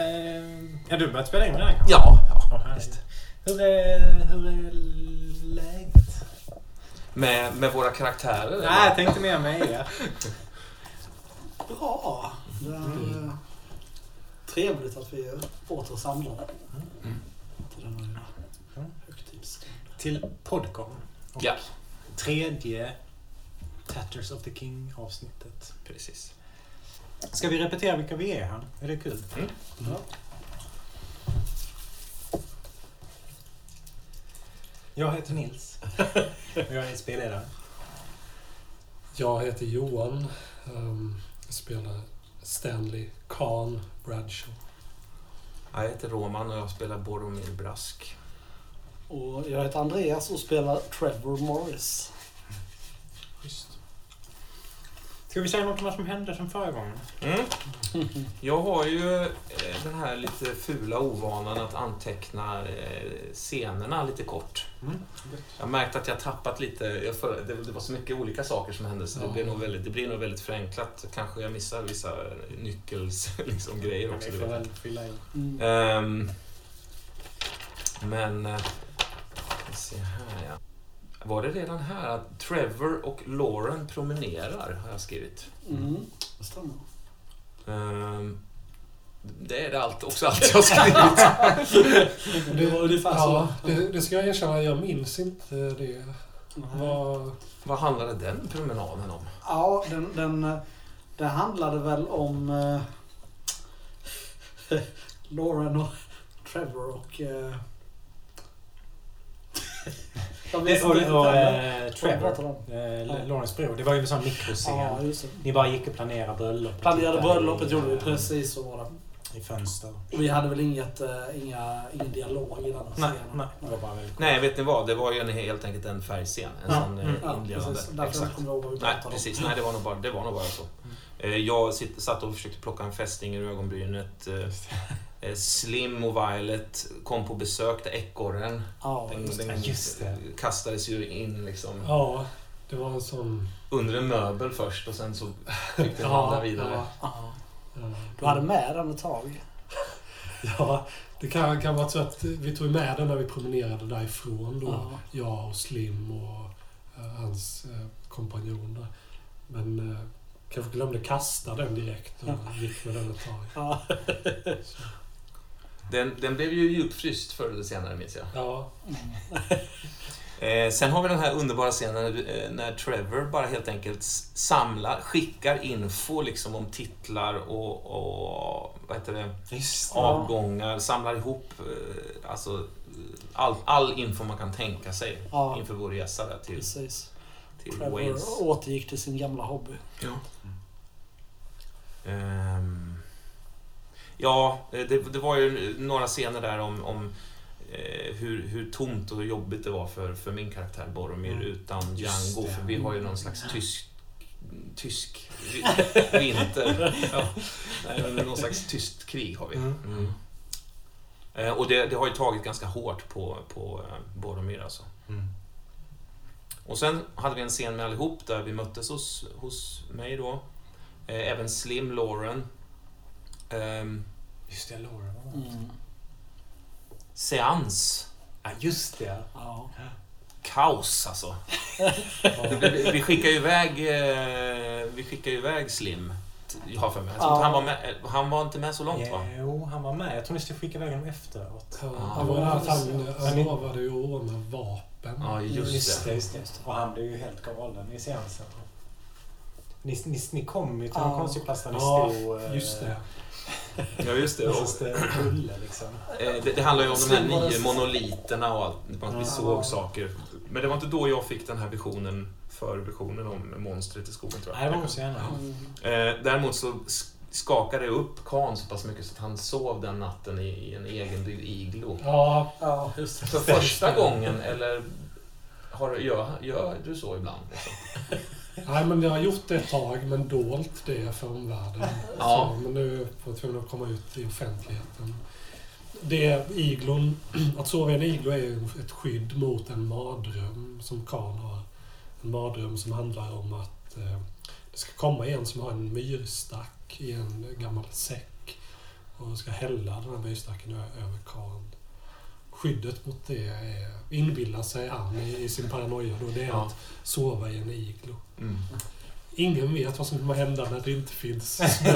Ja, du börjat spela in med den kanske? Ja, visst. Hur är läget? Med våra karaktärer? Nej, jag tänkte mer med er. Bra. Det är trevligt att vi är åter samlade. Till denna lilla högtidsstund. Till Podcon. Och Ja. 3:e Tatters of the King avsnittet. Precis. Ska vi repetera vilka vi är här? Är det kul? Ja. Jag heter Nils. Och jag är spelledare. Jag heter Johan. Jag spelar Stanley Khan Bradshaw. Jag heter Roman och jag spelar Boromir Brask. Och jag heter Andreas och spelar Trevor Morris. Just. Ska vi säga något om vad som hände som förra gången? Jag har ju den här lite fula ovanan att anteckna scenerna lite kort. Jag har märkt att jag tappat lite. Det var så mycket olika saker som hände så det blir nog väldigt förenklat. Kanske jag missar vissa nyckels liksom, grejer också. Vi får väl fylla in. Men vi ser här, ja. Var det redan här att Trevor och Lauren promenerar, har jag skrivit. Det stämmer. Det är det allt jag har skrivit. Det var ungefär så. Det ska jag erkänna, jag minns inte det. Vad handlade den promenaden om? Ja, det handlade väl om Lauren och Trevor och Trevor, Laurens bror. Det var ju en sån mikroscen. Ja, just det. Ni bara gick och planerade bröllopet. Planerade bröllopet gjorde vi precis så var det. I fönster. Och vi hade väl ingen dialog i den scenen. Nej, det var bara väldigt Nej, vet ni vad? Det var ju helt enkelt en färgscen. En sån inledande. Precis. Därför kommer jag ihåg vad vi Nej, pratade om. precis. Nej, det var nog bara så. Jag satt och försökte plocka en fästing ur ögonbrynet. Slim och Violet kom på besök där ekorren. Den kastades ju in liksom. Ja, det var en sån... Under en möbel först och sen så fick den vandra vidare. Du hade med den ett tag. Ja, det kan vara så att vi tog med den när vi promenerade därifrån då. Jag och Slim och hans kompanjoner. Men kanske glömde kasta den direkt och gick med den ett tag. Den blev ju djupfryst förr eller senare, minns jag. Ja. Sen har vi den här underbara scenen när Trevor bara helt enkelt skickar info liksom om titlar och vad heter det? Avgångar, samlar ihop alltså all info man kan tänka sig inför vår resa där till Trevor Wales. Återgick till sin gamla hobby. Det var ju några scener där om hur tomt och jobbigt det var för min karaktär Boromir utan Django, för vi har ju någon slags tysk vinter. Någon slags tyst krig har vi. Och det har ju tagit ganska hårt på Boromir alltså. Och sen hade vi en scen med allihop där vi möttes hos mig då. Även Slim, Lauren. Just det, Lauren var det. Seans. Ja, just det. Ja. Kaos alltså. Vi skickar ju iväg Slim. Jag har för mig. Han var inte med så långt, va? Jo, han var med. Jag tror ni skulle skicka iväg honom efteråt. Han lovade ju att ordna vapen. Ja, just det. Och han blev ju helt galen i seansen. Ni kom ju till en konstig plats där ni stod... Just det. Ja, just det. Bulle, liksom. Det handlar ju om de här 9 monoliterna och allt. Vi såg saker. Men det var inte då jag fick den här visionen om monstret i skogen, tror jag. Nej, det var så gärna. Däremot så skakade jag upp Khan så pass mycket så att han sov den natten i en egen iglo. Ja, just det. För första gången, eller gör du så ibland? Liksom? Nej, men jag har gjort det ett tag, men dolt det för omvärlden. Ja. Men nu får jag tvungen att komma ut i offentligheten. Att sova i en iglo är ju ett skydd mot en mardröm som Khan har. En mardröm som handlar om att det ska komma en som har en myrstack i en gammal säck. och ska hälla den här myrstacken över Khan. Skyddet mot det är inbillar sig han i sin paranoia då, det är att sova i en iglo. Ingen vet vad som kommer hända när det inte finns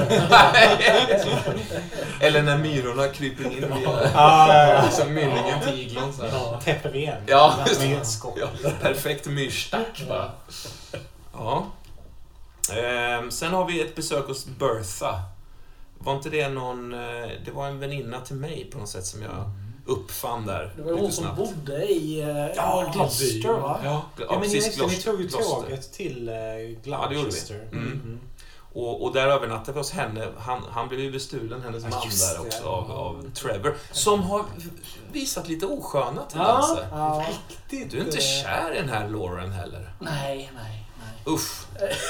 Eller när myrorna kryper in som mynningen till iglon. Täpper igen. Perfekt myrstack bara. Ja. Sen har vi ett besök hos Bertha. Var inte det någon... Det var en väninna till mig på något sätt som jag uppfann där. Det var hon som bodde i Gloucester, va? Ja, men ni tog ju tåget till Gloucester. Och där övernattade vi hos henne. Han blev ju bestulen, hennes man där också, av Trevor. Som har visat lite osköna tendenser. Riktigt. Du är inte kär i den här Lauren heller. Nej. Uff.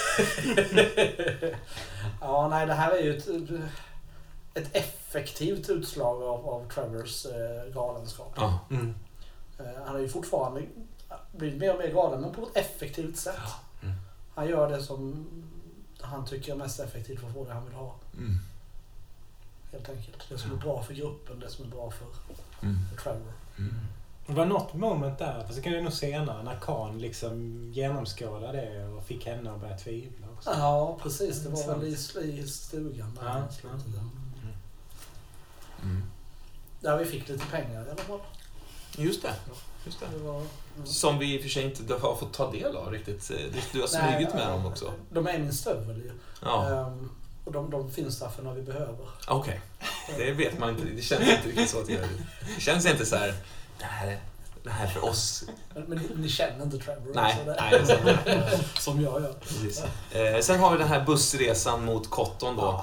Det här är ju ett effektivt utslag av Trevors galenskap. Han är ju fortfarande blivit mer och mer galen, men på ett effektivt sätt. Han gör det som han tycker är mest effektivt för att få det han vill ha. Helt enkelt. Det som är bra för gruppen, det som är bra för Trevor. Det var något moment där, fast det kan jag nog senare, när Khan liksom genomskådade det och fick henne att börja tvivla också. Ja, precis. Det var väl i stugan där. Där vi fick lite pengar i alla fall. Just det. Som vi i och för sig inte har fått ta del av riktigt. Du har smugit med dem också. De är min stövel ju. Och de finns där för när vi behöver. Okej. Det vet man inte. Det känns inte riktigt så att det känns inte så här. Det här för oss. Men ni känner inte Trevor? Nej. Som jag gör. Precis. Sen har vi den här bussresan mot Cotton då.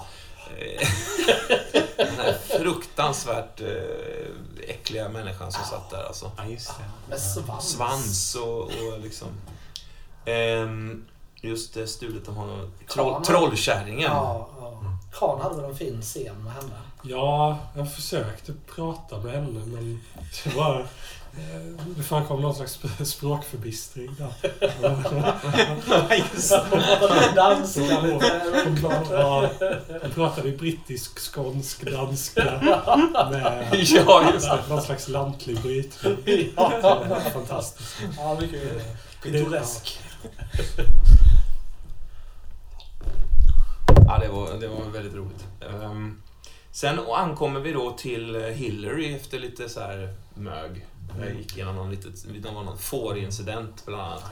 Den här fruktansvärt äckliga människan som satt där alltså. Ja, just det. Med svans och liksom just det stulet av honom. Trollkärringen. Khan hade väl en fin scen med henne. Ja, jag försökte prata med henne, men det framkom någon slags språkförbistring där. Danska lite. Hon pratade ju brittisk, skånsk, danska med någon slags lantlig brytning. Fantastiskt. Ja, mycket pittoresk. Ja, det var väldigt roligt. Sen ankommer vi då till Hillary efter lite så här mög. Jag gick igenom någon fårincident bland annat.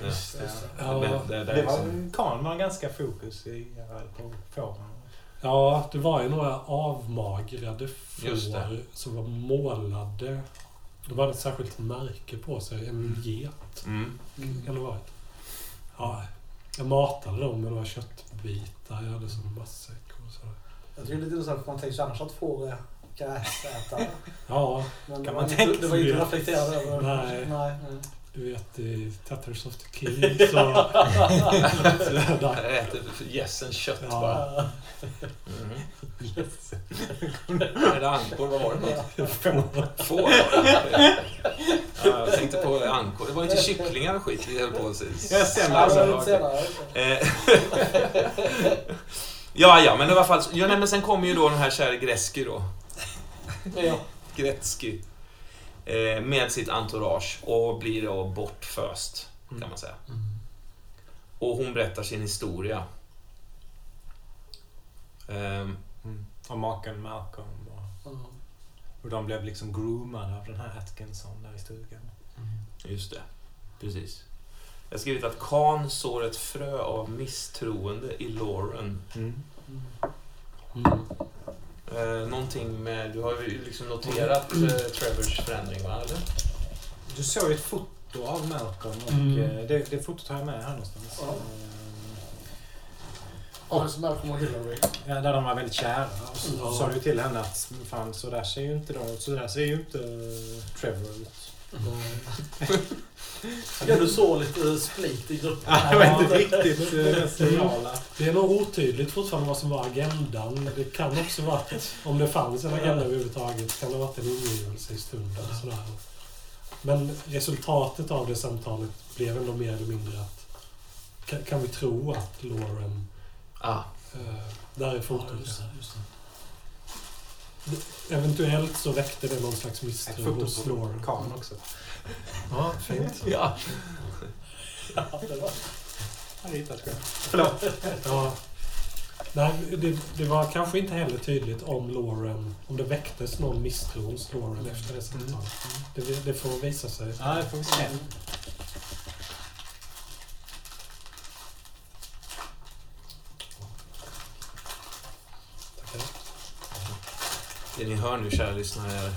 Khan var ganska fokus på fåren. Ja, det var ju några avmagrade får som var målade. De hade ett särskilt märke på sig, en get. Kan det varit? Ja, jag matade dem med några köttbitar. Jag hade som matsäck och sådär. Jag tycker det är lite intressant, för man tänker annars att får är gräsätare. Ja, men kan man tänka. Det var ju inte reflekterat över. Nej. Du vet, i Tatters of the King så... Jag äter gässen kött bara. Yes. Är det ankor? Vad var det? Får. Jag tänkte på ankor. Det var inte kycklingar och skit vi höll på att säga. Jag senare. Ja, men i alla fall. Men sen kommer ju då den här kära Gretzky då. Gretzky. Med sitt entourage och blir då bortföst, kan man säga. Och hon berättar sin historia. Och maken Malcolm och de blev liksom groomade av den här Atkinson där i stugan. Just det, precis. Jag har skrivit att Khan sår ett frö av misstroende i Lauren. Någonting med, du har ju liksom noterat Trevors förändring, va? Eller? Du såg ju ett foto av Malcolm och det fotot har jag med här någonstans. Malcolm och Hillary. Ja, där de var väldigt kära. Och så sa du till henne att fan, så där ser ju inte Trevor ut. Ja, du såg lite split i gruppen. Det var inte riktigt signala. Det är nog otydligt fortfarande vad som var agendan. Det kan också vara att om det fanns en agenda överhuvudtaget kan det ha varit en ingivelse i stunden. Sådär. Men resultatet av det samtalet blev ändå mer eller mindre att kan vi tro att Lauren där är fotot. Just det. Eventuellt så väckte det någon slags misstro hos Lauren. Kan också. Ja, fint. Ja. Ja, det var... Jag hittat själv. Förlåt. Ja. Nej, det var kanske inte heller tydligt om Lauren, om det väcktes någon misstro hos Lauren efter det samtalet. Det får visa sig. Ja, det får vi se. Det ni hör nu, kära lyssnare, är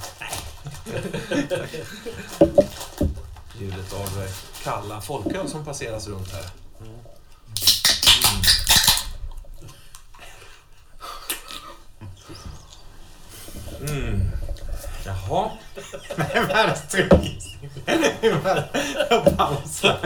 ljudet av kalla folköl som passeras runt här. Jaha. Men världens tryggissning. Jag pausar.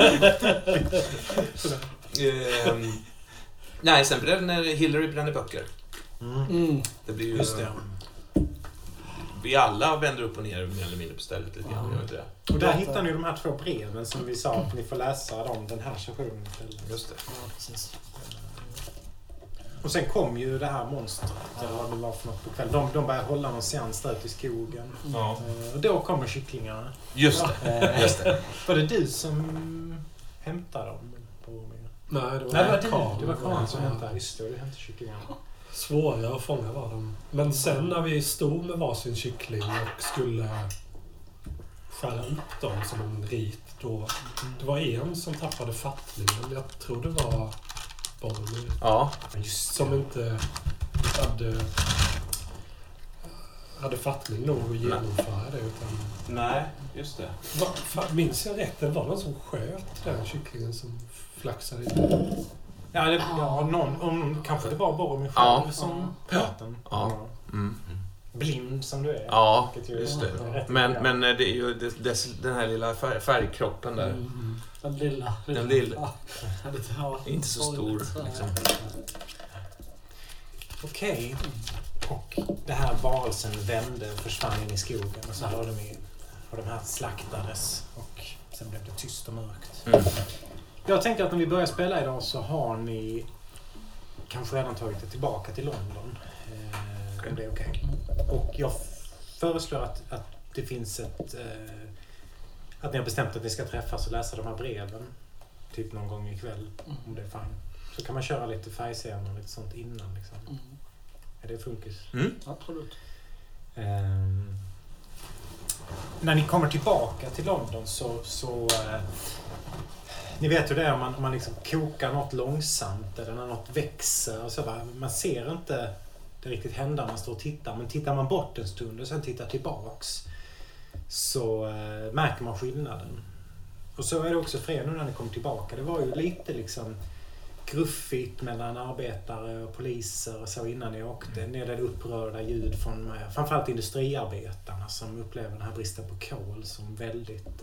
Nej, sen blir det när Hillary bränner böcker. Det blir ju... Just det. Vi alla vänder upp och ner mer eller mindre på stället lite grann. Gör inte det. Och där hittar ni de här 2 breven som vi sa att ni får läsa dem den här sessionen. Just det. Ja, precis. Och sen kom ju det här monstret, eller vad det var för något på kväll. De började hålla någon seans där ute i skogen. Ja. Och då kommer kycklingarna. Just det. Just det. Var det du som hämtade dem? Nej, det var Det var Karin som hämtade. Just det, du hämtade kycklingarna. Svåra att fånga var de. Men sen när vi stod med varsin kyckling och skulle skära upp dem som en rit, då det var en som tappade fattningen. Jag tror det var Bonnie. Ja. Som inte hade fattning nog att genomföra det. Utan... Nej, just det. Minns jag rätt? Det var någon som sköt den kycklingen som flaxade in. Någon, kanske det var Boromir själv som sköt den. Ja. Blind som du är. Ja, just det. Men det är ju den här lilla färgkroppen där. Den lilla. Inte så stor. Liksom. Okej. Och det här varelsen vände och försvann in i skogen. Och så hörde de och de här slaktades. Och sen blev det tyst och mörkt. Jag tänker att när vi börjar spela idag så har ni kanske redan tagit det tillbaka till London. Om det är okej. Och jag föreslår att det finns att ni har bestämt att vi ska träffas och läsa de här breven typ någon gång ikväll, om det är fine. Så kan man köra lite färgscener och lite sånt innan liksom. Är det funkis? Absolut. När ni kommer tillbaka till London så ni vet hur det är om man liksom kokar något långsamt eller när något växer och så. Man ser inte det riktigt hända när man står och tittar, men tittar man bort en stund och sen tittar tillbaks så märker man skillnaden. Och så är det också för er nu när ni kommer tillbaka. Det var ju lite liksom gruffigt mellan arbetare och poliser och så innan ni åkte. Ni hade upprörda ljud från framförallt industriarbetarna som upplever den här bristen på kol som väldigt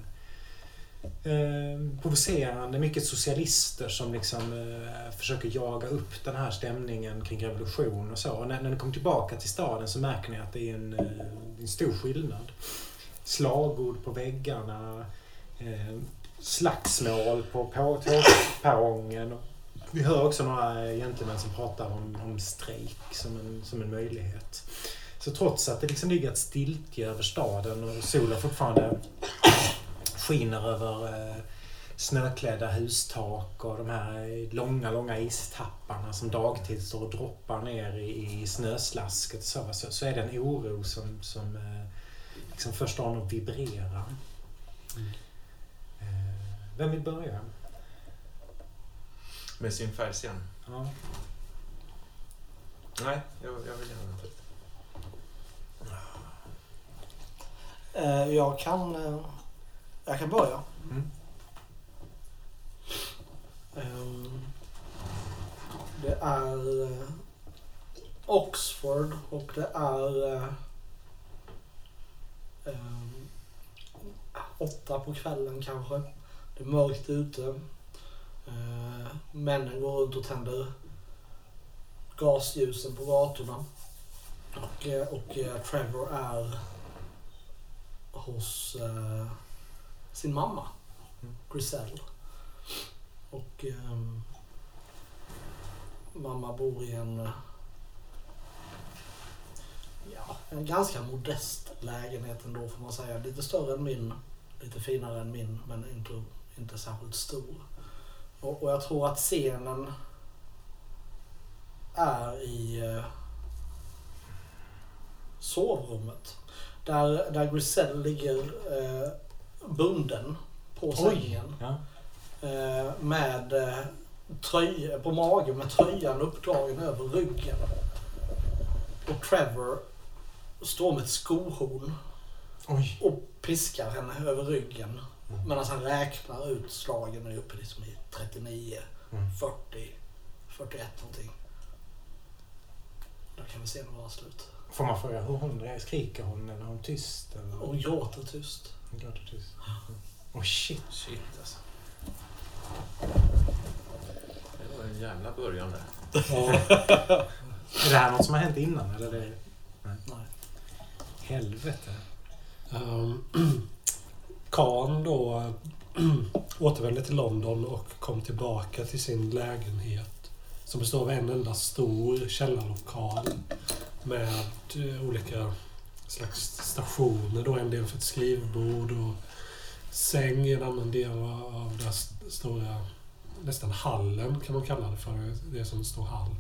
provocerande. Mycket socialister som liksom försöker jaga upp den här stämningen kring revolution och så. Och när ni kommer tillbaka till staden så märker ni att det är en stor skillnad. Slagord på väggarna, slagsmål på tågperrongen. Vi hör också några gentlemän som pratar om strejk som en möjlighet. Så trots att det liksom ligger ett stiltje över staden och solen fortfarande skiner över snöklädda hustak och de här långa istapparna som dagtid står och droppar ner i snöslasket så är det en oro som liksom först har något vibrera. Vem vill börja? Med sin färgscen? Ja. Nej, jag vill gärna vänta lite. Jag kan börja. Det är Oxford och det är 8 på kvällen kanske. Det är mörkt ute. Männen går runt och tänder gasljusen på gatorna. Och Trevor är hos sin mamma, Griselle. Och mamma bor i en ganska modest lägenhet ändå får man säga. Lite större än min, lite finare än min, men inte särskilt stor. Och jag tror att scenen är i sovrummet. Där Griselle ligger bunden på sängen. Ja. Med tröja på magen med tröjan uppdragen över ryggen. Och Trevor står med ett skohorn och piskar henne över ryggen. Medan han räknar ut slagen är uppe liksom i 39, 40, 41 någonting. Där kan vi se några slut. Får man fråga hur hon är? Skriker hon eller är hon tyst? Eller? Hon gråter tyst. Hon gråter tyst. Shit alltså. Det var en jävla början där. Är det här något som har hänt innan? Eller det? Nej. Helvete. Khan då återvände till London och kom tillbaka till sin lägenhet som består av en enda stor källarlokal med olika slags stationer. Då en del för ett skrivbord och säng i en annan del av den stora, nästan hallen kan man kalla det för. Det är som en stor hall.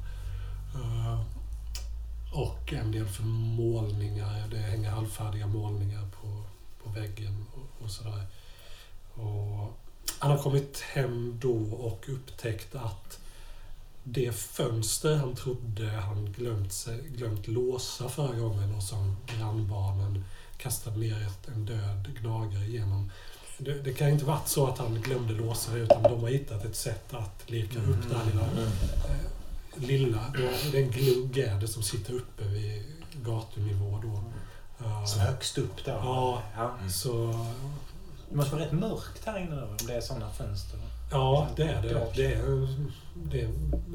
Och en del för målningar. Det hänger halvfärdiga målningar på väggen och sådär. Och han har kommit hem då och upptäckt att det fönster han trodde han glömt låsa förra gången och som grannbarnen kastade ner en död gnagare igenom. Det kan inte varit så att han glömde låsa det, utan de har hittat ett sätt att lirka upp det här lilla. Det är en glugg är det som sitter uppe vid gatunivå då. Så högst upp där. Ja. Så... Det måste vara rätt mörkt här inne om det är sådana fönster. Ja, det är det.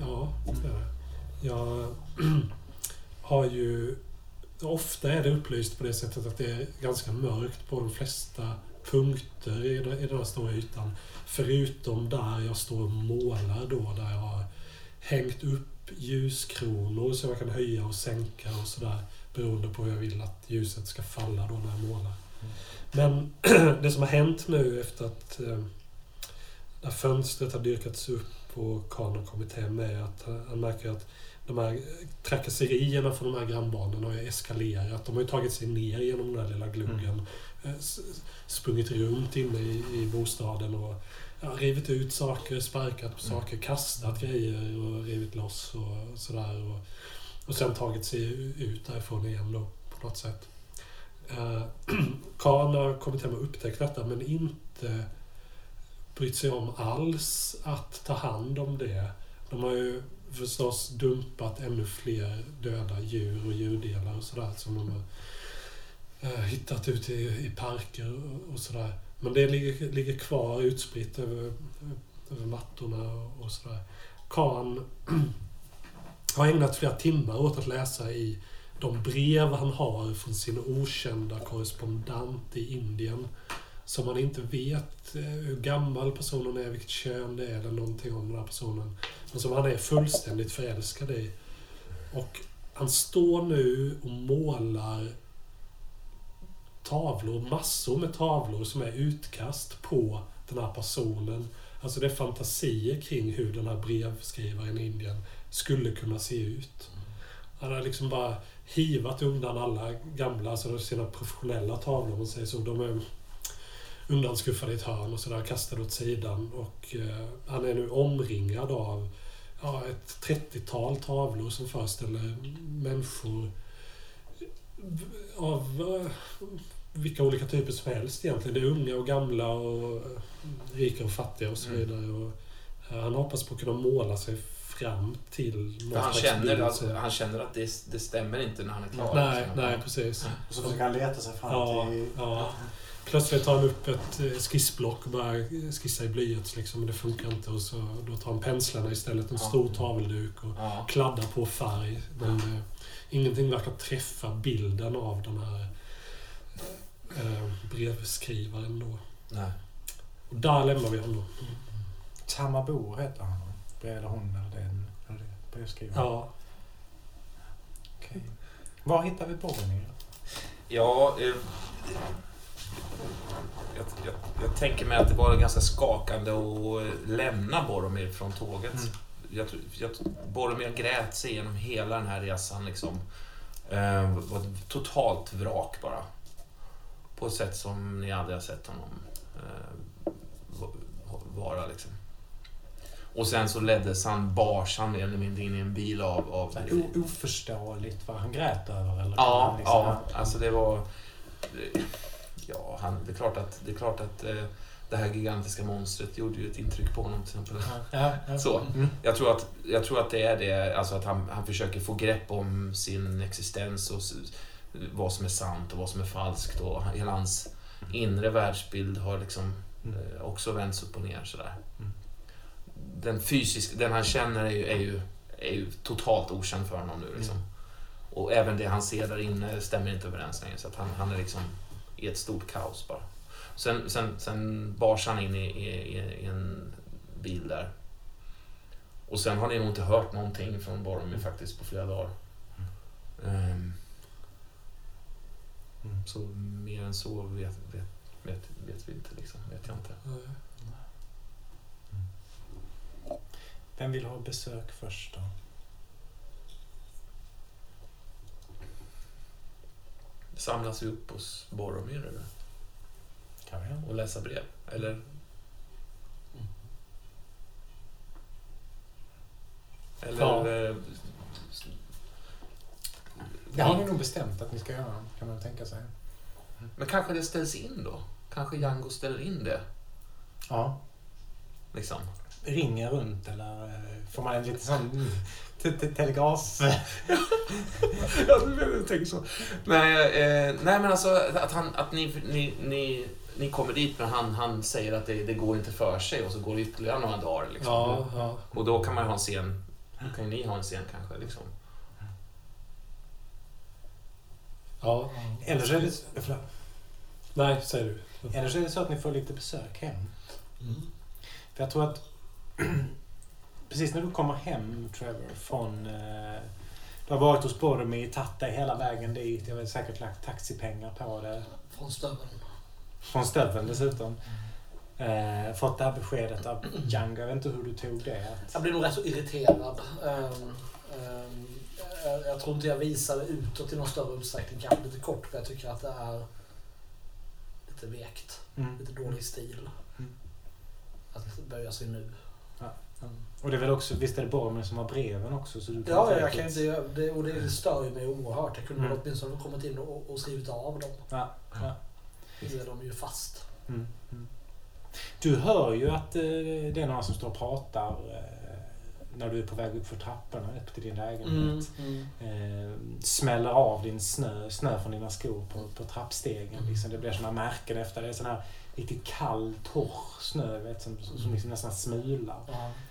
Jag har ju... Ofta är det upplyst på det sättet att det är ganska mörkt på de flesta punkter i den här stora ytan. Förutom där jag står och målar då, där jag har hängt upp ljuskronor så jag kan höja och sänka och sådär, beroende på hur jag vill att ljuset ska falla då när jag målar. Men det som har hänt nu efter att när fönstret har dyrkats upp och Khan har kommit hem är att han märker att de här trakasserierna från de här grannbarnen har eskalerat. De har ju tagit sig ner genom den där lilla gluggen, sprungit runt inne i bostaden och rivit ut saker, sparkat på saker, kastat grejer och rivit loss och sådär. Och sen tagit sig ut därifrån igen då på något sätt. Khan har kommit hem och upptäckt detta men inte brytt sig om alls att ta hand om det. De har ju förstås dumpat ännu fler döda djur och djurdelar och sådär som de har hittat ute i parker och sådär. Men det ligger kvar utspritt över mattorna och sådär. Khan har ägnat flera timmar åt att läsa i de brev han har från sin okända korrespondent i Indien, som man inte vet hur gammal personen är, vilket kön det är eller någonting om den här personen, men som han är fullständigt förälskad i. Och han står nu och målar tavlor, massor med tavlor som är utkast på den här personen. Alltså det är fantasier kring hur den här brevskrivaren i Indien skulle kunna se ut. Han har liksom bara hivat undan alla gamla, alltså sina professionella tavlor, man säger så. De är undanskuffade i ett hörn och sådär, kastade åt sidan. Och han är nu omringad av ett 30-tal tavlor som föreställer människor av vilka olika typer som helst egentligen. Det är unga och gamla och rika och fattiga och så vidare. Och han hoppas på att kunna måla sig fram till han känner att det stämmer inte när han är klar. Nej, precis. Och så försöker han leta sig fram till... Ja. Plötsligt tar han upp ett skissblock och börjar skissa i blyerts liksom, men det funkar inte. Och så då tar han penslarna istället, en stor tavelduk och kladdar på färg. Men ingenting verkar träffa bilden av den här brevskrivaren då. Nej. Och där lämnar vi honom. Tamabor heter han. Eller hon eller det brevskrivaren. Ja. Okej. Var hittar vi Boromir? Ja, jag tänker mig att det var ganska skakande att lämna Boromir från tåget. Boromir grät sig igenom hela den här resan liksom. Var ett totalt vrak bara. På ett sätt som ni aldrig har sett honom vara liksom. Och sen så bars han mer eller mindre in i en bil av oförståeligt vad han grät över eller ja, liksom, ja, alltså det var det är klart att det här gigantiska monstret gjorde ju ett intryck på honom till exempel. Ja. Så jag tror att det är det, alltså att han försöker få grepp om sin existens och vad som är sant och vad som är falskt, och hela hans inre världsbild har liksom också vänts upp och ner sådär. Den han känner är ju totalt okänd för honom nu liksom. Och även det han ser där inne stämmer inte överens längre, så att han är liksom i ett stort kaos bara. Sen bars han in i en bil där. Och sen har ni nog inte hört någonting från Boromir faktiskt på flera dagar. Så mer än så vet vi inte liksom, vet jag inte. Vem vill ha besök först då? Samlas vi upp hos Boromir eller? Kan vi? Och läsa brev, eller? Eller... Ja. Det har ni nog bestämt att ni ska göra, kan man tänka sig. Men kanske det ställs in då? Kanske Jango ställer in det? Ja. Liksom. Ringer runt eller får man en lite sån telegraf? Ja, du tänker så. Nej, men alltså att ni kommer dit, men han säger att det går inte för sig, och så går det ytterligare några dagar liksom. Ja. Och då kan man ha en scen. Då kan ni ha en scen kanske liksom. Ja. Eller så är det... Nej, säger du. Eller så är det så att ni får lite besök hem. För jag tror att precis när du kommer hem, Trevor, från... du har varit hos Boromir, tagit dig hela vägen dit. Jag har säkert lagt taxipengar på det. Från stöveln dessutom. Fått det här beskedet av Jango. Jag vet inte hur du tog det. Jag blev nog rätt så irriterad. Jag tror inte jag visade utåt i någon större utsträckning. Kanske lite kort, för jag tycker att det är lite vekt. Lite dålig stil. Att böja sig nu. Ja. Och det är väl också, visst är det Boromir som har breven också? Så du kan jag kan inte göra det, och det stör ju mig oerhört. Jag kunde väl åtminstone ha kommit in och skrivit av dem. Ja. Nu är de ju fast. Du hör ju att det är någon som står och pratar när du är på väg upp för trapporna upp till din lägenhet. Smäller av din snö från dina skor på trappstegen. Liksom. Det blir såna märken efter det. Sån här riktigt kall, torr snö, vet, som liksom nästan smular.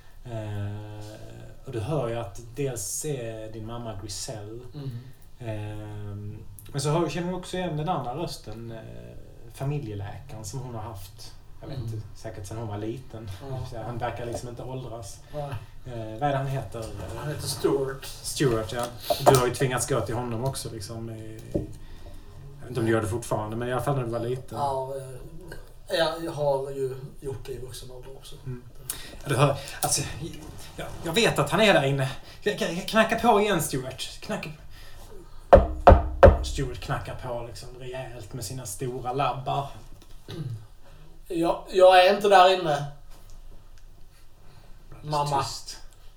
Och du hör ju att dels är din mamma Griselle. Men så känner du också igen den andra rösten, familjeläkaren som hon har haft. Jag vet inte, säkert sedan hon var liten. Han verkar liksom inte åldras. Vad är det han heter? Han heter Stuart. Stuart, ja. Du har ju tvingats gå till honom också liksom. Jag vet inte om du gör det fortfarande, men i alla fall när du var liten. Ja, jag har ju gjort det i vuxen ålder också. Du hör, alltså, jag vet att han är där inne. Knacka på igen, Stuart. Stuart knackar på liksom rejält med sina stora labbar. Jag är inte där inne. Mamma. Tyst.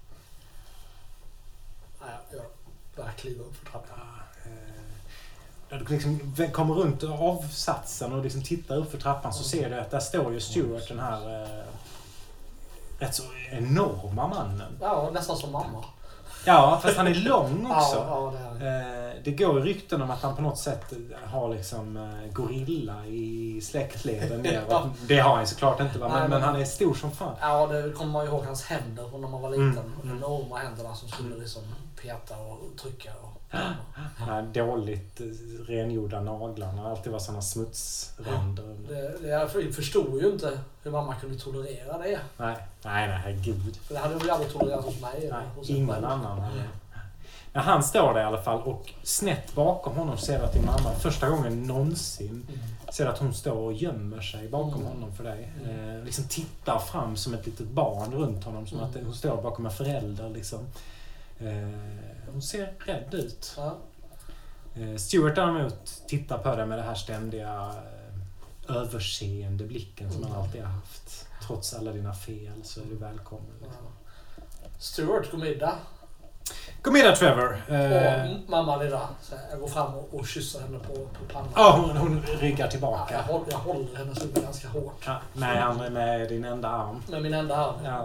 Nej, jag börjar kliva upp för trappan. När du liksom kommer runt avsatsen och liksom tittar upp för trappan, så ser du att där står ju Stuart, den här rätt så enorma mannen. Ja, nästan som mamma. Ja, fast han är lång också. Ja, det är. Det går ju rykten om att han på något sätt har liksom gorilla i släktleden ner. Det har han såklart inte, va? Men han är stor som fan. Ja, det kommer man ihåg hans händer från när man var liten. Enorma händerna som skulle liksom peta och trycka. Dåligt rengjorda naglarna. Alltid var sådana smutsränder. Jag förstod ju inte hur mamma kunde tolerera det. Nej, herregud. För det hade hon ju aldrig tolererat hos mig. Nej, ingen annan. Ja, han står där i alla fall och snett bakom honom ser att din mamma första gången någonsin ser att hon står och gömmer sig bakom honom för dig. Liksom tittar fram som ett litet barn runt honom som att hon står bakom en förälder liksom. Hon ser rädd ut. Ja. Stuart däremot tittar på dig med det här ständiga överseende blicken som han alltid har haft. Trots alla dina fel så är du välkommen. Liksom. Stuart, god middag. God middag, Trevor. Och mamma lilla. Så jag går fram och kysser henne på pannan. Ja, hon ryggar tillbaka. Ja, jag håller hennes huvud ganska hårt. Ja, med din enda arm. Med min enda arm. Ja.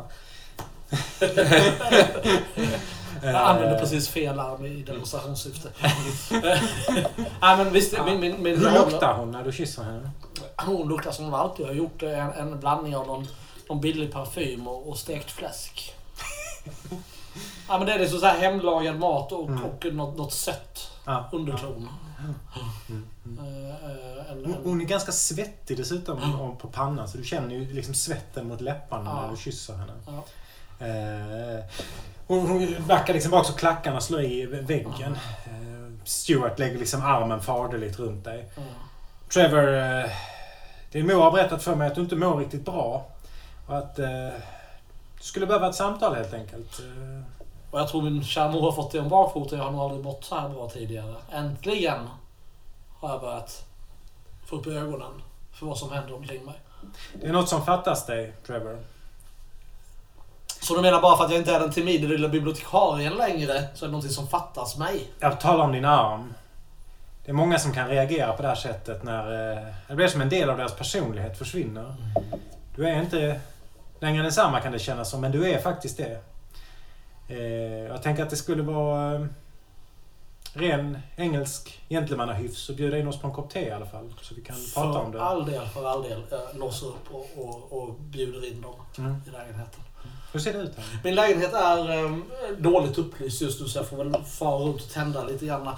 Jag använde precis fel arm i demonstrationssyfte. Nej, men visst, hur luktar hon när du kysser henne? Hon luktar som hon alltid har gjort. En blandning av någon billig parfym och stekt fläsk. Ja, men det är så här hemlagad mat och något sött underton. Hon är ganska svettig dessutom på pannan så du känner ju liksom svetten mot läpparna när du kysser henne. Ja. Hon backar liksom bak så klackarna slår i väggen. Stuart lägger liksom armen faderligt runt dig. Trevor, din mor har berättat för mig att du inte mår riktigt bra och att du skulle behöva ett samtal helt enkelt. Och jag tror min kära mor har fått det om bakfoten. Jag har nog aldrig mått så här bra tidigare. Äntligen har jag börjat få upp ögonen för vad som händer omkring mig. Det är något som fattas dig, Trevor. Så du menar bara för att jag inte är den timida lilla bibliotekarien längre så är det något som fattas mig? Jag talar om din arm. Det är många som kan reagera på det här sättet när det blir som en del av deras personlighet försvinner. Du är inte längre densamma kan det kännas som, men du är faktiskt det. Jag tänker att det skulle vara ren engelsk gentlemannahyfs och bjuda in oss på en kopp te i alla fall. Så vi kan prata om det. För all del. Jag låser upp och bjuder in dem i lägenheten. Hur ser det ut här? Min lägenhet är dåligt upplyst just nu så jag får väl fara runt och tända lite grann.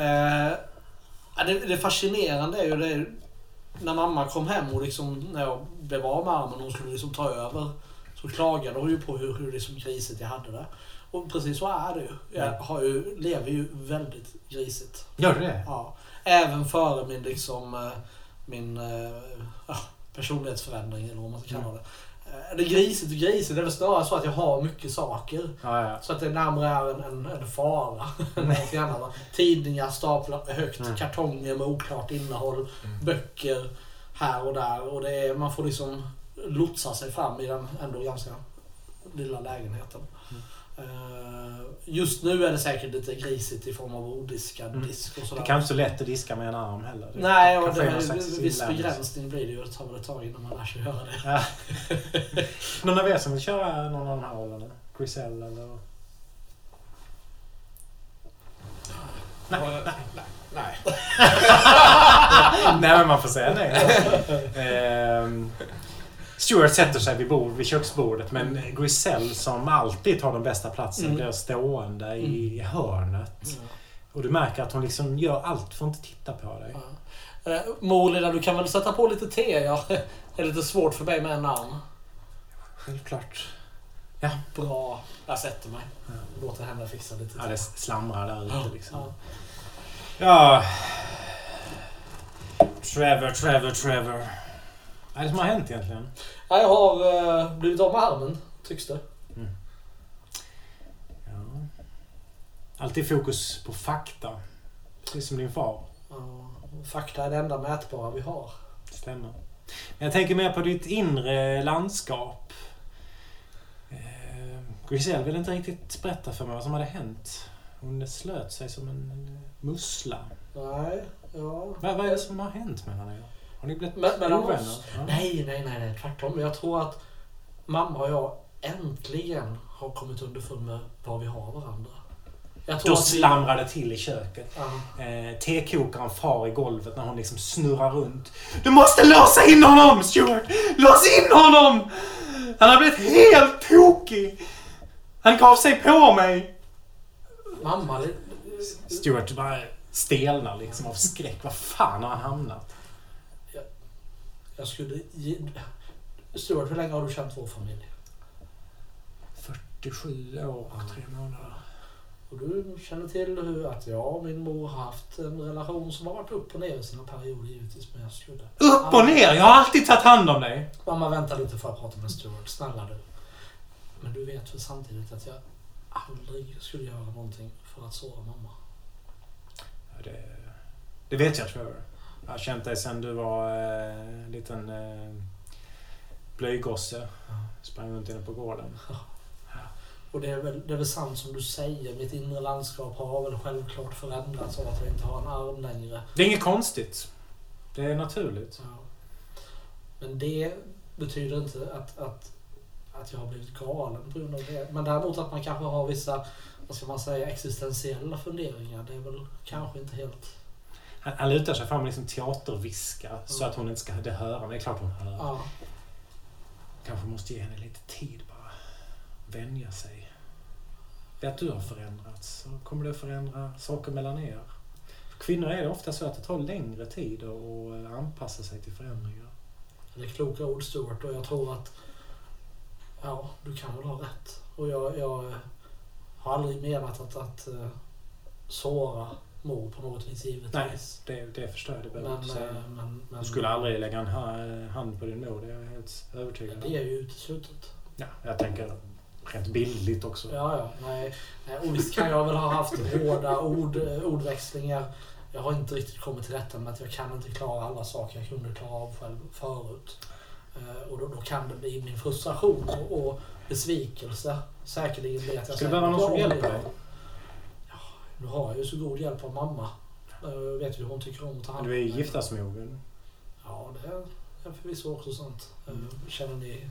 Det fascinerande är ju det när mamma kom hem och liksom, när jag blev av med armen och hon skulle liksom ta över så klagade hon ju på hur liksom grisigt jag hade det. Och precis så är det ju. Jag lever ju väldigt grisigt. Gör du det? Ja. Även före min personlighetsförändring eller vad man ska kalla det. Det är grisigt. Det är väl snarare så att jag har mycket saker. Ja. Så att det närmare är en fara. Tidningar staplar högt, kartonger med oklart innehåll, böcker här och där. Och man får liksom lotsa sig fram i den ändå ganska lilla lägenheten. Just nu är det säkert lite grisigt i form av odiskad disk och sådär. Det kan inte så lätt att diska med en arm heller. Nej, och det är en viss begränsning blir det ju. Det tar väl ett tag innan man lär sig göra det. Ja. Någon av er som vill köra någon av de här rollerna? Griselle eller? Nej. Nej, men man får säga nej. Stuart sätter sig vid köksbordet, men Griselle som alltid tar den bästa platsen blir stående i hörnet. Och du märker att hon liksom gör allt för att inte titta på dig. Molina, du kan väl sätta på lite te? Det är lite svårt för mig med en arm. Självklart. Ja. Bra. Jag sätter mig. Låter henne fixa lite te. Ja, det slamrar där ute liksom. Ja. Trevor. Vad är det som har hänt egentligen? Jag har blivit av med armen, tycks det. Ja. Alltid fokus på fakta. Precis som din far. Fakta är det enda mätbara vi har. Stämmer. Men jag tänker mer på ditt inre landskap. Griselle vill inte riktigt berätta för mig vad som hade hänt. Hon slöt sig som en mussla. Nej, ja. Vad är det som har hänt med henne? Har ni blivit ovänner? Ja. Nej, tvärtom. Jag tror att mamma och jag äntligen har kommit underfund med vad vi har varandra. Då slamrar det till i köket. Tekokaren far i golvet när hon liksom snurrar runt. Du måste låsa in honom, Stuart! Lås in honom! Han har blivit helt tokig! Han gav sig på mig! Mamma... Stuart bara stelnar liksom av skräck. Vad fan har han hamnat? Jag skulle... Stuart, hur länge har du känt vår familj? 47 år och 3 månader. Och du känner till hur att jag och min mor har haft en relation som har varit upp och ner i sina perioder givetvis. Men jag skulle... Upp och ner? Jag har alltid tagit hand om dig. Mamma, vänta lite för att prata med Stuart. Snälla du. Men du vet väl samtidigt att jag aldrig skulle göra någonting för att såra mamma. Ja, det vet jag, Trevor. Jag har känt dig sedan du var en liten blöjgosse. Sprang runt inne på gården. Och det är väl sant som du säger. Mitt inre landskap har väl självklart förändrats av att jag inte har en arm längre. Det är inget konstigt. Det är naturligt. Ja. Men det betyder inte att jag har blivit galen på grund av det. Men däremot att man kanske har vissa, vad ska man säga, existentiella funderingar. Det är väl kanske inte helt... Han lutar sig fram och liksom teaterviska så att hon inte ska höra. Men det är klart hon hör. Ja. Kanske måste ge henne lite tid bara. Vänja sig. Det att du har förändrats. Så kommer det att förändra saker mellan er. För kvinnor är det ofta så att det tar längre tid att anpassa sig till förändringar. Det är kloka ord, Stuart, och jag tror att du kan väl ha rätt. Och jag har aldrig menat att såra mor på något vis givetvis. Nej, det förstår jag. Det behöver inte säga. Men, du skulle aldrig lägga en hand på din mor, det är jag helt övertygad om. Det är ju uteslutet. Ja, jag tänker rätt bildligt också. Nej. Och visst kan jag väl ha haft hårda ordväxlingar. Jag har inte riktigt kommit till rätta med att jag kan inte klara alla saker jag kunde klara av själv förut. Och då kan det bli min frustration och besvikelse. Säkerligen bli att jag... Ska det behöva någon som hjälper dig? Ja, nu har jag ju så god hjälp av mamma. Jag vet ju hur hon tycker om att ta hand om mig. Du är giftasmogen. Ja, det är förvisso också sant. Känner ni...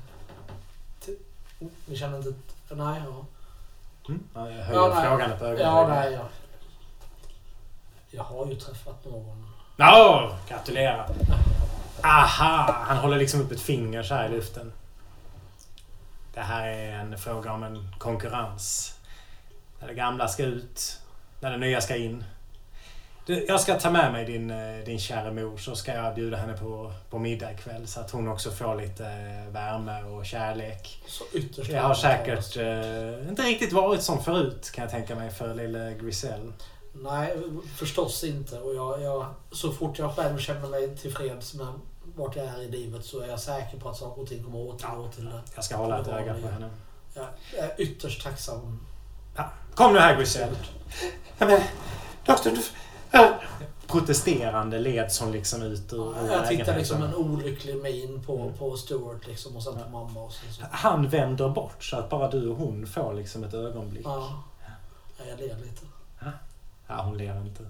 Ni känner inte... Nej, ja. Jag höjer frågan på ögonen. Ja, nej, ja. Jag har ju träffat någon. Gratulerar. Aha, han håller liksom upp ett finger så här i luften. Det här är en fråga om en konkurrens. När det gamla ska ut, när det nya ska in. Jag ska ta med mig din kära mor, så ska jag bjuda henne på middag ikväll så att hon också får lite värme och kärlek. Så ytterst. Jag har säkert inte riktigt varit som förut, kan jag tänka mig, för lille Griselle. Nej, förstås inte. Och jag så fort jag själv känner mig tillfreds med vart jag är i livet så är jag säker på att saker och ting kommer återgå till det. Jag ska hålla ett öga på henne. Jag är ytterst tacksam. Ja, kom nu här, Griselle. Men, doktor, protesterande leds hon liksom ut ur jag tittar liksom en olycklig min på Stuart liksom, och sen på mamma. Och så. Han vänder bort så att bara du och hon får liksom ett ögonblick. Ja, jag ler lite. Ja, hon ler inte.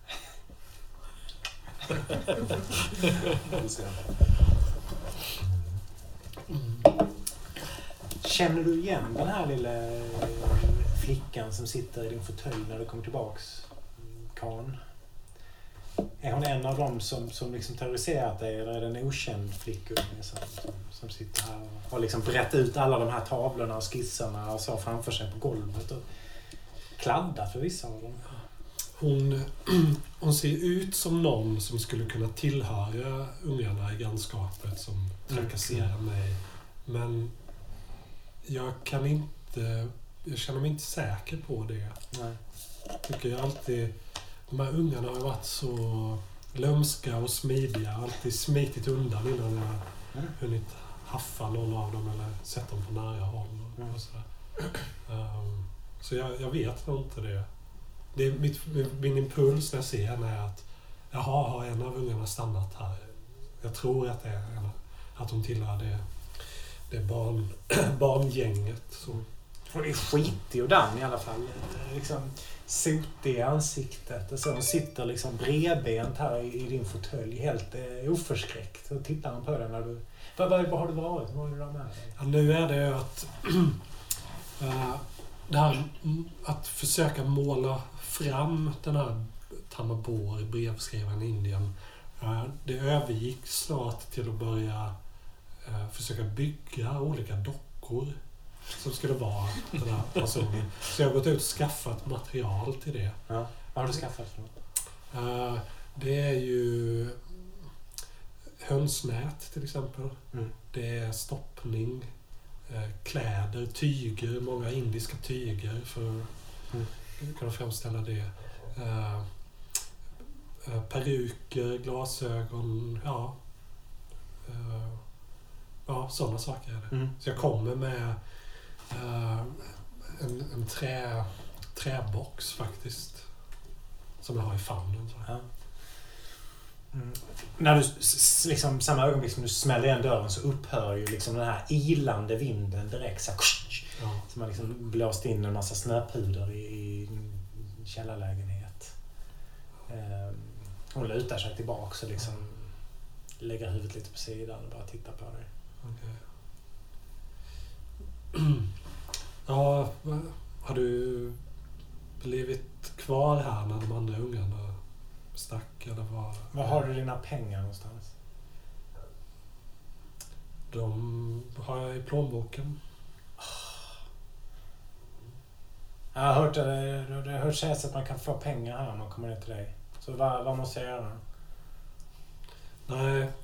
Känner du igen den här lilla flickan som sitter i din fåtölj när du kommer tillbaks, Kan? Är hon en av dem som liksom terroriserat dig, eller är det en okänd flickunge som sitter här och har liksom brett ut alla de här tavlorna och skisserna och så framför sig på golvet och kladdar för vissa av dem? Hon ser ut som någon som skulle kunna tillhöra ungarna i grannskapet som trakasserar mig. Men jag känner mig inte säker på det. Nej. Tycker jag alltid, de här ungarna har varit så lömska och smidiga. Alltid smitit undan innan jag hunnit haffa någon av dem eller sett dem på nära håll. Och så så jag vet nog inte det. Det är min impuls när jag ser henne är att har en av ungarna stannat här. Jag tror att det är att de tillhör det barngänget. Så. Hon är skitig och damm i alla fall. Liksom sotig i ansiktet. Och så hon sitter liksom bredbent här i din fåtölj. Helt oförskräckt. Och tittar han på dig när du... Vad har du varit? Vad har du med dig? Ja, nu är det att... det här att försöka måla fram den här Tamabor, brevskrivaren i Indien. Det övergick snart till att börja försöka bygga olika dockor som skulle vara den här personen. Så jag har gått ut och skaffat material till det. Ja. Vad har du skaffat för något? Det är ju hönsnät till exempel. Det är stoppning, kläder, tyger, många indiska tyger för kunna framställa det. Peruker, glasögon, ja, sådana saker är det. Så jag kommer med en träbox faktiskt, som jag har i famnen. Ja. När du liksom, samma ögonblick som du smäller igen dörren så upphör ju liksom den här ilande vinden direkt så som man liksom blåst in en massa snöpuder i en källarlägenhet. Hon lutar sig tillbaka och liksom lägger huvudet lite på sidan och bara tittar på dig. Okay. Ja, har du blivit kvar här när de andra ungarna stack eller vad? Var har du dina pengar någonstans? De har jag i plånboken. Jag har hört sägas att man kan få pengar här om man kommer ner till dig. Så vad måste jag göra? Nej,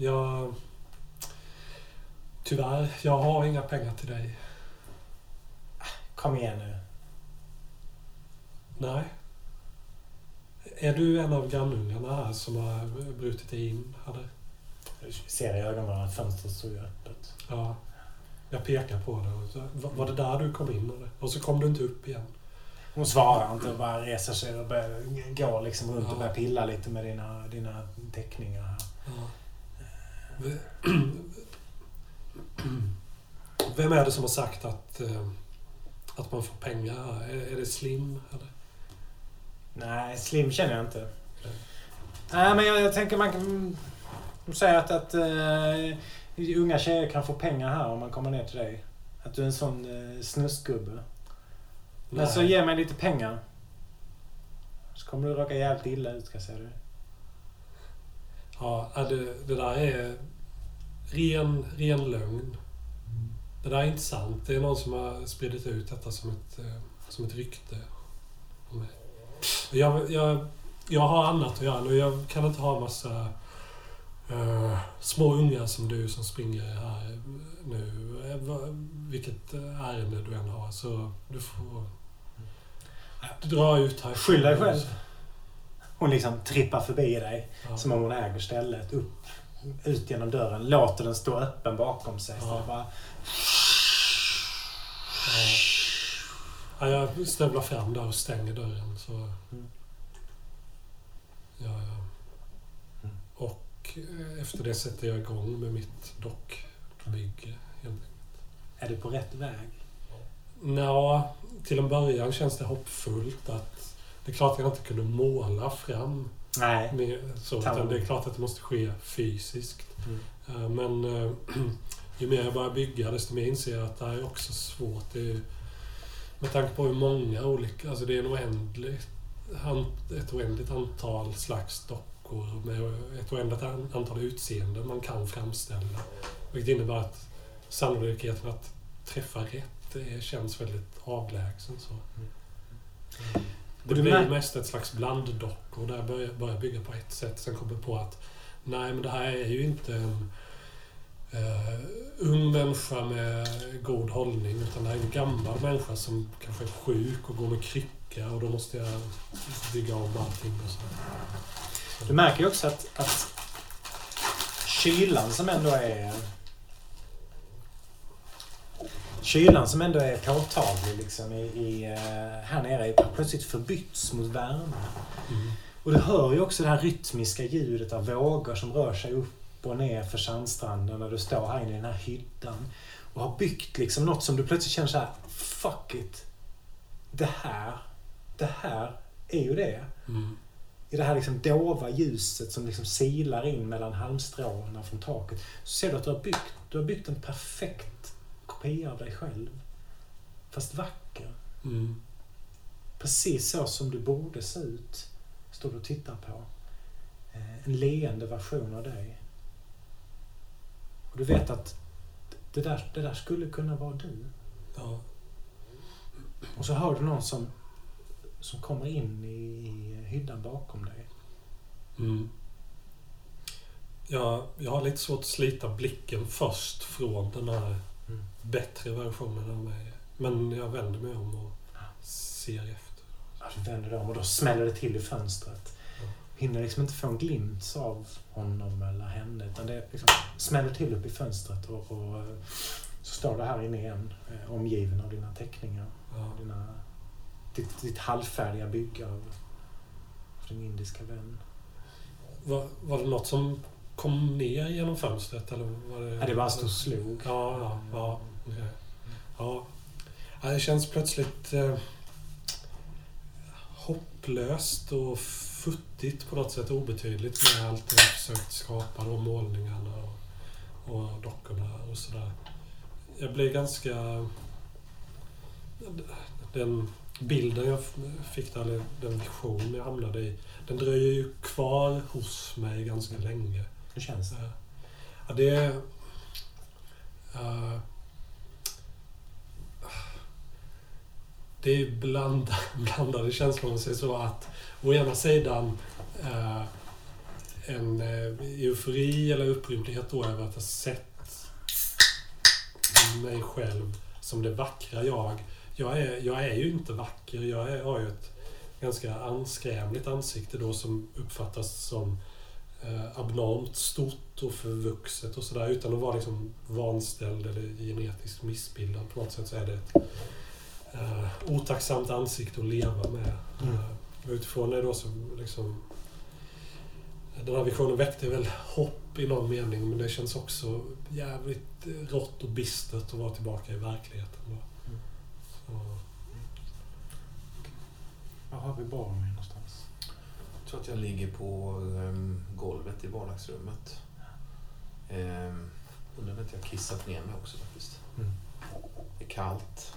tyvärr, jag har inga pengar till dig. Kom igen nu. Nej. Är du en av grannungarna här som har brutit in? Du ser i ögonen att fönstret står ju öppet. Ja. Jag pekar på det. Var det där du kom in? Eller? Och så kom du inte upp igen. Hon svarar inte och bara reser sig och börjar gå liksom runt och börjar pilla lite med dina teckningar här. Ja. Vem är det som har sagt att man får pengar? Är det Slim? Eller? Nej, Slim känner jag inte. Nej, men jag tänker man kan säga att unga tjejer kan få pengar här om man kommer ner till dig. Att du är en sån snusgubbe. Men så ge mig lite pengar. Så kommer du råka jävligt illa ut, ska jag säga det. Ja, det där är ren lögn. Det där är inte sant. Det är någon som har spridit ut detta som ett rykte. Jag har annat att göra nu. Jag kan inte ha en massa små ungar som du som springer här nu. Vilket ärende du än har. Så du får dra ut här. Skyll dig själv. Hon liksom trippar förbi dig. Ja. Som om hon äger stället. Ut genom dörren. Låter den stå öppen bakom sig. Så det bara... Ja, jag stövlar fram där och stänger dörren. Så... Ja. Och efter det sätter jag igång med mitt dockbygge. Är du på rätt väg? Ja, till en början känns det hoppfullt att det är klart att jag inte kunde måla fram. Nej. Utan det är klart att det måste ske fysiskt. Men ju mer jag börjar bygga desto mer inser jag att det här är också svårt. Det är, med tanke på hur många olika, alltså det är ett oändligt antal slags dockor med ett oändligt antal utseenden man kan framställa. Vilket innebär att sannolikheten att träffa rätt känns väldigt avlägsen. Så. Det blir mest ett slags blanddockor där jag börjar bygga på ett sätt. Sen kommer jag på att nej, men det här är ju inte en ung människa med god hållning, utan det här är en gammal människa som kanske är sjuk och går med krycka, och då måste jag bygga om allting och så. Du märker ju också att kylan som ändå är påtaglig liksom här nere är plötsligt förbytts mot värme. Och du hör ju också det här rytmiska ljudet av vågor som rör sig upp och ner för sandstranden när du står här inne i den här hyddan och har byggt liksom något som du plötsligt känner så här: fuck it. Det här är ju det. I det här liksom dova ljuset som liksom silar in mellan halmstrålarna från taket, så ser du att du har byggt en perfekt kopia av dig själv. Fast vacker. Precis så som du borde se ut. Står du och tittar på. En leende version av dig. Och du vet att det där skulle kunna vara du. Ja. Och så hör du någon som kommer in i hyddan bakom dig. Jag har lite svårt att slita blicken först från den här bättre versionen av mig. Men jag vänder mig om och ser efter. Du vänder dig om och då smäller det till i fönstret. Hinner liksom inte få en glimt av honom eller henne, utan det liksom smäller till upp i fönstret och så står det här inne igen, omgiven av dina teckningar. Ditt halvfärdiga bygge av din indiska vän. Var det något som kom ner genom fönstret? Eller var det... Ja, det bara stod och slog. Ja. Okay. Ja. Det känns plötsligt hopplöst och futtigt på något sätt, obetydligt med allt jag försökt skapa, då, målningarna och dockorna och sådär. Jag blev ganska... Den bilden jag fick där, eller den vision jag hamnade i, den dröjer ju kvar hos mig ganska länge. Hur känns det? Ja, det är... det är blandade känslor, om man säger så, att å ena sidan en eufori eller upprymdhet då över att ha sett mig själv som det vackra jag. Jag är ju inte vacker. Jag har ju ett ganska anskrämligt ansikte då som uppfattas som abnormt stort och förvuxet och sådär, utan att vara liksom vanställd eller genetiskt missbildad. På något sätt så är det ett otacksamt ansikte att leva med. Utifrån det då så liksom, den här visionen väckte väl hopp i någon mening, men det känns också jävligt rått och bistert att vara tillbaka i verkligheten då. Var har vi barnen någonstans? Jag tror att jag ligger på golvet i vardagsrummet. Undrar om inte jag kissat ner mig också faktiskt. Det är kallt.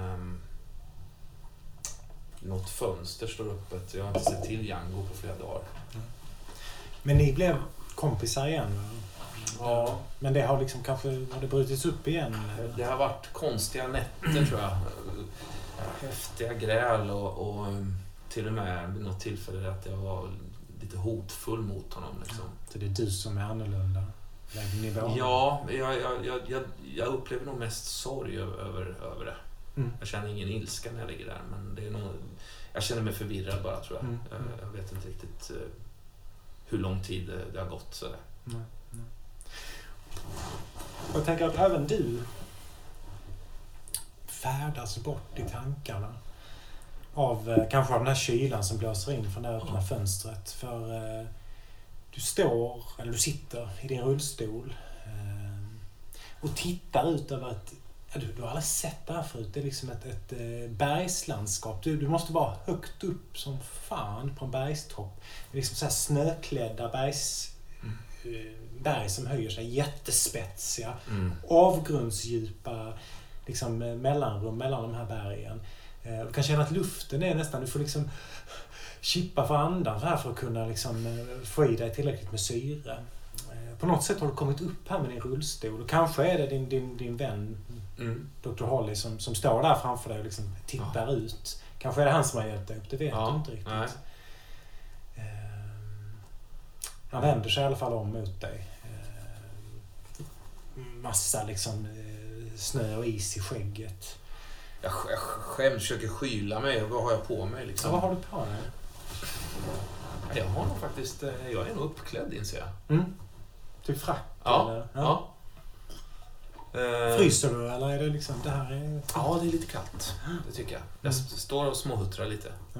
Något fönster står öppet. Jag har inte sett till Django på flera dagar. Men ni blev kompisar igen, va? Ja. Men det har liksom kanske har det brutits upp igen? Det har varit konstiga nätter tror jag. Häftiga gräl och till och med vid något tillfälle att jag var lite hotfull mot honom. Liksom. Så det är du som är annorlunda? Ja, jag upplever nog mest sorg över det. Jag känner ingen ilska när jag ligger där, men det är nog, jag känner mig förvirrad bara, tror jag. Jag vet inte riktigt hur lång tid det har gått. Så. Nej. Jag tänker att även du färdas bort i tankarna kanske av den här kylan som blåser in från det öppna fönstret. För du sitter i din rullstol och tittar ut över ett... Du har aldrig sett det här förut. Det är liksom ett bergslandskap. Du måste vara högt upp som fan på en bergstopp. Det är liksom så här snöklädda berg som höjer sig, jättespetsiga, avgrundsdjupa liksom mellanrum mellan de här bergen. Du kan känna att luften är nästan, du får liksom chippa för andan här för att kunna liksom få i dig tillräckligt med syre. På något sätt har du kommit upp här med din rullstol, och kanske är det din vän Dr. Holly som står där framför dig och liksom tittar ut. Kanske är det han som har hjälpt dig upp, det vet du inte riktigt. Nej. Han vänder sig i alla fall om mot dig. Massa liksom snö och is i skägget. Jag försöker skyla mig. Vad har jag på mig liksom? Ja, vad har du på dig? Jag har nog faktiskt... Jag är nog uppklädd, inser jag. Typ frack? Ja. Eller? Ja. Fryser du, eller är det liksom... Det här är... Ja, det är lite kallt. Det tycker jag. Jag står och småhuttrar lite. Ja.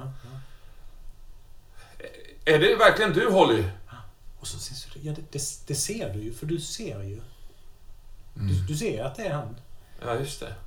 Är det verkligen du, Holly? Och så syns du, det ser du ju, för du ser ju. Du ser att det är han. Ja, just det.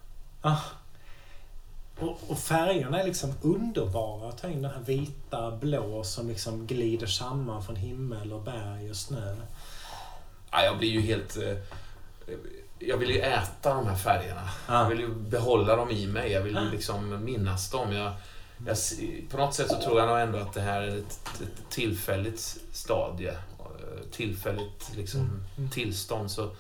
Och färgerna är liksom underbara. Att ta in den här vita, blå som liksom glider samman från himmel och berg och snö. Ja, jag blir ju helt... Jag vill ju äta de här färgerna. Jag vill ju behålla dem i mig. Jag vill ju liksom minnas dem. På något sätt så tror jag nog ändå att det här är ett tillfälligt stadie. Tillfälligt liksom tillstånd. Så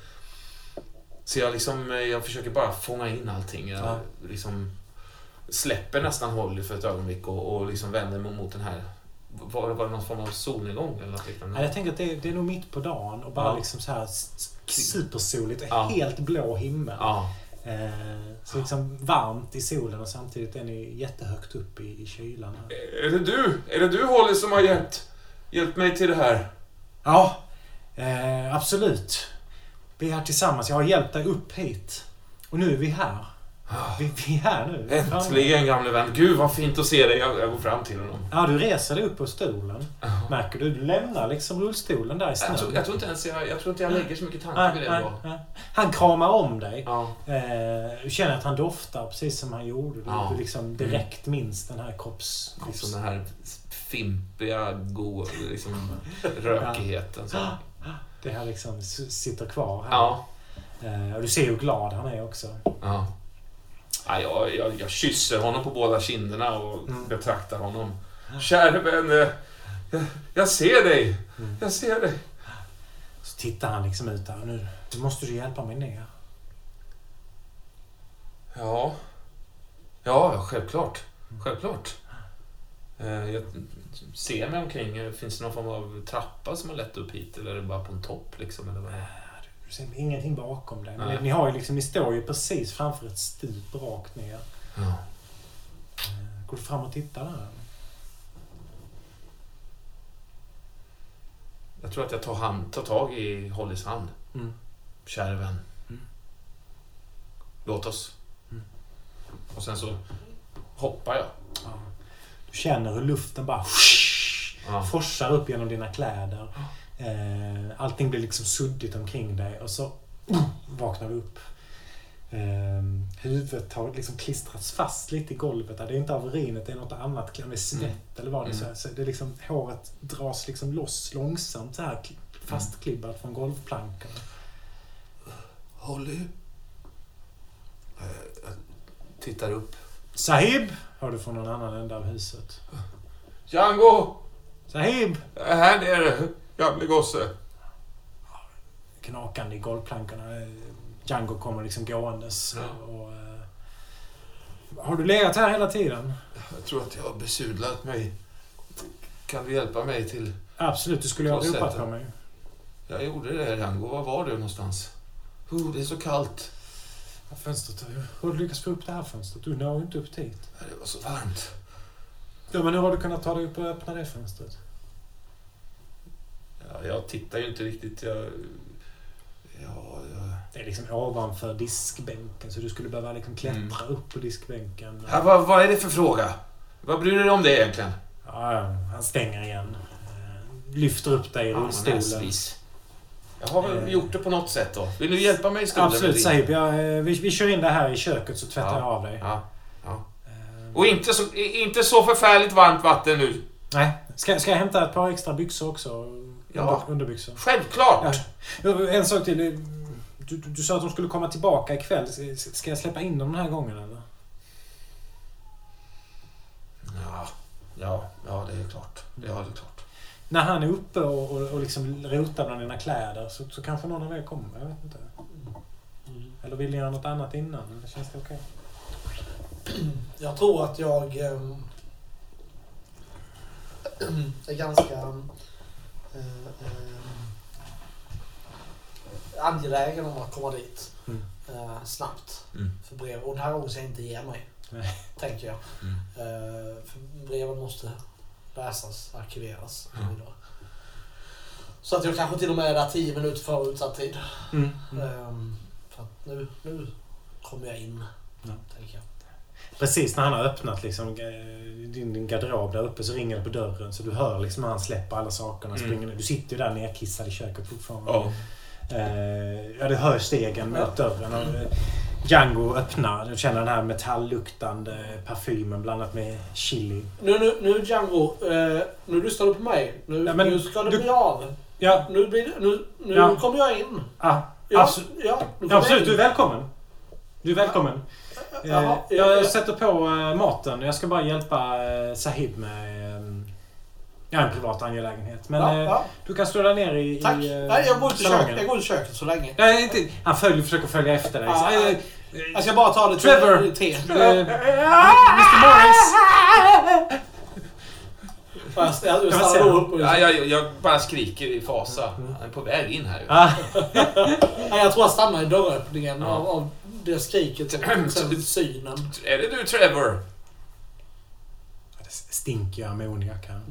jag försöker bara fånga in allting. Jag liksom släpper nästan Holly för ett ögonblick och liksom vänder mig mot den här. Var det någon form av solnedgång eller något liknande? Jag tänker att det är nog mitt på dagen och bara liksom så här supersoligt, helt blå himmel. Så liksom varmt i solen och samtidigt är ni jättehögt upp i kylan. Är det du Holly som har hjälpt mig till det här? Ja, absolut. Vi är här tillsammans. Jag har hjälpt dig upp hit. Och nu är vi här. Vi är här nu. Äntligen, gamle vän. Gud, vad fint att se dig. Jag går fram till honom. Ja, du reser dig upp på stolen. Märker du? Du lämnar liksom rullstolen där i snön. Jag tror inte jag lägger så mycket tanke på det då. Han kramar om dig. Ja. Du känner att han doftar precis som han gjorde. Du liksom direkt minns den här Liksom den här fimpiga, goda liksom, rökigheten. Så. Det här liksom sitter kvar här. Ja. Och du ser hur glad han är också. Ja. Jag kysser honom på båda kinderna och betraktar honom. Kära vän, jag ser dig. Jag ser dig. Så tittar han liksom ut där. Nu måste du hjälpa mig ner. Ja, självklart. Självklart. Jag ser mig omkring. Finns det någon form av trappa som har lett upp hit? Eller är det bara på en topp liksom? Eller vad? Du ser ingenting bakom dig. Men ni har ju liksom, ni står ju precis framför ett stup rakt ner. Ja. Går du fram och tittar där? Jag tror att jag tar tag i Hollys hand. Kära vän. Låt oss. Och sen så hoppar jag. Ja. Du känner hur luften bara forsar upp genom dina kläder. Allting blir liksom suddigt omkring dig och så vaknar du upp. Huvudet har liksom klistrats fast lite i golvet. Det är inte av urinet, det är något annat. Det är svett eller vad det är. Så det är liksom, håret dras liksom loss långsamt så här fastklibbat från golvplankorna. Holly. Jag tittar upp. Sahib! Hör du från någon annan ända av huset. Django! Sahib! Här nere, gamle gosse. Knakande i golvplankorna. Django kommer liksom gåendes. Och, har du legat här hela tiden? Jag tror att jag har besudlat mig. Kan du hjälpa mig till... Absolut, du skulle ha ropat på mig. Jag gjorde det, Django. Var var du någonstans? Det är så kallt. Fönstret. Hur har du lyckats få upp det här fönstret? Du når ju inte upp dit. Det var så varmt. Ja, men hur har du kunnat ta dig upp och öppna det fönstret? Ja, jag tittar ju inte riktigt. Det är liksom ovanför diskbänken, så du skulle behöva liksom klättra upp på diskbänken. Ja, vad är det för fråga? Vad bryr du dig om det egentligen? Ja, han stänger igen. Lyfter upp dig i rullstolen. Jag har väl gjort det på något sätt då. Vill du hjälpa mig i stolen? Absolut, Sahib. Vi kör in det här i köket så tvättar jag av dig. Ja. Och inte så förfärligt varmt vatten nu. Nej. Ska jag hämta ett par extra byxor också? Underbyxor. Självklart! Ja. En sak till. Du sa att de skulle komma tillbaka ikväll. Ska jag släppa in dem den här gången eller? Ja, det är klart. Det är klart. När han är uppe och liksom rotar bland dina kläder så kanske någon av er kommer. Jag vet inte. Eller vill ni göra något annat innan? Eller känns det okej? Jag tror att jag är ganska angelägen om att komma dit snabbt. För brev. Och det här gången ska jag inte ge mig. Tänker jag. För breven måste läsas, arkiveras. Så att jag kanske till och med är där 10 minuter före utsatt tid. För att nu kommer jag in, tänker jag. Precis när han har öppnat liksom, din garderob där uppe så ringer det på dörren. Så du hör liksom när han släpper alla sakerna. Du sitter ju där nerkissad i köket fortfarande. Du hör stegen mot dörren. Och Django öppnar. Du känner den här metallluktande parfymen blandat med chili. Nu Django, nu lyssnar du på mig. Nu ska det bli av. Ja. Nu kommer jag in. Absolut, du är välkommen. Jag sätter på maten. Jag ska bara hjälpa Sahib med en privat angelägenhet. Men du kan stå där nere i tack. Nej, jag går i köket så länge. Nej, inte. Han försöker följa efter dig. Jag ska bara ta det Trevor! Te. Mr. Morris! Jag bara skriker i fasa. Han är på väg in här. Jag tror jag stannar i dörröppningen av det skriket och sen synen. Är det du, Trevor? Det stinker ammoniak.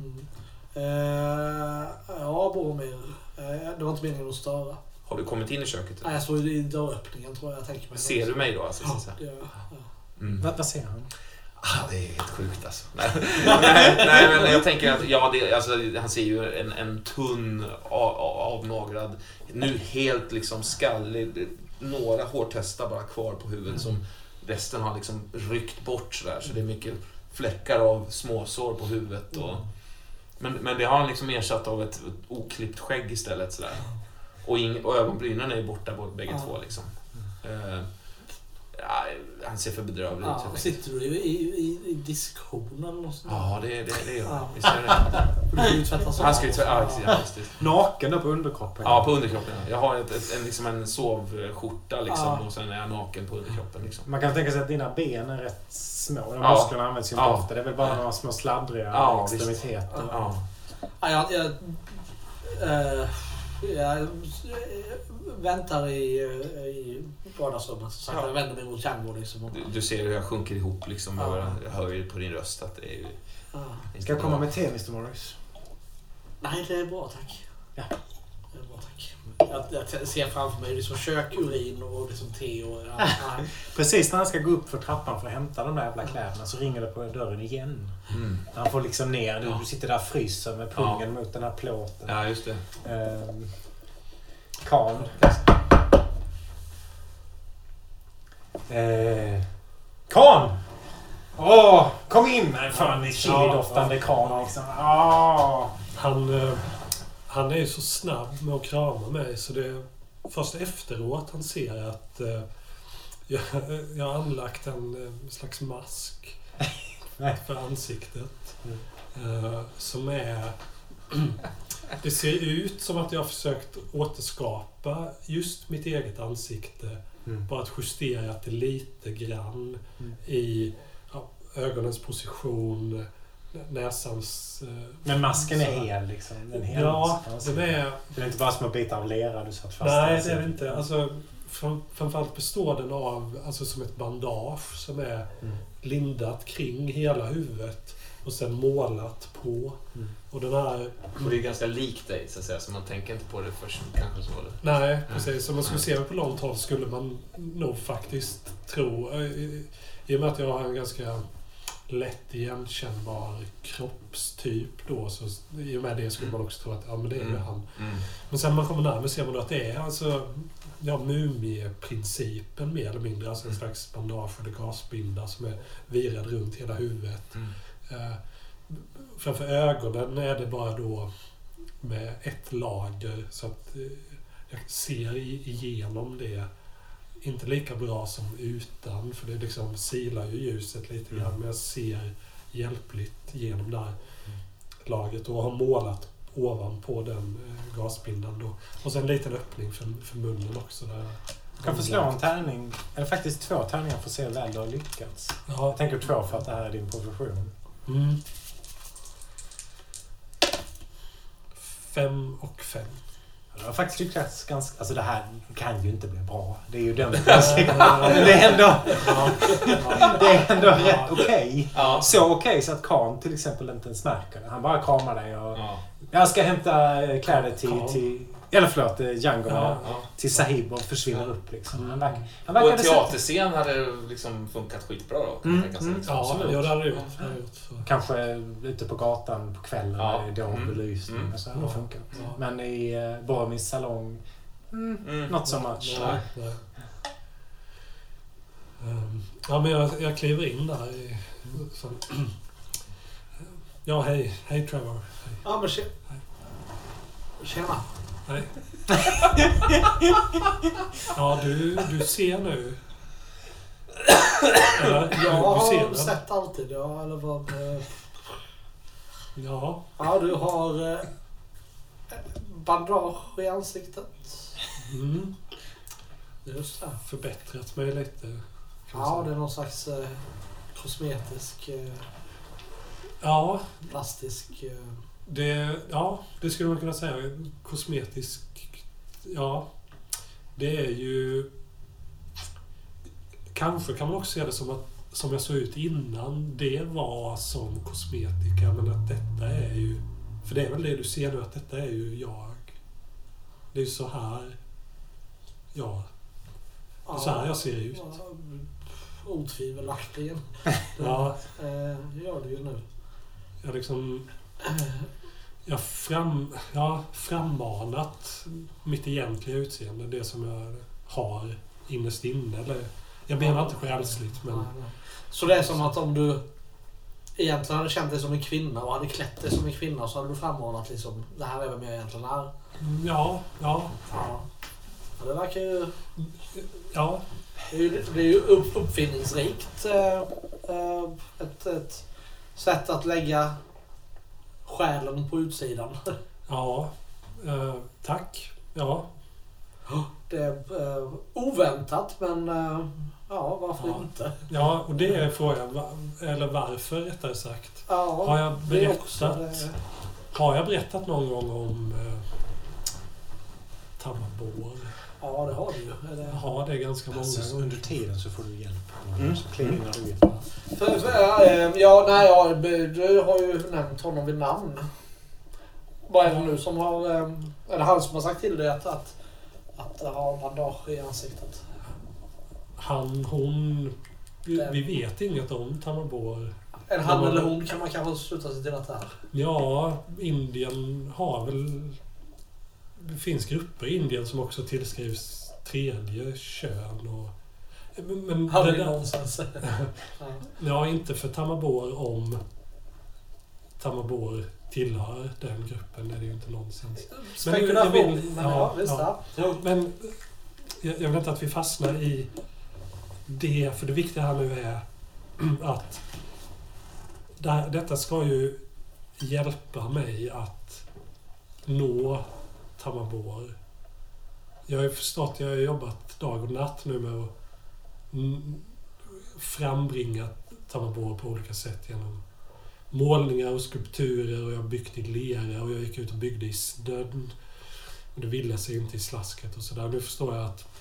Ja, Boromir. Det var inte meningen att störa. Har du kommit in i köket? Nej, jag står i dörröppningen tror jag. Tänker mig. Ser du mig då? Alltså, Vad ser han? Det är helt sjukt alltså. Nej, men jag tänker att han ser ju en tunn, avnagrad, nu helt liksom skallig, några hårtestar bara kvar på huvudet som resten har liksom ryckt bort sådär. Så det är mycket fläckar av småsår på huvudet. Men det har han liksom ersatt av ett oklippt skägg istället sådär. Och ögonbrynen är borta bägge två liksom. Han ser för bedrövlig ut. Sitter du i diskussionen eller något sånt? Ja, det gör Visst gör det. Han ska ju tvätta. Naken då på underkroppen? Ja, på underkroppen. Jag har en sovskjorta liksom, och sen är jag naken på underkroppen. Liksom. Man kan tänka sig att dina ben är rätt små. De musklerna används ju inte ofta. Det är väl bara några små sladdriga extremiteter. Jag väntar i vardagsrummet. Så jag vänder mig mot Django liksom. Du ser hur jag sjunker ihop liksom. Jag hör ju på din röst att det är ju... Ska jag komma med te, Mr. Morris? Nej, det är bra tack. Ja. Det är bra tack. Jag ser framför mig liksom kökurin och liksom te och... Precis när han ska gå upp för trappan för att hämta de där jävla kläderna så ringer det på dörren igen. Han får liksom ner. Du sitter där och fryser med pungen mot den här plåten. Ja, just det. Kan. Kan! Kom in här fan i chilidoftande kan liksom. Han är ju så snabb med att krama mig så det är först efteråt han ser att jag har anlagt en slags mask för ansiktet som är... Det ser ut som att jag har försökt återskapa just mitt eget ansikte. Bara att justera det lite grann i ögonens position, näsans... Men masken är hel liksom? Den är inte bara små bitar av lera du satt fast. Nej, det är det inte. Alltså, framförallt består den av som ett bandage som är lindat kring hela huvudet och sen målat på. Och den här... Och det är ganska likt dig så att säga, så man tänker inte på det först kanske så. Nej, precis. Om man skulle se det på långt håll skulle man nog faktiskt tro, i och med att jag har en ganska lätt igenkännbar kroppstyp då, så i och med det skulle man också tro att men det är ju han. Men sen när man kommer närmare ser man då att det är alltså mumieprincipen mer eller mindre, alltså en slags bandage eller gasbinda som är virad runt hela huvudet. Framför ögonen är det bara då med ett lager så att jag ser igenom det inte lika bra som utan, för det liksom silar ju ljuset lite grann, men jag ser hjälpligt genom det här lagret och har målat ovanpå den gasbindan då. Och sen en liten öppning för munnen också. Där du kan få slå en tärning, eller faktiskt 2 tärningar för att se hur väl du har lyckats. Jag tänker 2 för att det här är din profession. 5 och 5. Jag har faktiskt lyckats ganska... Alltså det här kan ju inte bli bra. Det är ju den... det är ändå rätt okej. Så okej så att Khan till exempel inte ens märker det. Han bara kramar dig och... Jag ska hämta kläder till eller förlåt, Django till Sahib och försvinner upp liksom. Han och en teaterscen hade liksom funkat skitbra då. Det hade gjort. Kanske ute på gatan på kvällen med belysning och så hade det funkat. Men i Boromirs salong not so much. Men jag kliver in där ja, hej Trevor. Hej. Ja, men tjena. Nej. Ja, du ser nu. Jag har sett alltid, eller vad... Ja. Ja, du har bandage i ansiktet. Just det. Förbättrat mig lite. Ja, det är någon slags kosmetisk Ja. Plastisk. Det skulle man kunna säga. Kosmetisk. Ja. Det är ju... Kanske kan man också se det som att som jag såg ut innan, det var som kosmetika, men att detta är ju... För det är väl det du ser nu, att detta är ju jag. Det är ju så här jag... Det är så här jag ser ut. Otvivelaktigen. Ja. Gör det ju nu. Jag liksom... Jag frammanat mitt egentliga utseende, det som jag har innerst inne. Eller, jag menar inte själsligt, men... Så det är som att om du egentligen hade känt dig som en kvinna och hade klätt dig som en kvinna, så hade du frammanat liksom, det här är vem jag egentligen är. Ja. Det verkar ju... Ja. Det är ju uppfinningsrikt. Ett sätt att lägga själen på utsidan. Ja. Tack. Ja. Det är oväntat, men varför inte? Ja, och det är frågan. Eller varför, rättare sagt. Ja, har jag berättat någon gång om Tamarbor? Ja, det har du ju. Ja, det är ganska många. Alltså, under tiden så får du hjälp. Så kliva in när du vet. Du har ju nämnt honom vid namn. Vad är det nu som har... Är det han som har sagt till dig att ha bandage i ansiktet? Hon... Vi vet inget om Tamarbor. Är det han eller hon, kan man kanske sluta sig till att det är? Ja, Indien har väl... Det finns grupper i Indien som också tillskrivs tredje kön och... Men har det någonstans? Ja, inte för Tamarbor om Tamarbor tillhör den gruppen, är det ju inte någonstans. Spekulation, Men jag vill inte att vi fastnar i det, för det viktiga här nu är att detta ska ju hjälpa mig att nå Tamarbor. Jag har jobbat dag och natt nu med att frambringa Tamarbor på olika sätt genom målningar och skulpturer, och jag har byggt i lera och jag gick ut och byggde i snön. Och det ville sig inte i slasket och sådär. Nu förstår jag att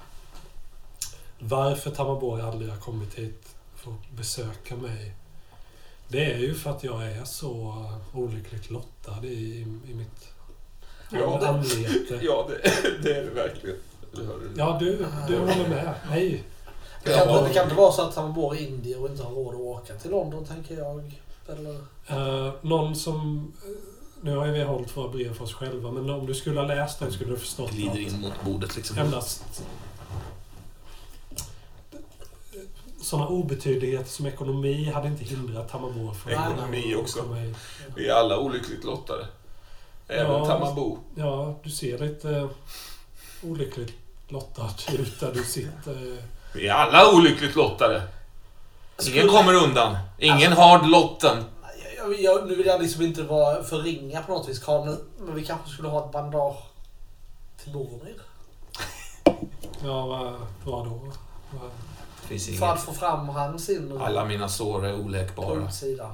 varför Tamarbor aldrig har kommit hit för att besöka mig. Det är ju för att jag är så olyckligt lottad i mitt anlete. Ja, det är det verkligen. Ja, du håller med. Nej. Det kan inte vara så att Tamarbor är indier och inte har råd att åka till London, tänker jag. Eller? Någon som... Nu har vi hållit våra brev för oss själva, men om du skulle ha läst det skulle du förstått glider in mot bordet liksom. Endast sådana obetydligheter som ekonomi hade inte hindrat Tamarbor från... Ekonomi också. Vi är alla olyckligt lottade. Även Tamarbor. Ja, du ser lite olyckligt lottad ut där du sitter. Vi är alla olyckligt lottade. Ingen kommer undan. Ingen har lotten. Nu vill jag liksom inte vara förringa på något vis, Karl, men vi kanske skulle ha ett bandage till Boromir. Ja, vad då? För att få fram hans inre. Alla mina sår är oläkbara.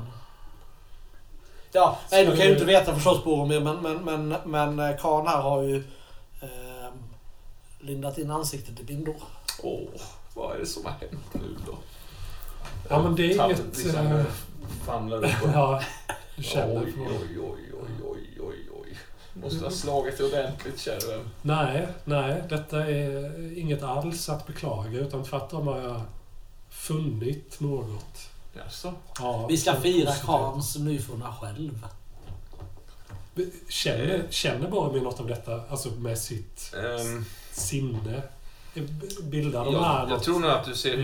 Ja, nej, du kan ju inte veta förstås Boromir, men Karl här har ju lindat in ansiktet i bindor. Vad är det som har hänt nu då? Ja, men det är inget... Famlar upp. Ja, du känner Oj. Måste ha slagit ordentligt, kärven. Nej, detta är inget alls att beklaga, utan tvärtom har jag funnit något. Jaså? Ja, vi ska fira Karls nyfunna själv. Känner bara med något av detta, alltså med sitt sinne? Bildar de här... Jag tror nog att du ser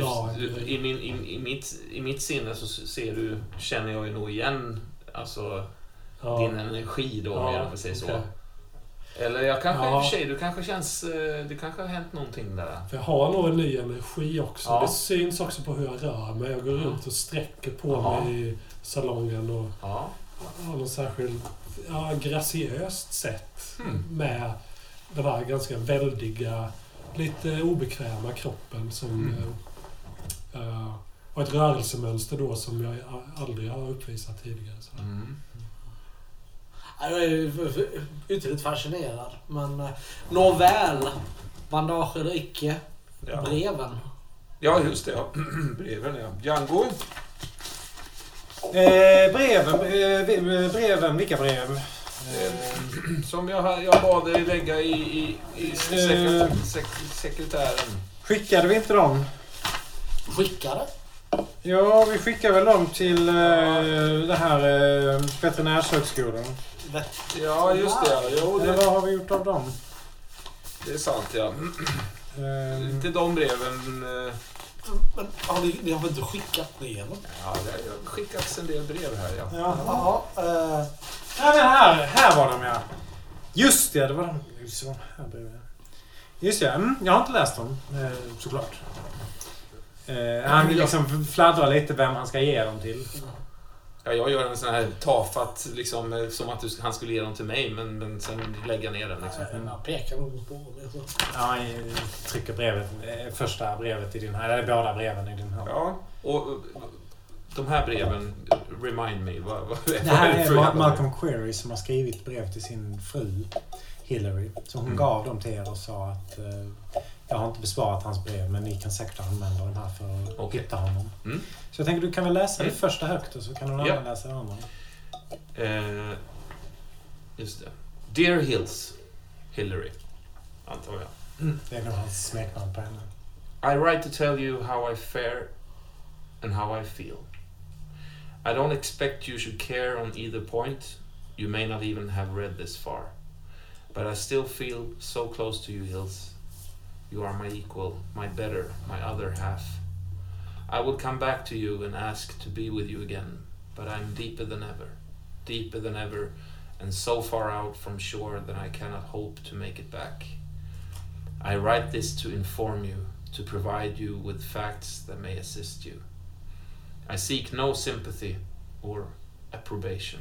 i mitt sinne så känner jag ju nog igen alltså din energi då, om jag får säga så. Eller jag kanske i och för sig, det kanske har hänt någonting där. För jag har nog en ny energi också. Ja. Det syns också på hur jag rör mig. Jag går runt och sträcker på mig i salongen och har något särskilt graciöst sätt med den här ganska väldiga, lite obekväma kroppen som Och ett rörelsemönster då som jag aldrig har uppvisat tidigare. Så. Jag är ytterligt fascinerad. Men nåväl, bandage eller icke, breven. Ja, just det. Ja. Breven, ja. Django? Breven, vilka brev? Som jag bad dig lägga i sekretären. Skickade vi inte dem? Skickade? Ja, vi skickar väl dem till det här veterinärshögskolan. Ja, just det. Jo, Eller vad har vi gjort av dem? Det är sant, ja. Till de breven... Men ni har väl inte skickat breven? Ja, det har skickats en del brev här, ja. Ja, men här var de, ja. Just det, det var de. Så, här breven. Just det, jag har inte läst dem, såklart. Han vill liksom fladdra lite vem han ska ge dem till. Ja, jag gör en sån här tafatt, liksom, som att han skulle ge dem till mig, men sen lägga ner den. Liksom. Jag pekar nog på det. Ja, jag trycker brevet, första brevet i din här, eller båda breven i din här. Ja, och de här breven, remind me. Det här är Malcolm Query som har skrivit brev till sin fru Hillary. Så hon gav dem till er och sa att jag har inte besvarat hans brev, men ni kan säkert använda den här för att hitta honom. Så jag tänker du kan väl läsa det första högt och så kan någon annan läsa det andra. Just det. Dear Hills, Hillary, antar jag. Det är nog hans smeknamn på henne. I write to tell you how I fare and how I feel. I don't expect you should care on either point. You may not even have read this far. But I still feel so close to you, Hills. You are my equal, my better, my other half. I would come back to you and ask to be with you again, but I'm deeper than ever, and so far out from shore that I cannot hope to make it back. I write this to inform you, to provide you with facts that may assist you. I seek no sympathy or approbation.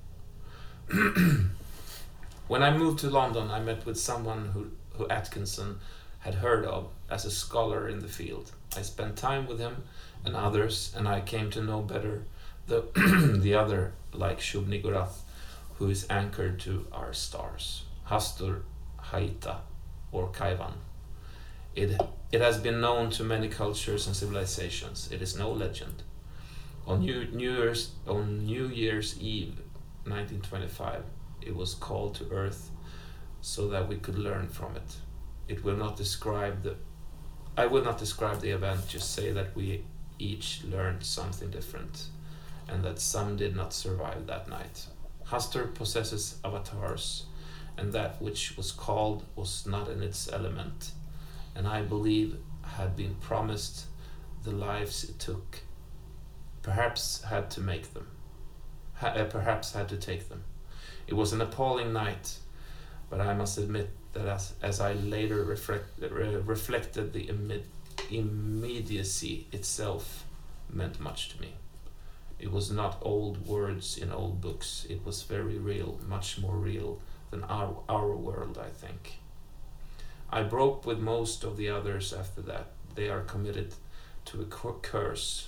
When I moved to London, I met with someone who Atkinson had heard of as a scholar in the field. I spent time with him and others, and I came to know better the other, like Shub-Niggurath, who is anchored to our stars, Hastur, Haita, or Kaivan. It has been known to many cultures and civilizations. It is no legend. On New Year's Eve, 1925, it was called to Earth so that we could learn from it. I will not describe the event, just say that we each learned something different, and that some did not survive that night. Hastur possesses avatars, and that which was called was not in its element, and I believe had been promised the lives it took, perhaps had to take them. It was an appalling night, but I must admit that as I later reflected, the immediacy itself meant much to me. It was not old words in old books. It was very real, much more real than our world, I think. I broke with most of the others after that. They are committed to a course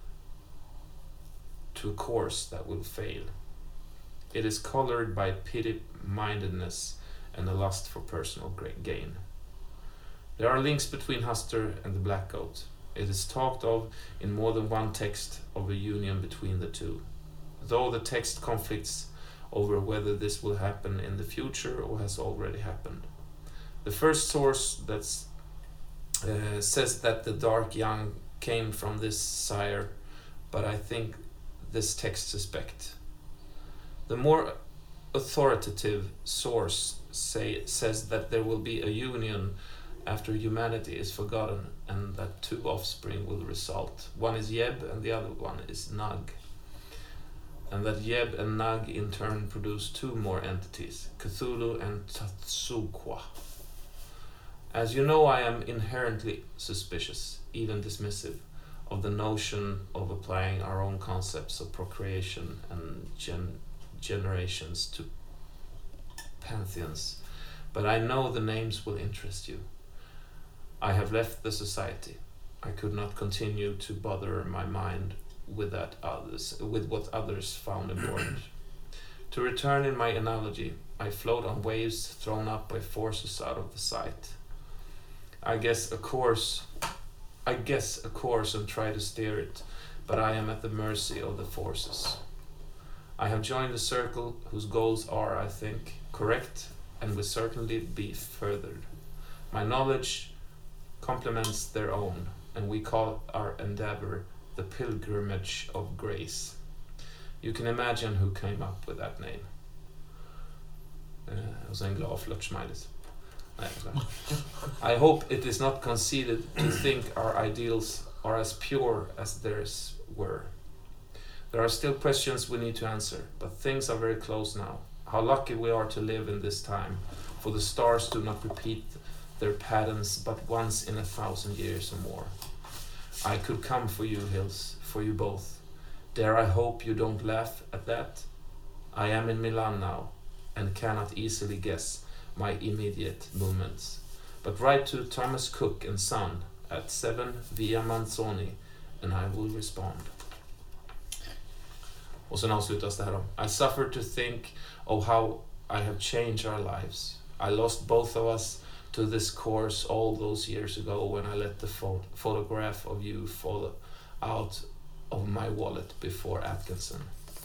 that will fail. It is colored by pity-mindedness and a lust for personal gain. There are links between Hastur and the Black Goat. It is talked of in more than one text of a union between the two, though the text conflicts over whether this will happen in the future or has already happened. The first source that says that the dark young came from this sire, but I think this text suspect. The more authoritative source says that there will be a union after humanity is forgotten, and that two offspring will result. One is Yeb and the other one is Nag. And that Yeb and Nag in turn produce two more entities, Cthulhu and Tatsuqua. As you know, I am inherently suspicious, even dismissive, of the notion of applying our own concepts of procreation and generations to pantheons, but I know the names will interest you. I have left the society. I could not continue to bother my mind with what others found important. To return in my analogy, I float on waves thrown up by forces out of the sight. I guess a course and try to steer it, but I am at the mercy of the forces. I have joined a circle whose goals are, I think, correct and will certainly be furthered. My knowledge complements their own, and we call our endeavor the Pilgrimage of Grace. You can imagine who came up with that name. Och så en glad flört-smileys. I hope it is not conceited to think our ideals are as pure as theirs were. There are still questions we need to answer, but things are very close now. How lucky we are to live in this time, for the stars do not repeat their patterns but once in 1,000 years or more. I could come for you, Hills, for you both. Dare I hope you don't laugh at that? I am in Milan now, and cannot easily guess my immediate movements. But write to Thomas Cook and Son at 7 Via Manzoni, and I will respond. Och sen avslutas det här då. I suffer to think of how I have changed our lives. I lost both of us to this course all those years ago when I let the photograph of you fall out of my wallet before Atkinson.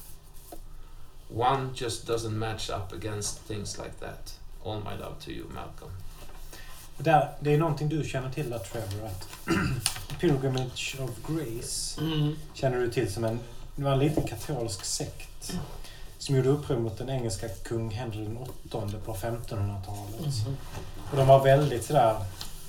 One just doesn't match up against things like that. All my love to you, Malcolm. Det är någonting du känner till där, Trevor, att Pilgrimage of Grace känner du till som det var en liten katolsk sekt som gjorde uppror mot den engelska kung Henry VIII på 1500-talet. Och de var väldigt sådär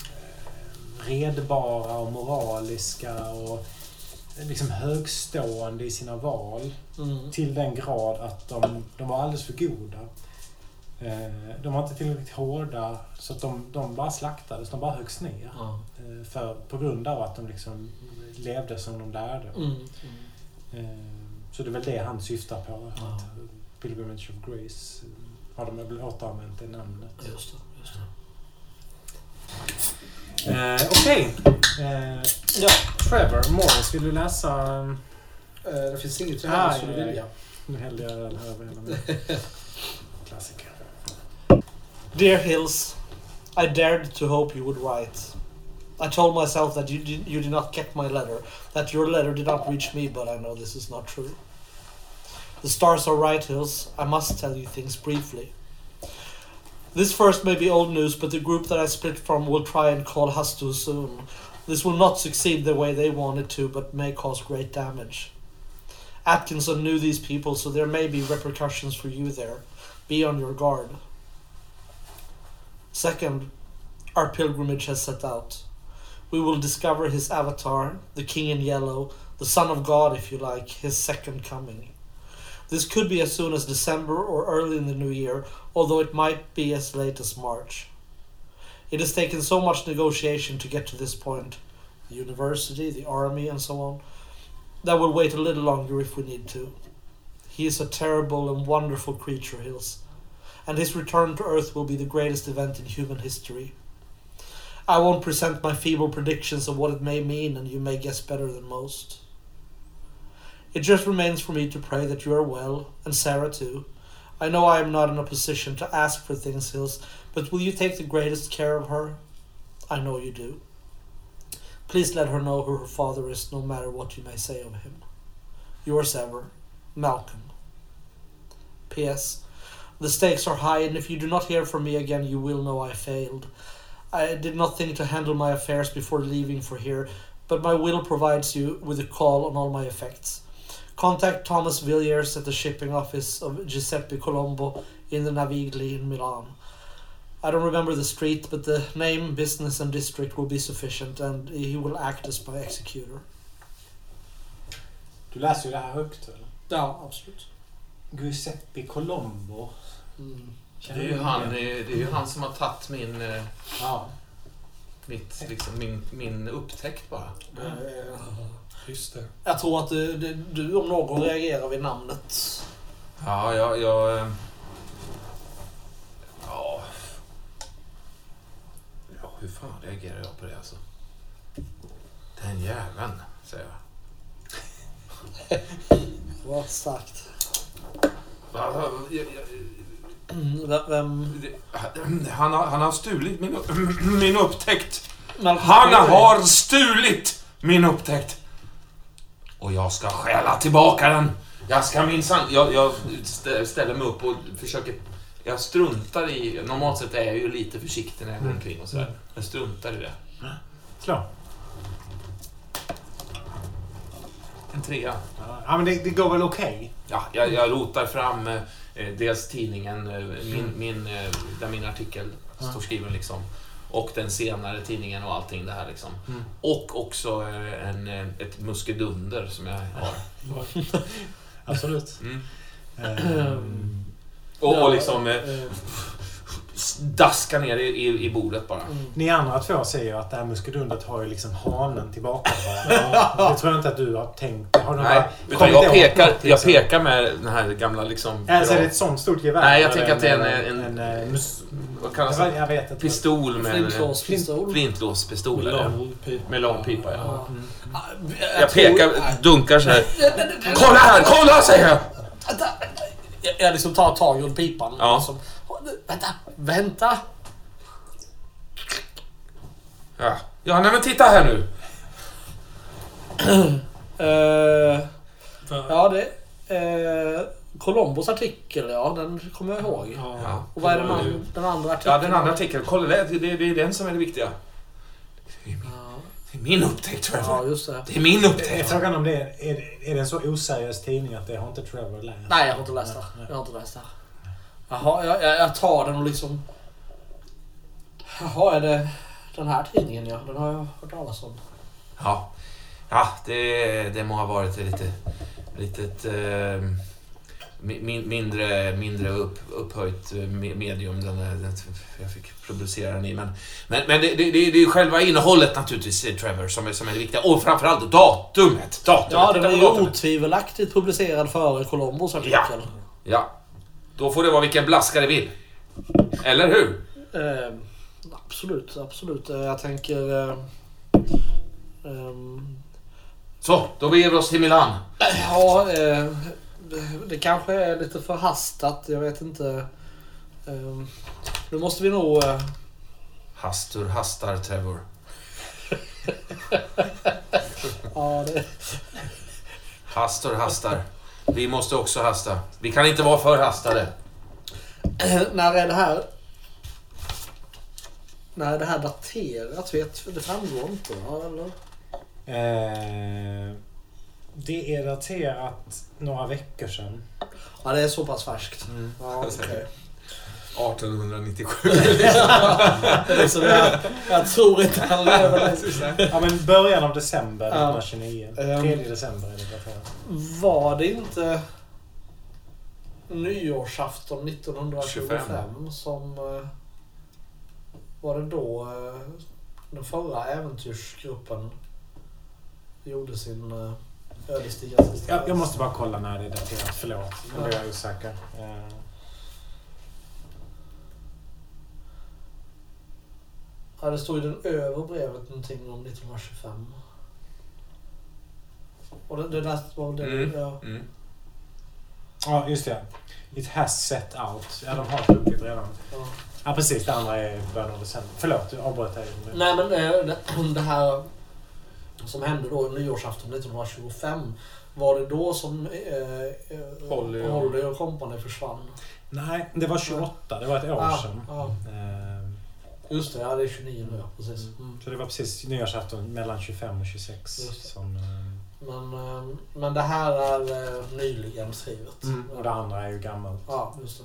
redbara och moraliska och liksom högstående i sina val till den grad att de var alldeles för goda. De var inte tillräckligt hårda så att de bara slaktades, de bara höggs ner på grund av att de liksom levde som de lärde. Så det är väl det han syftar på, att Pilgrimage of Grace har de återanvänt i namnet. Just det. Okej. Trevor, Morris, vill du läsa? Det finns inget jag här skulle vilja. Nu hällde jag den här över hela min klassiker. Dear Hills, I dared to hope you would write. I told myself that you did not get my letter, that your letter did not reach me, but I know this is not true. The stars are right, Hills. I must tell you things briefly. This first may be old news, but the group that I split from will try and call us too soon. This will not succeed the way they wanted to, but may cause great damage. Atkinson knew these people, so there may be repercussions for you there. Be on your guard. Second, our pilgrimage has set out. We will discover his avatar, the King in Yellow, the Son of God, if you like, his second coming. This could be as soon as December or early in the new year, although it might be as late as March. It has taken so much negotiation to get to this point, the university, the army, and so on, that we'll wait a little longer if we need to. He is a terrible and wonderful creature, Hills, and his return to Earth will be the greatest event in human history. I won't present my feeble predictions of what it may mean, and you may guess better than most. It just remains for me to pray that you are well, and Sarah too. I know I am not in a position to ask for things, Hills, but will you take the greatest care of her? I know you do. Please let her know who her father is, no matter what you may say of him. Yours ever, Malcolm. P.S. The stakes are high, and if you do not hear from me again, you will know I failed. I did not think to handle my affairs before leaving for here, but my will provides you with a call on all my effects. Contact Thomas Villiers at the shipping office of Giuseppe Colombo in the Navigli in Milan. I don't remember the street, but the name, business and district will be sufficient, and he will act as my executor. Du läser ju det här högt, eller? Ja, absolut. Giuseppe Colombo. Det är ju han som har tagit min upptäckt bara. Just det. Jag tror att du om någon reagerar vid namnet. Ja, hur fan reagerar jag på det alltså? Den jäveln, säger jag. Vad starkt. Han har stulit min upptäckt. Han har stulit min upptäckt. Och jag ska stjäla tillbaka den. Jag ska minsann... Jag ställer mig upp och försöker... Jag struntar i... Normalt sett är jag ju lite försiktig när jag går omkring och sådär. Jag struntar i det. Slå. En 3. Ja, men det går väl okej? Ja, jag rotar fram dels tidningen, där min artikel står skriven liksom. Och den senare tidningen och allting det här liksom. Och också ett muskedunder som jag har. Absolut. Och liksom daska ner i bordet bara. Ni andra två säger att det här muskedundet har ju liksom hanen tillbaka. Det tror jag inte att du har tänkt. Har du Nej, utan jag pekar med den här gamla liksom... Alltså är det ett sånt stort gevär? Nej, jag tänker att det är vad kallas det? Jag vet inte. Pistol med flintlåspistol med lång pipa. Ja. Jag pekar, dunkar så här. Kolla säger jag. Jag liksom tar tag i pipan. Ja. Liksom. Vänta. Ja, nej men titta här nu. Ja, det Colombos artikel, ja, den kommer jag ihåg. Ja. Och vad är den andra artikeln? Ja, den andra artikeln. Kolla, det är den som är det viktiga. Det är min upptäckt, Trevor. Ja, just det. Det är min upptäckt. Frågan om det är det en så oseriös tidning att det har inte Trevor läst? Nej, jag har inte läst det. Jaha, jag tar den och liksom... Jaha, är det den här tidningen? Ja, den har jag hört talas om. Ja, det må ha varit ett litet mindre upphöjt medium jag fick producera den i. Men det är ju själva innehållet naturligtvis, Trevor, som är det viktiga. Och framförallt datumet. Ja, den är ju otvivelaktigt publicerad före Colombos artikel. Ja. Då får det vara vilken blaskare vill. Eller hur? Absolut. Jag tänker... Så, då beger vi oss till Milan. Ja, det kanske är lite förhastat. Jag vet inte. Nu måste vi nog... Hastur hastar, Trevor. Ja, det... Hastur hastar. Vi måste också hasta. Vi kan inte vara för hastade. När är det här daterat? Det framgår inte, eller? Det är daterat några veckor sedan. Ja, det är så pass färskt. Ja, okay. 1897. Jag tror inte han lever. Ja, men början av december 1929. 3 december är det daterat. Var det inte nyårsafton 1925 som var det då den förra äventyrsgruppen gjorde sin ödesdigra sista? Jag måste bara kolla när det är daterat. Förlåt, nu är jag osäker. Ja, det står ju den över brevet någonting om 1925. Och det där var det. Ja, just det. It has set out. Ja, de har druckit redan. Ja, precis. Det andra är början av december. Förlåt, du avbröt dig. Nej, men det här som hände då nyårsafton 1925, var det då som Holly och company försvann? Nej, det var 28. Det var ett år sedan. Ja. Just det, det är 29 nu, precis. Så det var precis nyårsafton mellan 25 och 26. Som, men det här är nyligen skrivet. Och det andra är ju gammalt. Ja, just det.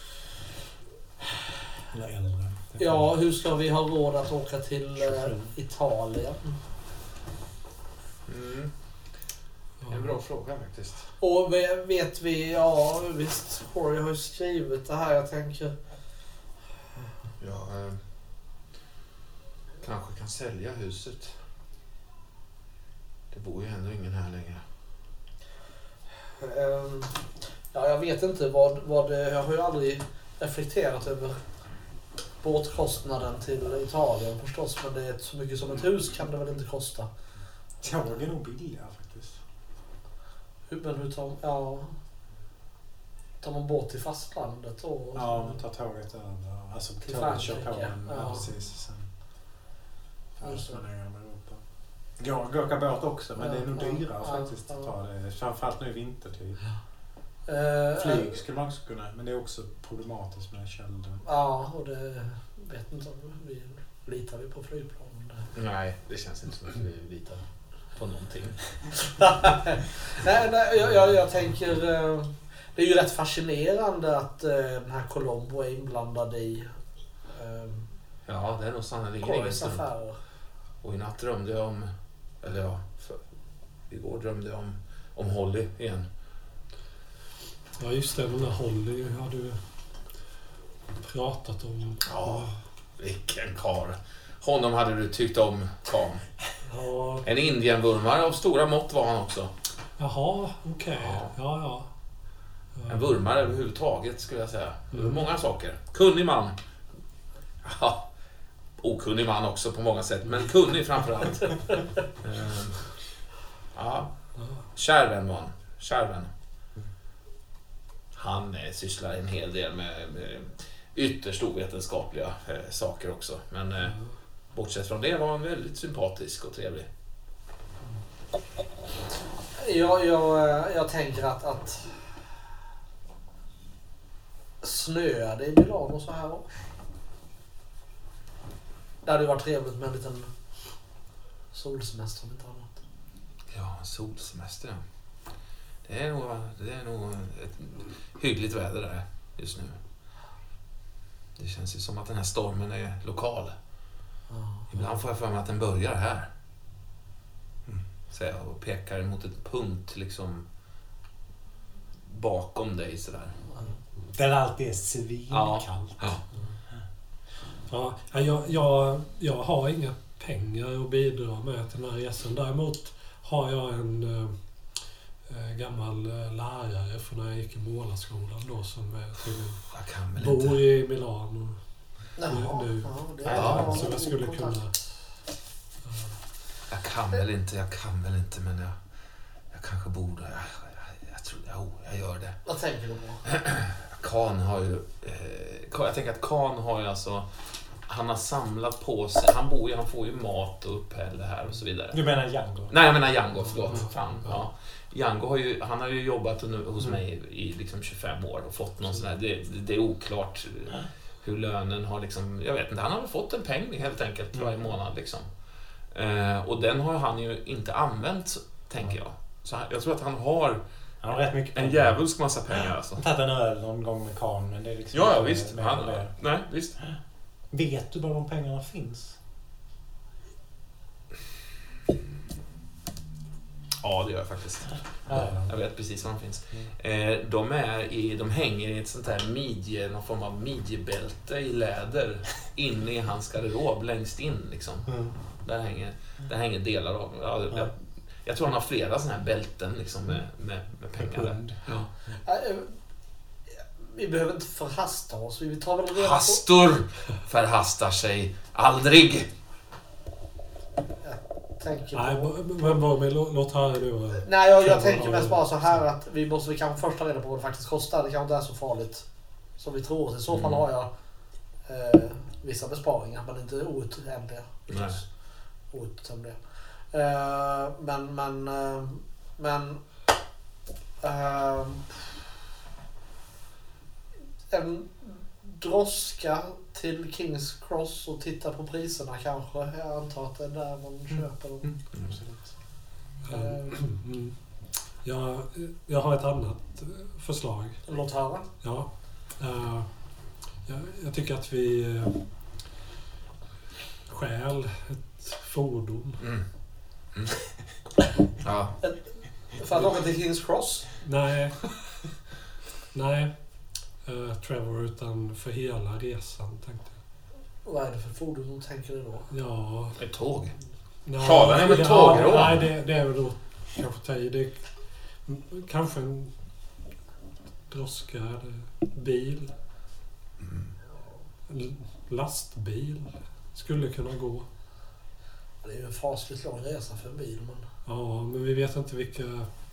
Eller äldre. Ja, hur ska vi ha råd att åka till Italien? En bra fråga faktiskt. Och vet vi, ja visst, Corey har ju skrivit det här, jag tänker... Ja, kanske kan sälja huset. Det bor ju ändå ingen här längre. Ja, jag vet inte vad det... Jag har ju aldrig reflekterat över båtkostnaden till Italien förstås, men det är så mycket som ett hus kan det väl inte kosta. Tåg är nog billigare faktiskt. Men hur tar man bort till fastlandet? Och ja, man tar tåget över. Alltså till tåget kör på Frankrike. en. Ja. Precis. Sen fast man är genom Europa. Går åka båt också, men det är nog dyrare faktiskt att ta det. Framförallt nu i vintertid. Flyg skulle man också kunna, men det är också problematiskt med kölden. Ja, och det vet inte om vi litar vi på flygplanen. Nej, det känns inte som att vi litar på någonting. nej, jag tänker det är ju rätt fascinerande att den här Colombo är inblandad i ja, det är nog sannolikt ingen som... affärer. Och i natt drömde jag om, igår drömde jag om Holly igen. Ja, just det, den där Holly har du pratat om. Ja, vilken karl. Honom hade du tyckt om, Kam. Ja. En indienvurmare av stora mått var han också. Jaha, okej. Ja. En vurmare överhuvudtaget skulle jag säga. Många saker. Kunnig man. Ja, okunnig man också på många sätt, men kunnig framförallt. Ja. Kärven var han. Kärven. Han sysslar en hel del med ytterst ovetenskapliga saker också. Men bortsett från det var han väldigt sympatisk och trevlig. Jag tänker att snöade i Milano så här års. Det hade varit trevligt med en liten solsemester om inte annat. Ja, solsemester. Det är nog ett hyggligt väder där just nu. Det känns ju som att den här stormen är lokal. Ibland får jag för mig att den börjar här. Så jag och pekar mot ett punkt liksom bakom dig sådär. Där alltid är svinkallt. Jag har inga pengar att bidra med till den här resan. Däremot har jag en gammal lärare från när jag gick i målarskolan då som bor i Milano. Nu. Så jag skulle kunna... Jag kan väl inte, men jag kanske borde. Jag tror jag gör det. Vad tänker du på? Kan har ju jag tänker att Kan har ju alltså, han har samlat på sig, han får ju mat och uppehälle här och så vidare. Du menar Django? Nej, jag menar Django, förlåt. Fan, ja. Django har ju jobbat hos mig i liksom 25 år och fått någon sån här, det är oklart hur lönen har liksom, jag vet inte, han har väl fått en peng helt enkelt varje månad liksom. Och den har han ju inte använt, tänker jag. Så jag tror att han har rätt mycket pengar. En jävulsk massa pengar alltså. Han har tagit en öl någon gång med Kan, men det är liksom... Ja, visst. Nej, visst. Vet du var de pengarna finns? Ja, det gör jag faktiskt. Jag vet precis var de finns. De hänger i ett sånt här någon form av midjebälte i läder inne i hans garderob längst in liksom. Där hänger delar av. Jag tror han har flera såna här bälten liksom med pengar där. Ja. Vi behöver inte förhasta oss. Vi tar väl reda på... Hastor förhastar sig aldrig. Låt höra du. Nej, jag tänker mest bara så här att vi kanske först ta reda på vad det faktiskt kostar. Det kanske inte är så farligt som vi tror. I så fall har jag vissa besparingar, men inte outtömliga. Outtömliga. En droska till Kings Cross och titta på priserna kanske. Jag antar att det är där man köper dem. Jag har ett annat förslag. Låt höra. Ja. Jag tycker att vi stjäl ett fordon. Ja. För att åka till Kings Cross? Nej. Trevor, utan för hela resan tänkte jag. Vad är det för fordon du tänker du då? Ja. Ett tåg. Schadan är väl tåg då? Nej, det är väl då kanske ta i det. Kanske en droska eller bil. En lastbil skulle kunna gå. Det är ju en fasligt lång resa för en bil. Men... Ja, men vi vet inte vilka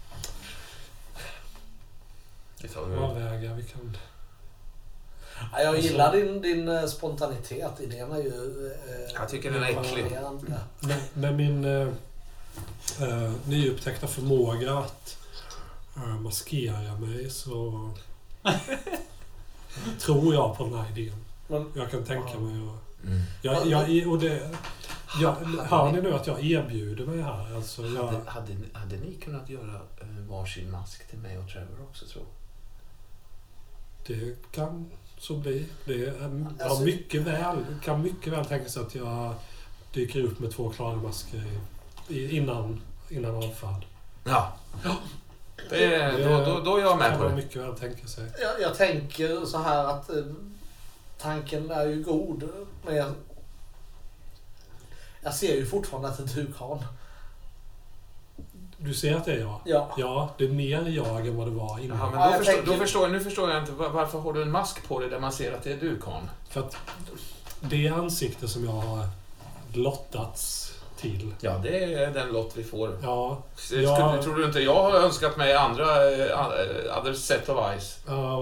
avvägar vi kan... Ja, jag gillar din spontanitet. Idén är ju... jag tycker den är äcklig. Med min nyupptäckta förmåga att maskera mig så tror jag på den här idén. Men, jag kan tänka mig hör ni nu att jag erbjuder mig här? Alltså, hade ni kunnat göra varsin mask till mig och Trevor också, tror jag? Det kan så bli. Det kan mycket väl tänka sig att jag dyker upp med 2 klara masker innan avfärd. Ja. Då är jag med på det. Kan mycket väl tänka sig. Jag tänker så här att tanken är ju god, men jag ser ju fortfarande att det är du, Khan. Du ser att det är jag? Ja, det är mer jag än vad det var innan. Jaha, men nu förstår jag inte. Varför har du en mask på dig där man ser att det är du, Khan? För att det ansikte som jag har lottats till. Ja, det är den lott vi får. Ja. Tror du inte jag har önskat mig other set of eyes?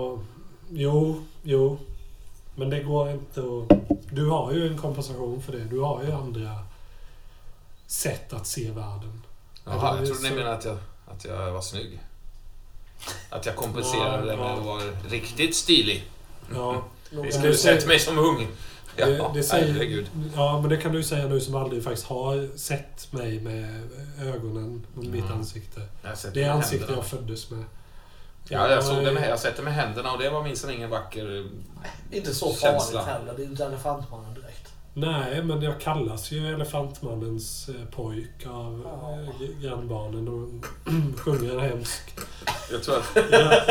Jo. Men det går inte att... Du har ju en kompensation för det. Du har ju andra sätt att se världen. Jaha, jag trodde ni menade att jag var snygg. Att jag kompenserade med att vara riktigt stilig. Ja. Vi skulle sett mig som ung. Herregud. Ja, men det kan du säga nu som aldrig faktiskt har sett mig med ögonen och mitt ansikte. Det ansikte jag föddes med. Ja, jag såg det med. Jag sätter med händerna och det var minst ingen vacker inte så känsla. Farligt heller. Det är inte Elefantmannen direkt. Nej, men jag kallas ju Elefantmannens pojk av grannbarnen och sjunger en hemsk. Jag tror att...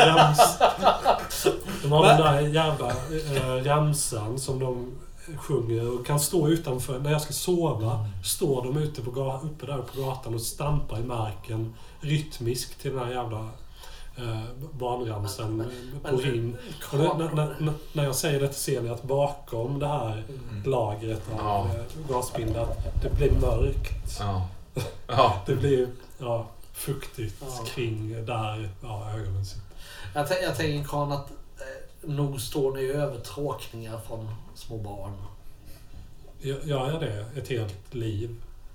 De har den där jävla ramsan som de sjunger och kan stå utanför. När jag ska sova står de uppe där på gatan och stampar i marken rytmiskt till den här jävla barnramsan på rim. När jag säger det ser ni att bakom det här lagret av gasbindar det blir mörkt. Det blir fuktigt kring där ögonen sitter. Jag tänker, Khan, att nog står ni över tråkningar från små barn. Jag är det ett helt liv.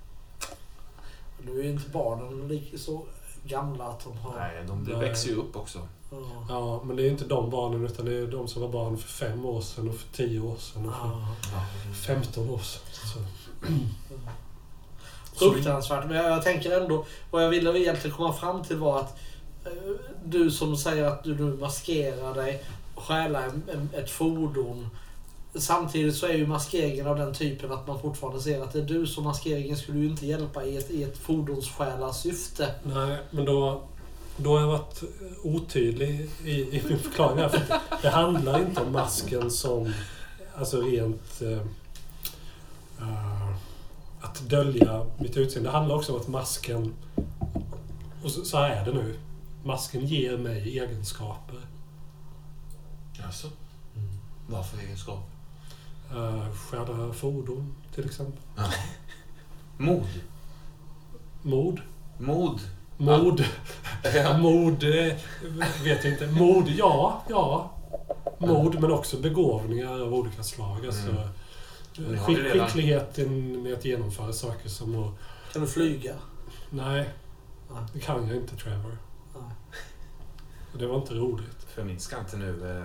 Nu är inte barnen lika så gamla att de har... Nej, de växer ju upp också. Ja, men det är inte de barnen utan det är de som var barn för 5 år sedan och för 10 år sedan och för 15 år sedan. Fruktansvärt, men jag tänker ändå, vad jag ville egentligen komma fram till var att du som säger att du nu maskerar dig, stjäla ett fordon. Samtidigt så är ju maskeringen av den typen att man fortfarande ser att det är du, som maskeringen skulle ju inte hjälpa i ett fordonsstjälarsyfte. Nej, men då har jag varit otydlig i min förklaring här. För det handlar inte om masken som alltså rent att dölja mitt utseende. Det handlar också om att masken, och så är det nu, masken ger mig egenskaper. Alltså? Vad för egenskaper? Stjäla fordon till exempel. Mod. Mod, vet jag inte. Mod, ja. Mod, men också begåvningar av olika slag. Alltså, skickligheten med att genomföra saker som att... Kan du flyga? Nej, det kan jag inte, Trevor. Det var inte roligt. Förminska inte nu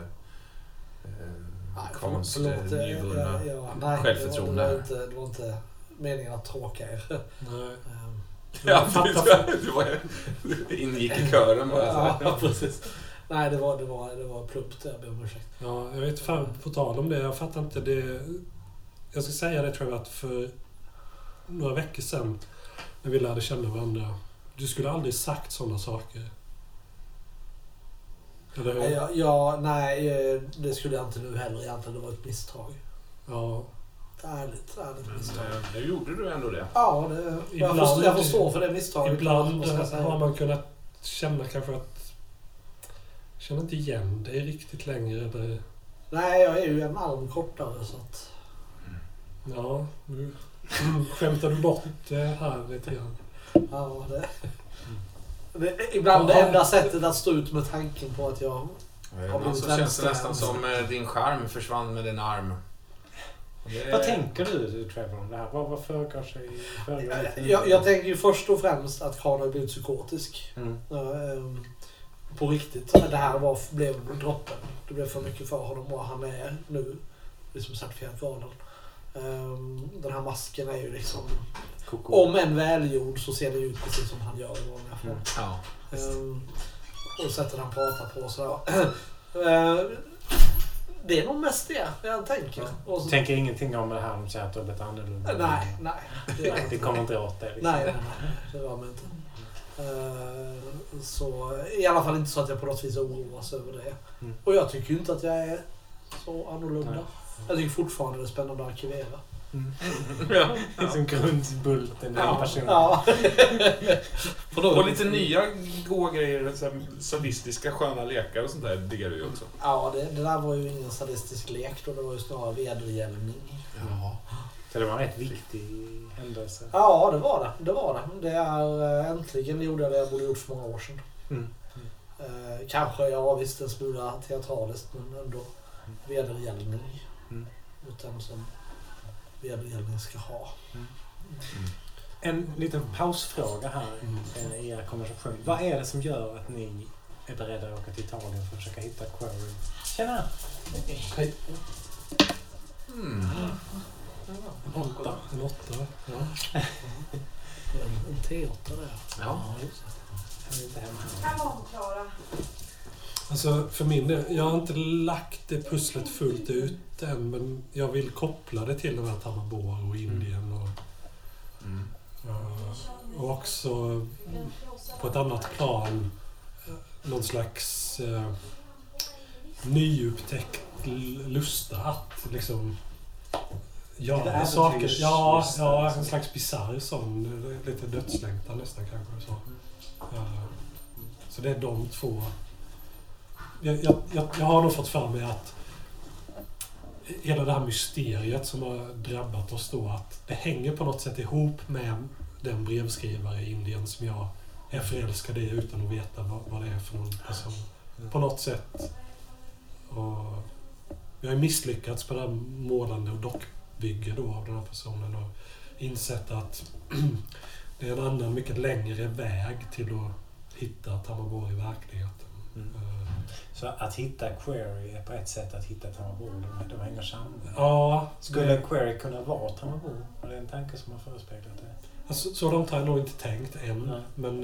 Konst, nyvunna självförtroende. Det var inte meningen att tråka er. Nej. Du ingick i kören bara. Ja, precis. Nej, det var plumpt. Jag ber om ursäkt. Ja, jag vet fan, på tal om det. Jag fattar inte det. Jag ska säga det, tror jag, att för några veckor sedan när vi lärde känna varandra, du skulle aldrig sagt sådana saker. Eller? Nej, det skulle jag inte nu heller egentligen. Det var ett misstag. Ja. Ärligt misstag. Nu gjorde du ändå det. Ja, jag får stå för det misstaget. Ibland har man kunnat känna kanske att känner inte igen dig riktigt längre. Eller... Nej, jag är ju en arm kortare så att... Ja, Skämtar du bort det här lite grann? Ja, det är ibland det enda sättet att stå ut med tanken på att jag har blivit så känns det nästan som din charm försvann med din arm. Vad tänker du, Trevor, om det här? Vad föregår sig? Jag tänker ju först och främst att Karl har blivit psykotisk. På riktigt. Det här blev droppen. Det blev för mycket för honom och han är nu liksom certifierat galen. Den här masken är ju liksom om en välgjord så ser det ut precis som han gör i många fall. Och sätter han pratar på så det är nog mest det jag tänker. Och så, tänker ingenting om det här de säger att det är lite annorlunda? Nej. Det kommer inte åt det. Liksom. Nej, det var man inte. Så i alla fall inte så att jag på något vis oroas över det. Och jag tycker ju inte att jag är så annorlunda. Nej. Jag tycker fortfarande det är spännande att arkivera. Det är som grundbulten i den personen. Ja. Och lite nya goda grejer, sadistiska sköna lekar och sånt där diggar du ju också. Ja, det där var ju ingen sadistisk lek då, det var ju snarare vedergällning. Ja. Så det var en rätt viktig händelse. Ja, det var det. Det är äntligen gjorde jag det jag borde gjort för många år sedan. Kanske jag visste en smula teatraliskt, men ändå vedergällning mot den som vedergällning ska ha. En liten pausfråga här i er konversation. Vad är det som gör att ni är beredda att åka till Italien för att försöka hitta Quarry? Tjena! Hej. En åtta. Ja. En T8 där. Ja. Jag är inte hemma. Kan vara Klara. Alltså för min del, jag har inte lagt det pusslet fullt ut än, men jag vill koppla det till den här Tamarbor och Indien och också på ett annat plan någon slags nyupptäckt lusta att liksom göra saker. Ja, en slags bizarr sån, lite dödslängtan nästan kanske så. Så det är de två. Jag har nog fått för mig att hela det här mysteriet som har drabbat oss då, att det hänger på något sätt ihop med den brevskrivare i Indien som jag är förälskad i utan att veta vad det är för någon person. På något sätt. Och jag har misslyckats på det här målande och dockbygge då av den här personen och insett att det är en annan mycket längre väg till att hitta Tamarbor i verkligheten. Så att hitta Query är på ett sätt att hitta Tamarbor. De hänger samman. Ja. Skulle Query kunna vara Tamarbor? Är det en tanke som har förespeglat det? Alltså, så långt har jag nog inte tänkt än. Nej. Men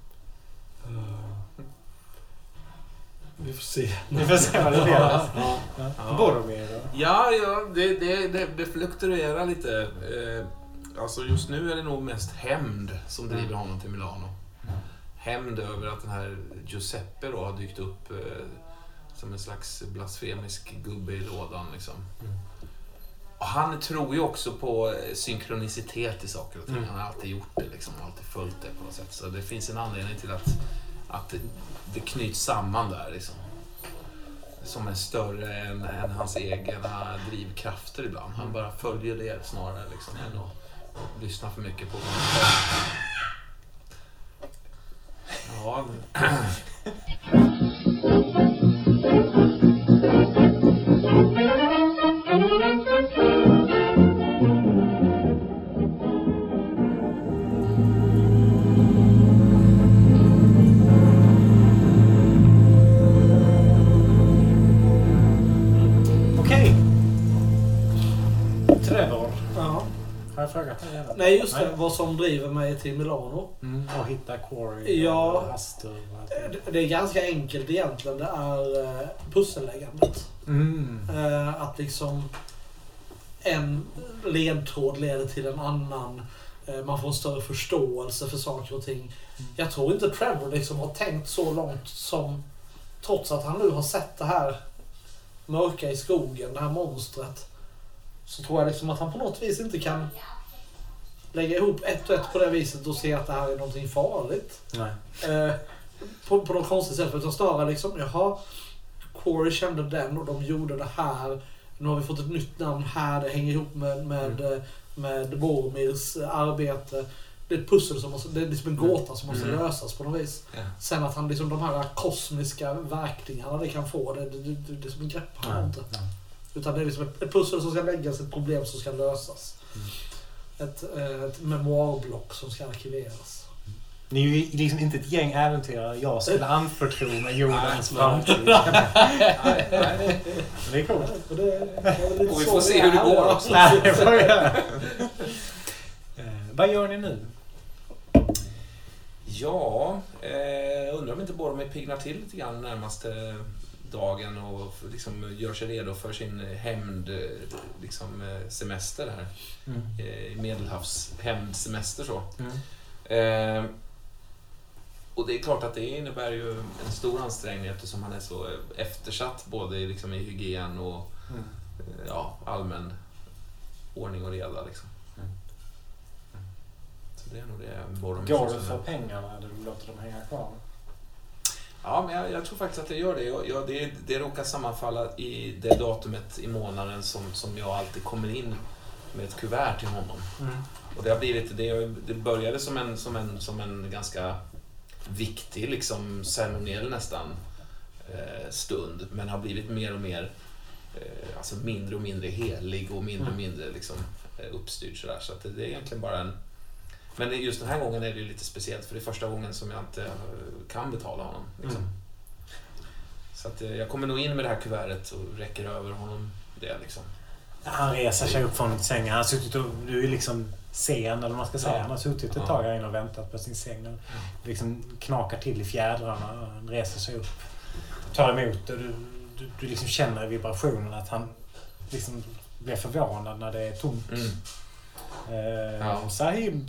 vi får se. Vi får se vad det blir. Boromir då? Ja, det fluktuerar lite. Alltså just nu är det nog mest hämnd som driver honom till Milano. Hämnd över att den här Giuseppe då har dykt upp som en slags blasfemisk gubbe i lådan liksom. Och han tror ju också på synkronicitet i saker och ting. Han har alltid gjort det liksom, alltid följt det på något sätt. Så det finns en anledning till att det knyts samman där liksom. Som är större än hans egna drivkrafter ibland. Han bara följer det snarare liksom, än att lyssna för mycket på honom. Ja. Okej. Trevor. Ja. Har jag frågat dig redan? Nej, just det. Vad som driver mig till Milano. Och hitta Quarry och Astur. Det är ganska enkelt egentligen. Det är pusselläggandet. Att liksom en ledtråd leder till en annan. Man får en större förståelse för saker och ting. Jag tror inte Trevor liksom har tänkt så långt som, trots att han nu har sett det här mörka i skogen, det här monstret, så tror jag liksom att han på något vis inte kan lägga ihop ett och ett på det viset och se att det här är någonting farligt. Nej. På något konstigt sätt, utan snarare liksom, jaha, Quarry kände den och de gjorde det här. Nu har vi fått ett nytt namn här, det hänger ihop med med Boromirs arbete. Det är ett pussel som måste, det är liksom en gåta som måste lösas på något vis. Ja. Sen att han liksom de här kosmiska verkningarna det kan få, det är som en grepp han inte. Utan det är liksom ett pussel som ska läggas, ett problem som ska lösas. Ett memoarblock som ska arkiveras. Ni är ju liksom inte ett gäng äventyrare jag skulle anförtro med jordens framtid. Det är coolt. Och vi får se hur det går också. Vad gör ni nu? Ja, undrar om inte Boromir piggnar till lite grann närmaste dagen och liksom gör sig redo för sin hämnd liksom, semester här. Medelhavs hämndsemester så. Och det är klart att det innebär ju en stor ansträngning eftersom han är så eftersatt både liksom i hygien och allmän ordning och reda liksom. Så det är nog det Boromir. Går det för pengarna eller låter de hänga kvar? Ja, men jag tror faktiskt att det gör det. Det råkar sammanfalla i det datumet i månaden som jag alltid kommer in med ett kuvert till honom. Och det har blivit det började som en ganska viktig liksom ceremoniell nästan stund, men har blivit mer och mer alltså mindre och mindre helig och mindre och mindre liksom uppstyrd sådär, så att det är egentligen bara men just den här gången är det lite speciellt för det är första gången som jag inte kan betala honom liksom. Så att jag kommer nog in med det här kuvertet och räcker över honom det liksom. Han reser sig upp från sängen. Han har suttit och du är liksom sen eller man ska säga. Han har suttit ett tag här inne och väntat på sin säng. Och liksom knakar till i fjädrarna. Han reser sig upp. Tar emot det. Du liksom känner vibrationen att han liksom blir förvånad när det är tomt. Sahib,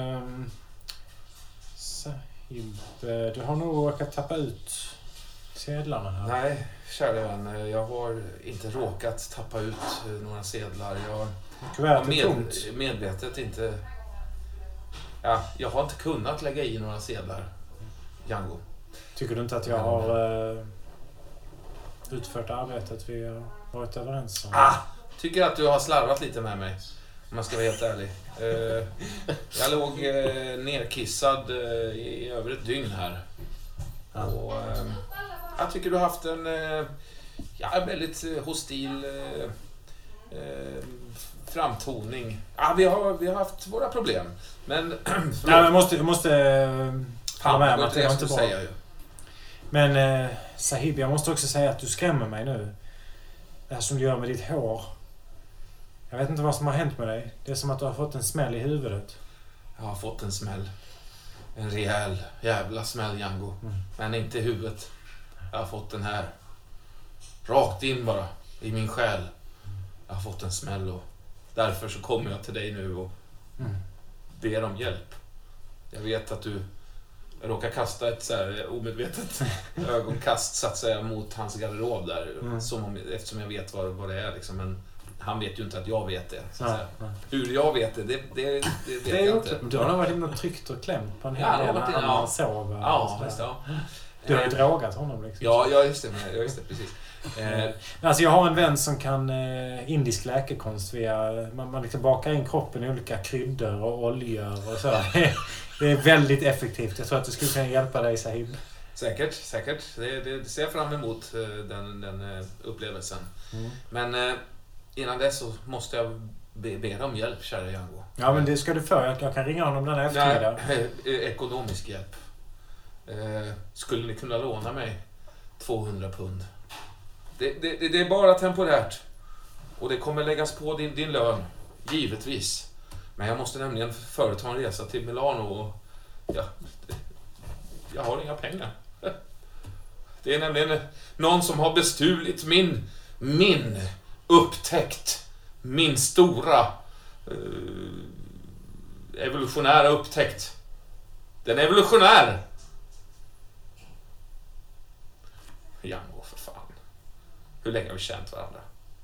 du har nog råkat tappa ut sedlarna här. Nej, kära vän. Jag har inte råkat tappa ut några sedlar. Jag har medvetet inte... Ja, jag har inte kunnat lägga i några sedlar, Django. Tycker du inte att jag har utfört arbetet vi har varit överens om? Tycker att du har slarvat lite med mig, om jag ska vara helt ärlig. Jag låg nerkissad i över ett dygn här. Och jag tycker du har haft en väldigt hostil framtoning. Vi har haft våra problem. Men jag måste hålla med om att det var inte bra. Säga ju. Men Sahib, jag måste också säga att du skrämmer mig nu. Det här som du gör med ditt hår. Jag vet inte vad som har hänt med dig. Det är som att du har fått en smäll i huvudet. Jag har fått en smäll. En rejäl jävla smäll, Django. Men inte i huvudet. Jag har fått den här. Rakt in bara. I min själ. Jag har fått en smäll och därför så kommer jag till dig nu och ber om hjälp. Jag vet att du råkar kasta ett så här omedvetet ögonkast så att säga mot hans garderob där. Eftersom jag vet vad det är liksom. Men han vet ju inte att jag vet det. Så att säga. Hur jag vet det vet jag inte. Du har nog varit inne och tryckt och klämt på en hel del när han sover. Du har ju drogat honom liksom. Ja, just det, precis. Alltså jag har en vän som kan indisk läkekonst via... Man liksom bakar in kroppen i olika kryddor och oljor och så. Det är väldigt effektivt. Jag tror att det skulle kunna hjälpa dig, Sahib. Säkert. Det ser jag fram emot den upplevelsen. Men innan dess så måste jag be om hjälp, kära Django. Ja, men det ska du få. Jag kan ringa honom den här eftermiddag. Ekonomisk hjälp. Skulle ni kunna låna mig 200 pund? Det är bara temporärt. Och det kommer läggas på din lön. Givetvis. Men jag måste nämligen företa en resa till Milano och jag har inga pengar. Det är nämligen någon som har bestulit min upptäckt. Min stora evolutionära upptäckt. Den är evolutionär. Django, för fan. Hur länge har vi känt varandra?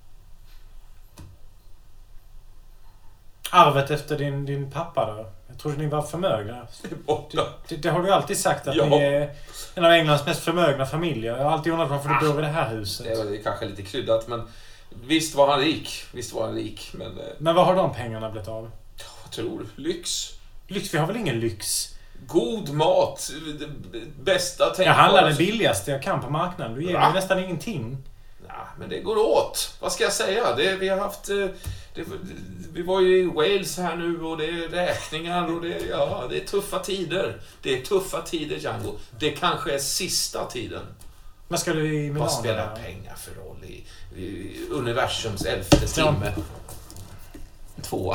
Arvet efter din pappa då? Jag trodde ni var förmögna. Det har du alltid sagt att ni är en av Englands mest förmögna familjer. Jag har alltid undrat varför du bor i det här huset. Det är kanske lite kryddat, men visst var han rik. Men vad har de pengarna blivit av? tror. Lyx. Lyx? Vi har väl ingen lyx? God mat. Bästa tänkbara. Jag handlar det billigaste jag kan på marknaden. Du ger mig nästan ingenting. Ja, men det går åt. Vad ska jag säga? Vi har haft... vi var ju i Wales här nu och det är räkningar och det är tuffa tider. Det är tuffa tider, Django. Det kanske är sista tiden. Vad ska du i Milano? Vad spelar pengar för roll i universums 11:e timme? 2.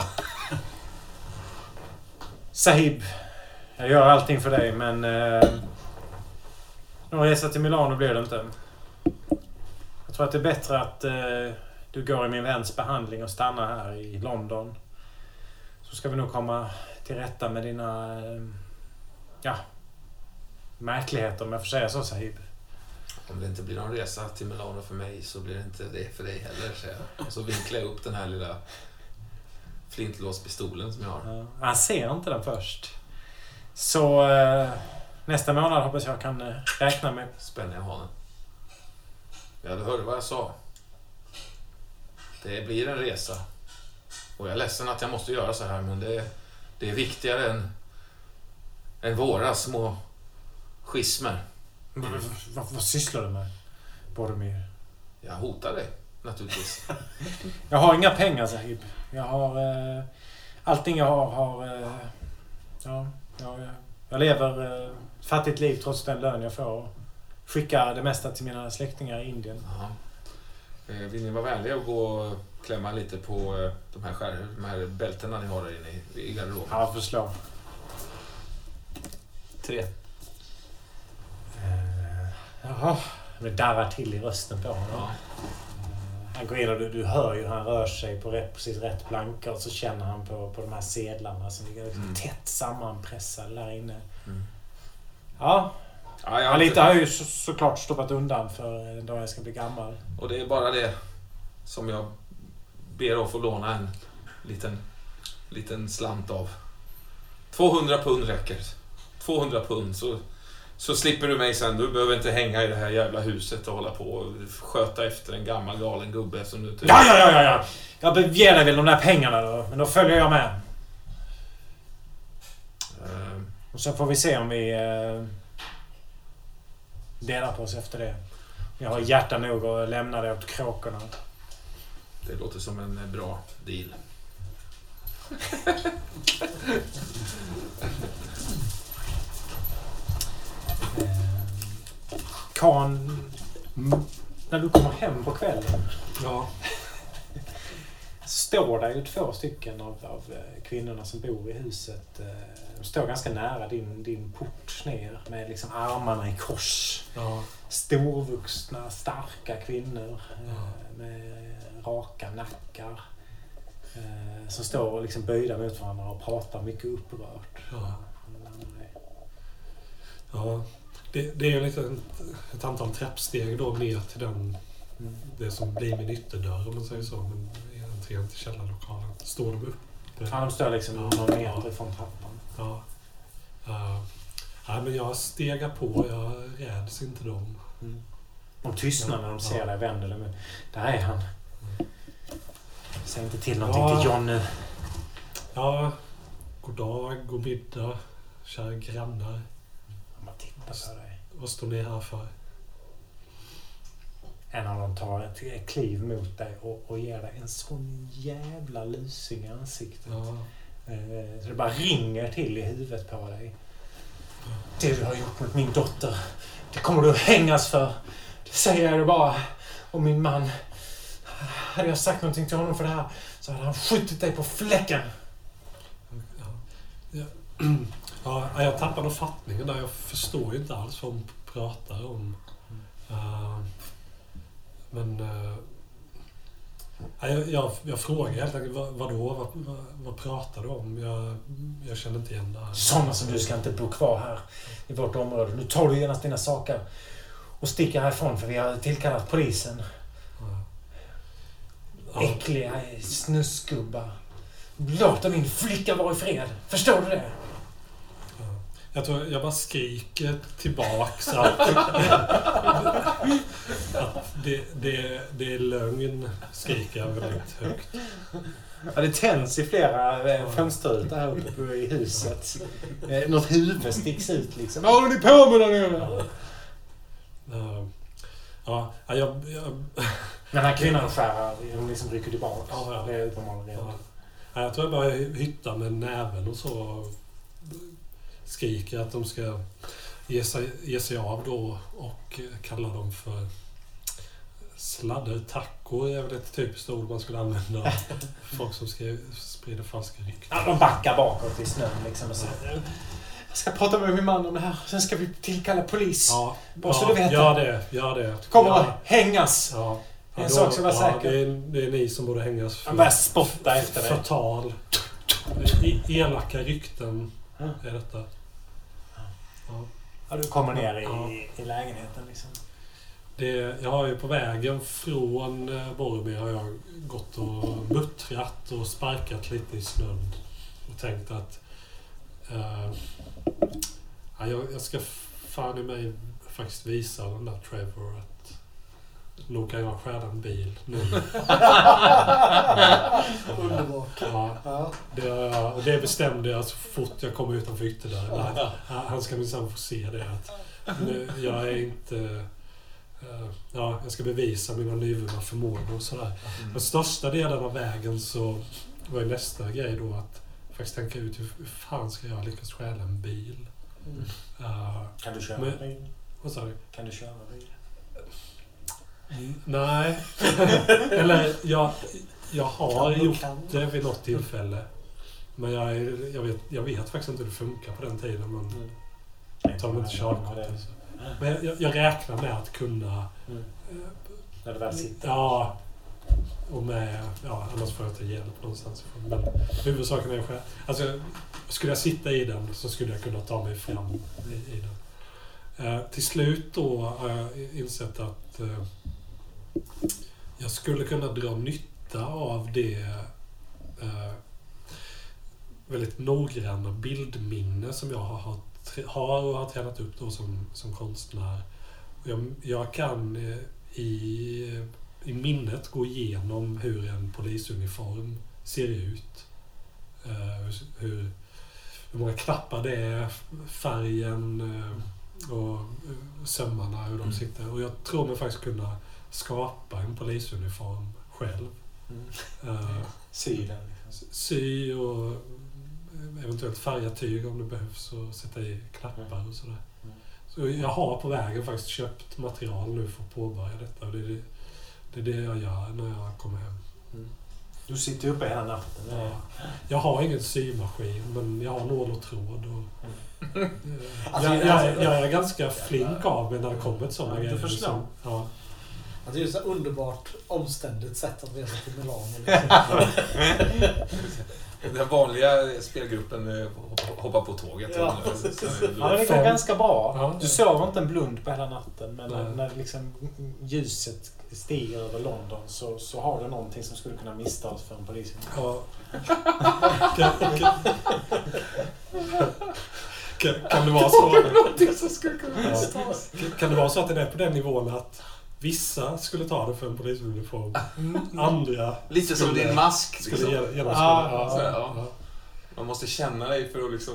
Sahib, jag gör allting för dig, men någon resa till Milano blir det inte. Jag tror att det är bättre att du går i min väns behandling och stannar här i London. Så ska vi nog komma till rätta med dina märkligheter, om jag får säga så, Sahib. Om det inte blir någon resa till Milano för mig så blir det inte det för dig heller, säger jag. Och så vinklar jag upp den här lilla flintlåspistolen som jag har. Ja, han ser inte den först. Så nästa månad hoppas jag kan räkna med. Spänner jag hanen. Ja, du hörde vad jag sa. Det blir en resa. Och jag är ledsen att jag måste göra så här, men det är viktigare än våra små schismer. Vad sysslar du med, Boromir? Jag hotar dig, naturligtvis. Jag har inga pengar, Sahib. Jag har... allting jag har... jag lever fattigt liv trots den lön jag får. Skickar det mesta till mina släktingar i Indien. Aha. Vill ni vara vänliga och gå och klämma lite på de här bälterna ni har där inne i garderoben? Ja, förslå. 3. Jaha. Det darrar till i rösten på honom. Ja. Han går in och du hör ju han rör sig på precis rätt planka och så känner han på de här sedlarna som ligger tätt sammanpressade där inne. Mm. Ja. Ja, lite har ju såklart stoppat undan för en dag jag ska bli gammal. Och det är bara det som jag ber att få låna en liten slant av. 200 pund räcker. 200 pund så slipper du mig sen. Du behöver inte hänga i det här jävla huset och hålla på och sköta efter en gammal galen gubbe som du... Ja. Jag ger dig väl de där pengarna då, men då följer jag med. Och så får vi se om vi delar på oss efter det. Jag har hjärta nog att lämna det åt kråkorna. Det låter som en bra deal. Kan, när du kommer hem på kvällen, står där ju 2 stycken av kvinnorna som bor i huset. De står ganska nära din port ner med liksom armarna i kors. Ja. Storvuxna, starka kvinnor med raka nackar. Som står liksom böjda mot varandra och pratar mycket upprört. Ja. Det är liksom ett antal trappsteg då ner till det som blir min ytterdörr, om man säger så. Men entrén till källarlokalen. Står de upp? Ja, de står liksom någon meter från trappan. Ja. Men jag stegar på. Jag räds inte dem. Mm. De tystnar när de ser dig, vänder dem. Där är han. Säg inte till någonting till John nu. Ja. God dag, god middag. Kära grannar. Man tittar på dig. Vad står ni här för? En av dem tar ett kliv mot dig och ger dig en sån jävla lysing i ansiktet. Ja. Så det bara ringer till i huvudet på dig. Det du har gjort mot min dotter, det kommer du att hängas för. Det säger jag bara. Och min man, hade jag sagt någonting till honom för det här så hade han skjutit dig på fläcken. Ja, jag tappade fattningen där. Jag förstår ju inte alls vad hon pratar om. Jag frågar helt enkelt, vad pratar du om? Jag känner inte igen det här. Sådana som du ska inte bo kvar här i vårt område. Nu tar du genast dina saker och sticker härifrån för vi har tillkallat polisen. Äckliga snusgubbar. Låt min flicka vara i fred. Förstår du det? Jag tror jag bara skriker tillbaks att det är lögn, skriker jag väldigt högt. Ja, det tänds i flera fönsterrutor här uppe i huset. Något huvud sticks ut liksom. Vad håller ni på med där nere? Den här kvinnan skär, hon liksom rycker tillbaka. Ja. Det är uppenbarligen redan. Ja, jag tror jag bara hyttar med näven och så skriker att de ska ge sig av då och kalla dem för sladdertackor är väl ett typiskt ord man skulle använda. Folk som sprider falska rykten. Ja, de backar bakåt i snön liksom och säger jag ska prata med min man om det här. Sen ska vi tillkalla polis. Ja, bara så du vet gör det. Det kommer att hängas. Ja. En sak som var säker. Det är ni som borde hängas för han börjar spotta efter dig. Förtal. Elaka rykten är detta. Ja, du kommer ner i lägenheten liksom. Jag har ju på vägen från Boromir har jag gått och muttrat och sparkat lite i snön och tänkt att jag ska fan i mig faktiskt visa den där Trevor att nog kan jag stjäla en bil nu. Underbart. Ja. Det bestämde jag så fort jag kom utanför ytterdörren. Han ska minsann få se det. Att jag är inte... jag ska bevisa mina nyvunna förmågor och sådär. Den största delen av vägen så var ju nästa grej då att faktiskt tänka ut hur fan ska jag lyckas stjäla en bil. Kan du köra bil? Vad sa du? Kan du köra bil? Nej. Eller jag har gjort det vid något tillfälle. Men jag vet faktiskt inte hur det funkar på den tiden. Men jag tar inte körkort. Men jag räknar med att kunna... När du väl sitter. Ja. Och annars får jag ta hjälp någonstans ifrån. Men huvudsaken är själv. Alltså, skulle jag sitta i den så skulle jag kunna ta mig fram i den. Till slut då har jag insett att jag skulle kunna dra nytta av det väldigt noggranna bildminne som jag har tränat upp då som konstnär. Jag kan i minnet gå igenom hur en polisuniform ser ut. Hur många knappar det är, färgen och sömmarna, hur de sitter. Och jag tror mig faktiskt kunna skapa en polisuniform själv. Sy den. Sy och eventuellt färga tyg om det behövs och sätta i knappar och sådär. Så jag har på vägen faktiskt köpt material nu för att påbörja detta. Och det är det jag gör när jag kommer hem. Du sitter uppe hela natten. Ja. Jag har ingen symaskin, men jag har nål och tråd. Och, jag är ganska flink av mig när det kommer till sådana grejer. Förstår. Ja. Det är ju så underbart omständigt sätt att resa till Milano. Den vanliga spelgruppen hoppar på tåget. Ja, det går ganska bra. Ja. Du sover inte en blund på hela natten, men när liksom ljuset stiger över London så har du någonting som skulle kunna misstas för en polis. Ja. Kan det vara så? Kan det vara så att det är på den nivån att vissa skulle ta det för en polisuniform, andra lite som din mask skulle liksom. Ja. Man måste känna dig för att liksom...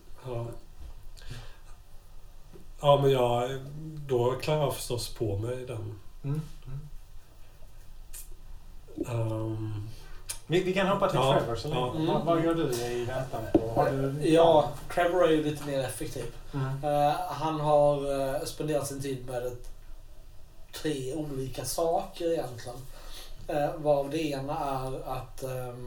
Ja, men då klarar jag förstås på mig den. Vi kan hoppa till Trevor så länge. Vad gör du i väntan på? Trevor är ju lite mer effektiv. Han har spenderat sin tid med 3 olika saker egentligen. Varav det ena är att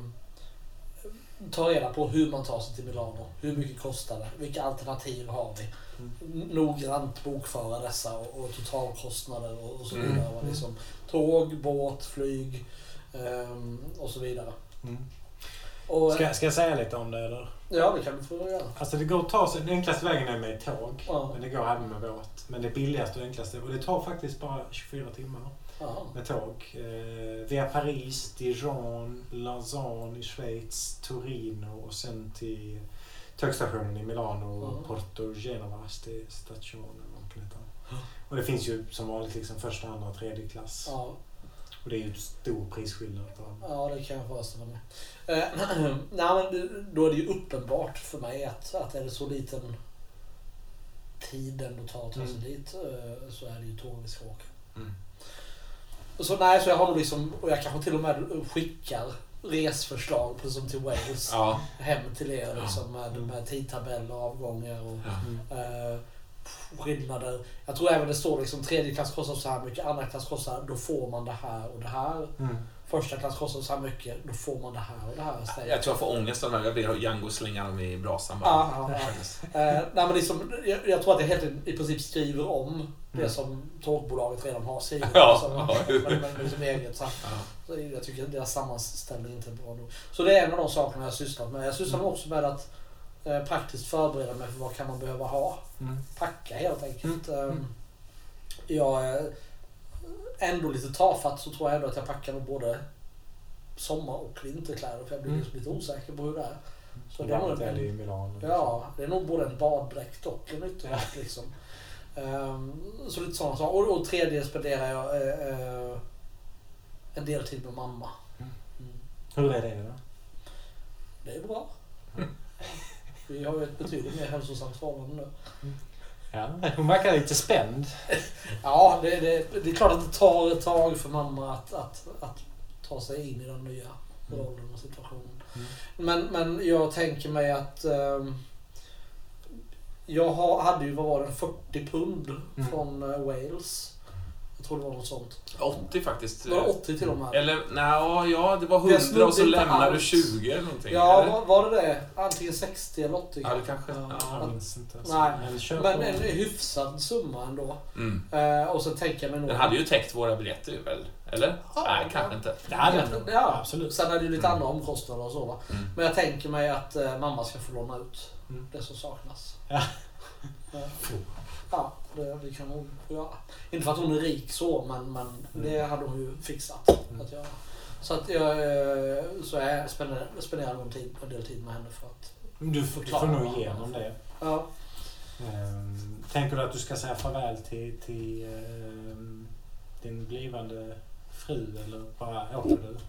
ta reda på hur man tar sig till Milano. Hur mycket kostar det? Vilka alternativ har vi? Noggrant bokföra dessa och totalkostnader och så vidare. Liksom, tåg, båt, flyg och så vidare. Och, ska jag säga lite om det eller? Ja, det kan du få göra. Alltså det går att ta sig, den enklaste vägen är med tåg, men det går även med båt. Men det billigaste och enklaste, och det tar faktiskt bara 24 timmar med tåg. Via Paris, Dijon, Lausanne i Schweiz, Torino och sen till tågstationen i Milano och Porto Genova stationen. Och det finns ju som vanligt liksom första, andra och tredje klass. Ja. Och det är ju stor prisskillnad på dem. Ja, det kan jag föreställa mig. Nej, men då är det ju uppenbart för mig att är det så liten tid ändå tar att ta sig dit, så är det ju tåg vi ska åka. Så nej, så jag har nog liksom, och jag kanske till och med skickar resförslag precis som till Wales hem till er liksom, med tidtabeller och avgångar och skillnader. Jag tror även det står liksom tredje klass kostar så här mycket, andra klass kostar, då får man det här och det här. Första klass kostar så här mycket, då får man det här och det här istället. Jag tror jag får ångest av det här. Jag ber Django slänga dem i brasan. Nej, men liksom, jag tror att jag helt i princip skriver om det som tågbolaget redan har skrivit. Men liksom eget. Så jag tycker att deras sammanställning inte är bra nog. Så det är en av de sakerna jag sysslat med. Jag sysslar också med att praktiskt förbereda mig för vad kan man behöva ha. Packa helt enkelt. Jag är ändå lite tafatt, så tror jag ändå att jag packar med både sommar- och vinterkläder, för jag blir liksom lite osäker på hur det är. Så det är nog både en baddräkt och en ytterdräkt liksom. Så lite sådana saker. Och tredje spenderar jag en del tid med mamma. Hur är det då? Det är bra. Vi har ju ett betydligt mer hälsosamt förhållande nu. Ja, hon verkar lite spänd. Ja, det är klart att det tar ett tag för mamma att ta sig in i den nya rollen och situationen. Men jag tänker mig att jag hade ju, vad var det, 40 pund från Wales. Jag tror det var något sånt. 80 faktiskt. Det var 80 till och med. Eller, det var 100 och så lämnade du 20 eller någonting. Ja, var det? Antingen 60 eller 80. Ja, det kanske. Jag minns inte. Nej, men en hyfsad summa ändå. Och så tänker jag mig nog... Den hade ju täckt våra biljetter väl? Eller? Nej, kanske inte. Ja, absolut. Sen är det ju lite andra omkostnader och så, va? Men jag tänker mig att mamma ska få låna ut det som saknas. Ja, det kan hon göra. Inte för att hon är rik så, men det hade hon ju fixat att göra. Så att jag spenderar en del tid med henne för att du får nog igenom det. Ja. Tänker du att du ska säga farväl till din blivande fru, eller bara åker du?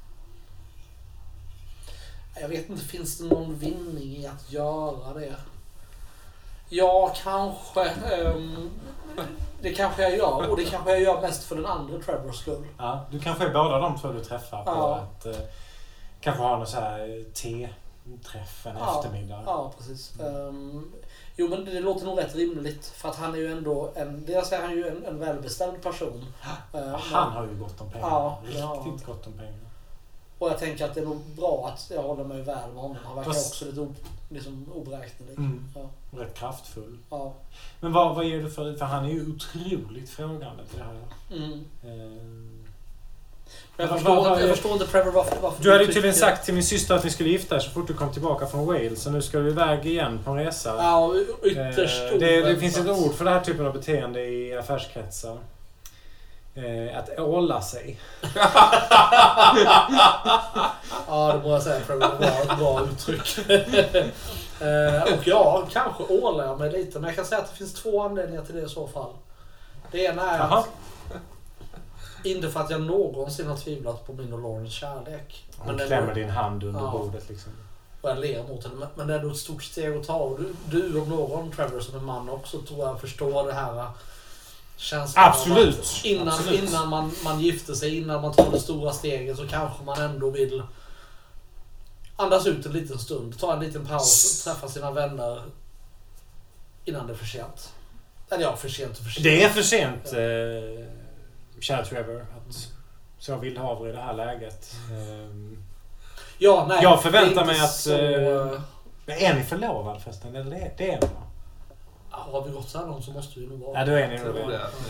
Jag vet inte, finns det någon vinning i att göra det? Ja, kanske. Det kanske jag gör. Och det kanske jag gör mest för den andra Trevors skull. Ja, du kanske är båda de två du träffar på att kanske ha någon så här te-träff en eftermiddag. Ja, precis. Jo, men det låter nog rätt rimligt. För att han är ju ändå dels är han ju en välbeställd person. Han har ju gott om pengar. Riktigt gott om pengar. Och jag tänker att det är nog bra att jag håller mig väl med honom. Han verkar också lite oberäknelig. Rätt kraftfull. Ja. Men vad ger du för han är ju otroligt frågande till det här. Jag förstår inte Trevor varför du hade ju tydligen sagt till min syster att vi skulle gifta oss så fort du kom tillbaka från Wales. Så nu ska du iväg igen på en resa. Ja, ytterst det finns ett ord för det här typen av beteende i affärskretsar. Att åla sig. Ja, det må jag säga, Trevor. Det var ett bra uttryck. Och kanske ålar jag mig lite. Men jag kan säga att det finns 2 anledningar till det i så fall. Det ena är att inte för att jag någonsin har tvivlat på min och Laurens kärlek. Hon klämmer din hand under bordet liksom. Och jag ler mot henne. Men det är nog ett stort steg att ta. Och du om någon, Trevor, som en man också, tror jag förstår det här känslan. Absolut. Innan man gifter sig, innan man tar det stora steget, så kanske man ändå vill andas ut en liten stund. Ta en liten paus, träffa sina vänner innan det är för sent. Eller för sent. Det är för sent. Kära Trevor, att så vill ha i det här läget. Jag förväntar mig att... är ni förlovad förresten? Eller det är ni, va? Har vi gått så här långt så måste vi nog vara... Ja, då är ni nog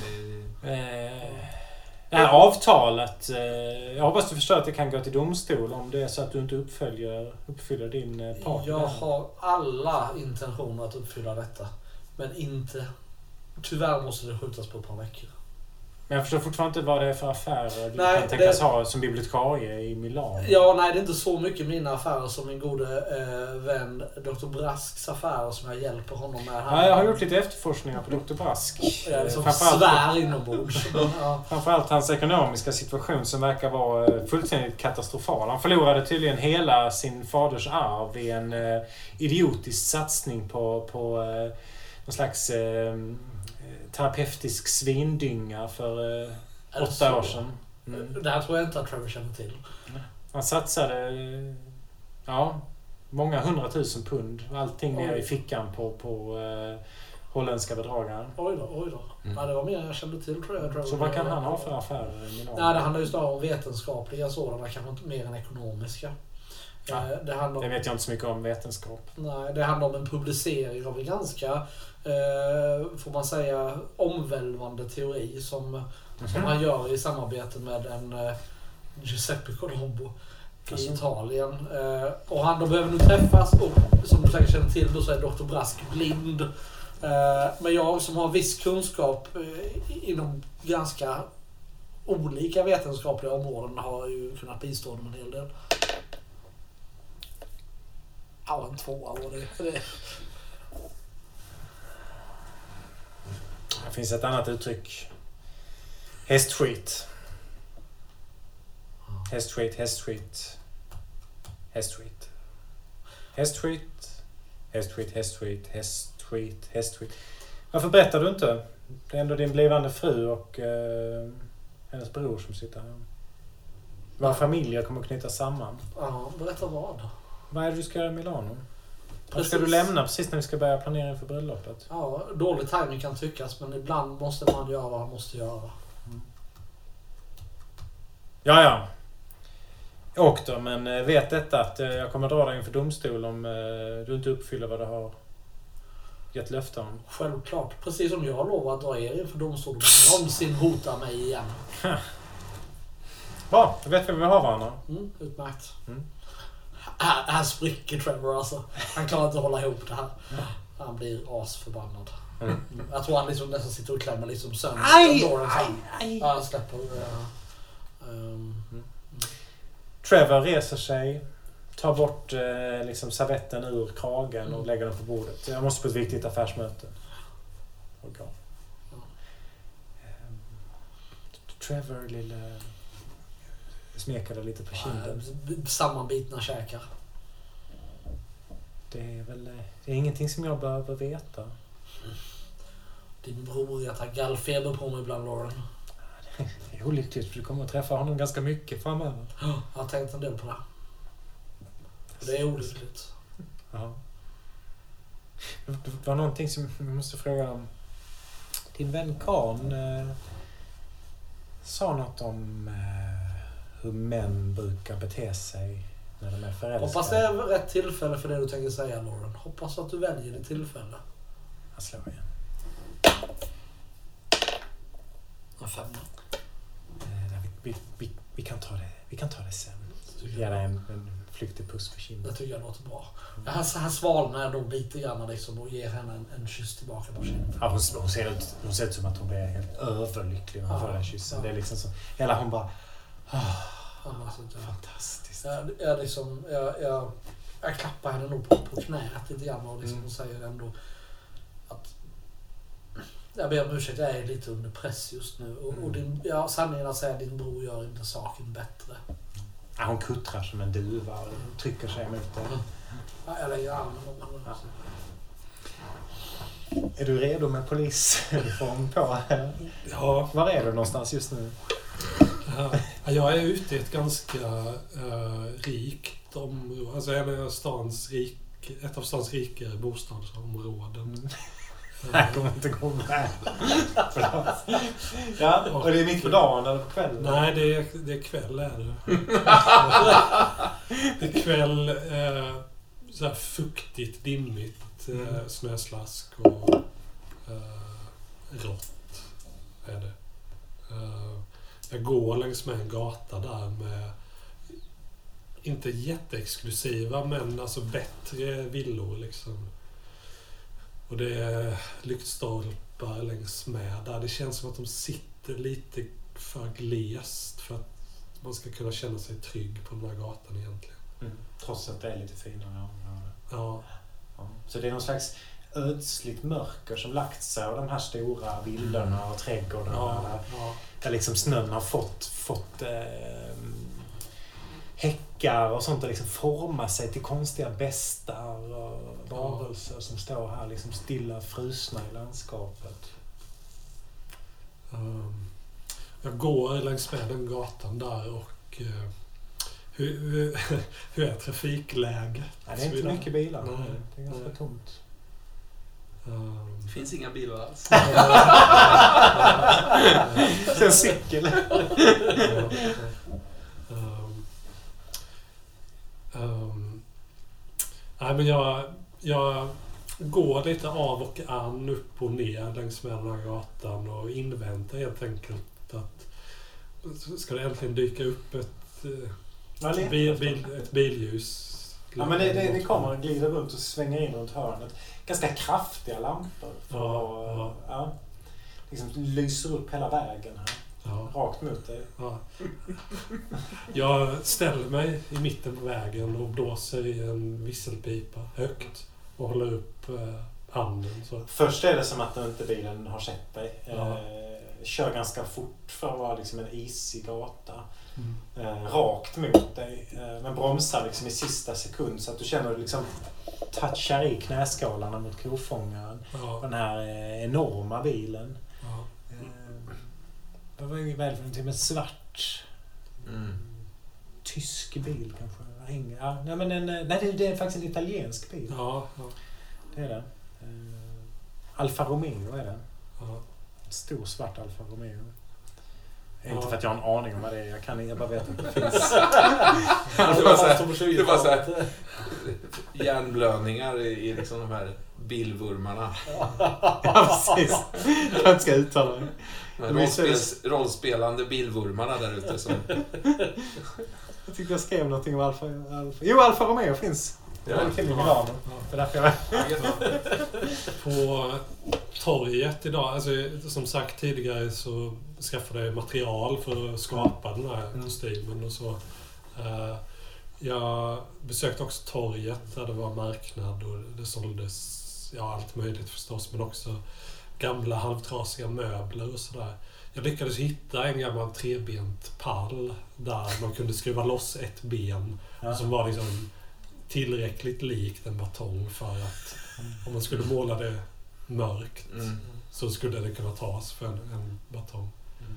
det här avtalet... jag hoppas du förstår att det kan gå till domstol om det är så att du inte uppfyller din part. Jag har alla intentioner att uppfylla detta. Men inte... Tyvärr måste det skjutas på ett par veckor. Men jag förstår fortfarande inte vad det är för affärer du kan tänkas ha som bibliotekarie i Milano. Ja, nej, det är inte så mycket mina affärer som min gode vän Dr. Brasks affärer som jag hjälper honom med här. Ja, jag har gjort lite efterforskningar på Dr. Brask. Jag liksom svär inombords. Framförallt hans ekonomiska situation som verkar vara fullständigt katastrofal. Han förlorade tydligen hela sin faders arv i en idiotisk satsning på någon slags terapeutisk svindynga för 8 år sedan. Det här tror jag inte att Trevor känner till. Han satsade många 100 000 pund. Allting ner i fickan på holländska bedragare. Oj då. Ja, det var mer jag kände till, tror jag. Så vad kan han ha för affärer i Milano? Nej, det handlar ju snarare om vetenskapliga sådana, kanske inte mer än ekonomiska. Ja, det vet jag inte så mycket om vetenskap. Nej, det handlar om en publicering av en ganska, får man säga, omvälvande teori som han gör i samarbete med en Giuseppe Colombo i Italien. Och de behöver nu träffas och som du säkert känner till då så är Dr. Brask blind. Men jag som har viss kunskap inom ganska olika vetenskapliga områden har ju kunnat bistå dem en hel del. Ja, en 2 var det. Det finns ett annat uttryck. Hästskit. Varför berättar du inte? Det är ändå din blivande fru och hennes bror som sitter här. Våra familjer kommer att knyta samman. Ja, berätta vad? Vad är det du ska göra i Milano? Vad ska du lämna precis när vi ska börja planera inför bröllopet? Ja, dålig timing kan tyckas, men ibland måste man göra vad man måste göra. Ja. Åk då, men vet detta att jag kommer dra dig inför domstol om du inte uppfyller vad du har gett löfte om. Självklart. Precis som jag lovar att dra er inför domstol om ni någonsin hotar mig igen. Bra, då vet vi vad vi har varandra. Utmärkt. Här spricker Trevor alltså. Han klarar inte att hålla ihop det här. Han blir asförbannad. Jag tror han liksom nästan sitter och klämmer liksom sönder. Aj. Ja, han släpper. Trevor reser sig, tar bort liksom servetten ur kragen och lägger den på bordet. Jag måste på ett viktigt affärsmöte. Okay. Trevor lille smekade lite på kinden. Sammanbitna käkar. Det är ingenting som jag behöver veta. Din bror, jag tar gallfeber på mig ibland, Lauren. Det är olyckligt för du kommer att träffa honom ganska mycket framöver. Jag har tänkt en del på det. Det är olyckligt. Ja. Det var någonting som jag måste fråga om. Din vän Kahn sa något om hur män brukar bete sig när de är förälskade. Hoppas det är rätt tillfälle för det du tänker säga, Lauren. Hoppas att du väljer det tillfälle. Jag slår igen. En 5. Vi kan ta det sen. Ge dig en flyktig puss på kinden. Det tycker jag låter bra. Han svalnar då lite grann liksom och ger henne en kyss tillbaka på kinden. Ja, hon ser ut som att hon blir helt överlycklig när hon får den kyssen. Det är liksom så. Hela hon bara... fantastiskt. Jag klappar henne nog på knät lite grann och liksom säger ändå att jag ber om ursäkt, jag är lite under press just nu. Och sanningen att säga din bror gör inte saken bättre. Ja, hon kuttrar som en duva och trycker sig emot det. Ja, jag lägger armen om henne. Ja. Är du redo med polisuniform på? Ja. Var är du någonstans just nu? Jag är ute i ett ganska rikt område. Alltså ett av stans rikare bostadsområden. Jag kommer inte gå med. Ja, och det är mitt på dagen eller på kvällen? Nej, det är kväll är det. Det är kväll, så här fuktigt, dimmigt, snöslask och rått är det. Jag går längs med en gata där med inte jätteexklusiva men alltså bättre villor liksom. Och det är lyktstolpar trappor längs med där. Det känns som att de sitter lite för glest för att man ska kunna känna sig trygg på den här gatan egentligen. Trots att det är lite finare. Ja. Så det är någon slags ödsligt mörker som lagt sig av de här stora villorna och trädgårdarna där liksom snön har fått häckar och sånt och liksom forma sig till konstiga bestar och varelser som står här liksom stilla frusna i landskapet. Jag går längs med den gatan där och hur är trafikläget? Nej, det är inte mycket bilar. Det är ganska tomt. Det finns inga bilar alls. En cykel. Nej, men jag går lite av och an upp och ner längs med den här gatan och inväntar helt enkelt att ska det äntligen dyka upp ett billjus. Ja, men det kommer och glider runt och svänger in runt hörnet. Ganska kraftiga lampor. Liksom lyser upp hela vägen här. Ja. Rakt mot dig. Ja. Jag ställer mig i mitten på vägen och blåser i en visselpipa högt och håller upp handen. Så. Först är det som att inte bilen har sett dig. Kör ganska fort för att vara liksom en isig gata. Rakt mot dig. Men bromsar liksom i sista sekund så att du känner att liksom touchar i knäskålarna mot kofångaren. Ja. Den här enorma bilen. Ja. Det var ju väl till med svart tysk bil kanske. Det är faktiskt en italiensk bil. Ja. Det är det. Alfa Romeo är det. Ja. En stor svart Alfa Romeo. Inte för att jag har en aning om vad det är. Jag bara vet att det finns. Det var så här hjärnblödningar i liksom de här bilvurmarna. Ja, precis. Jag ska uttala det. Rollspelande bilvurmarna där ute. Som... Jag tyckte jag skrev någonting om Alfa. Jo, Alfa Romeo finns. Det var till min radio. Det är därför jag På torget idag, alltså, som sagt tidigare så skaffade jag material för att skapa den här kostymen och så. Jag besökte också torget där det var marknad och det såldes allt möjligt förstås, men också gamla halvtrasiga möbler och sådär. Jag lyckades hitta en gammal trebent pall där man kunde skruva loss ett ben som var liksom tillräckligt likt en batong för att om man skulle måla det mörkt så skulle det kunna tas för en batong.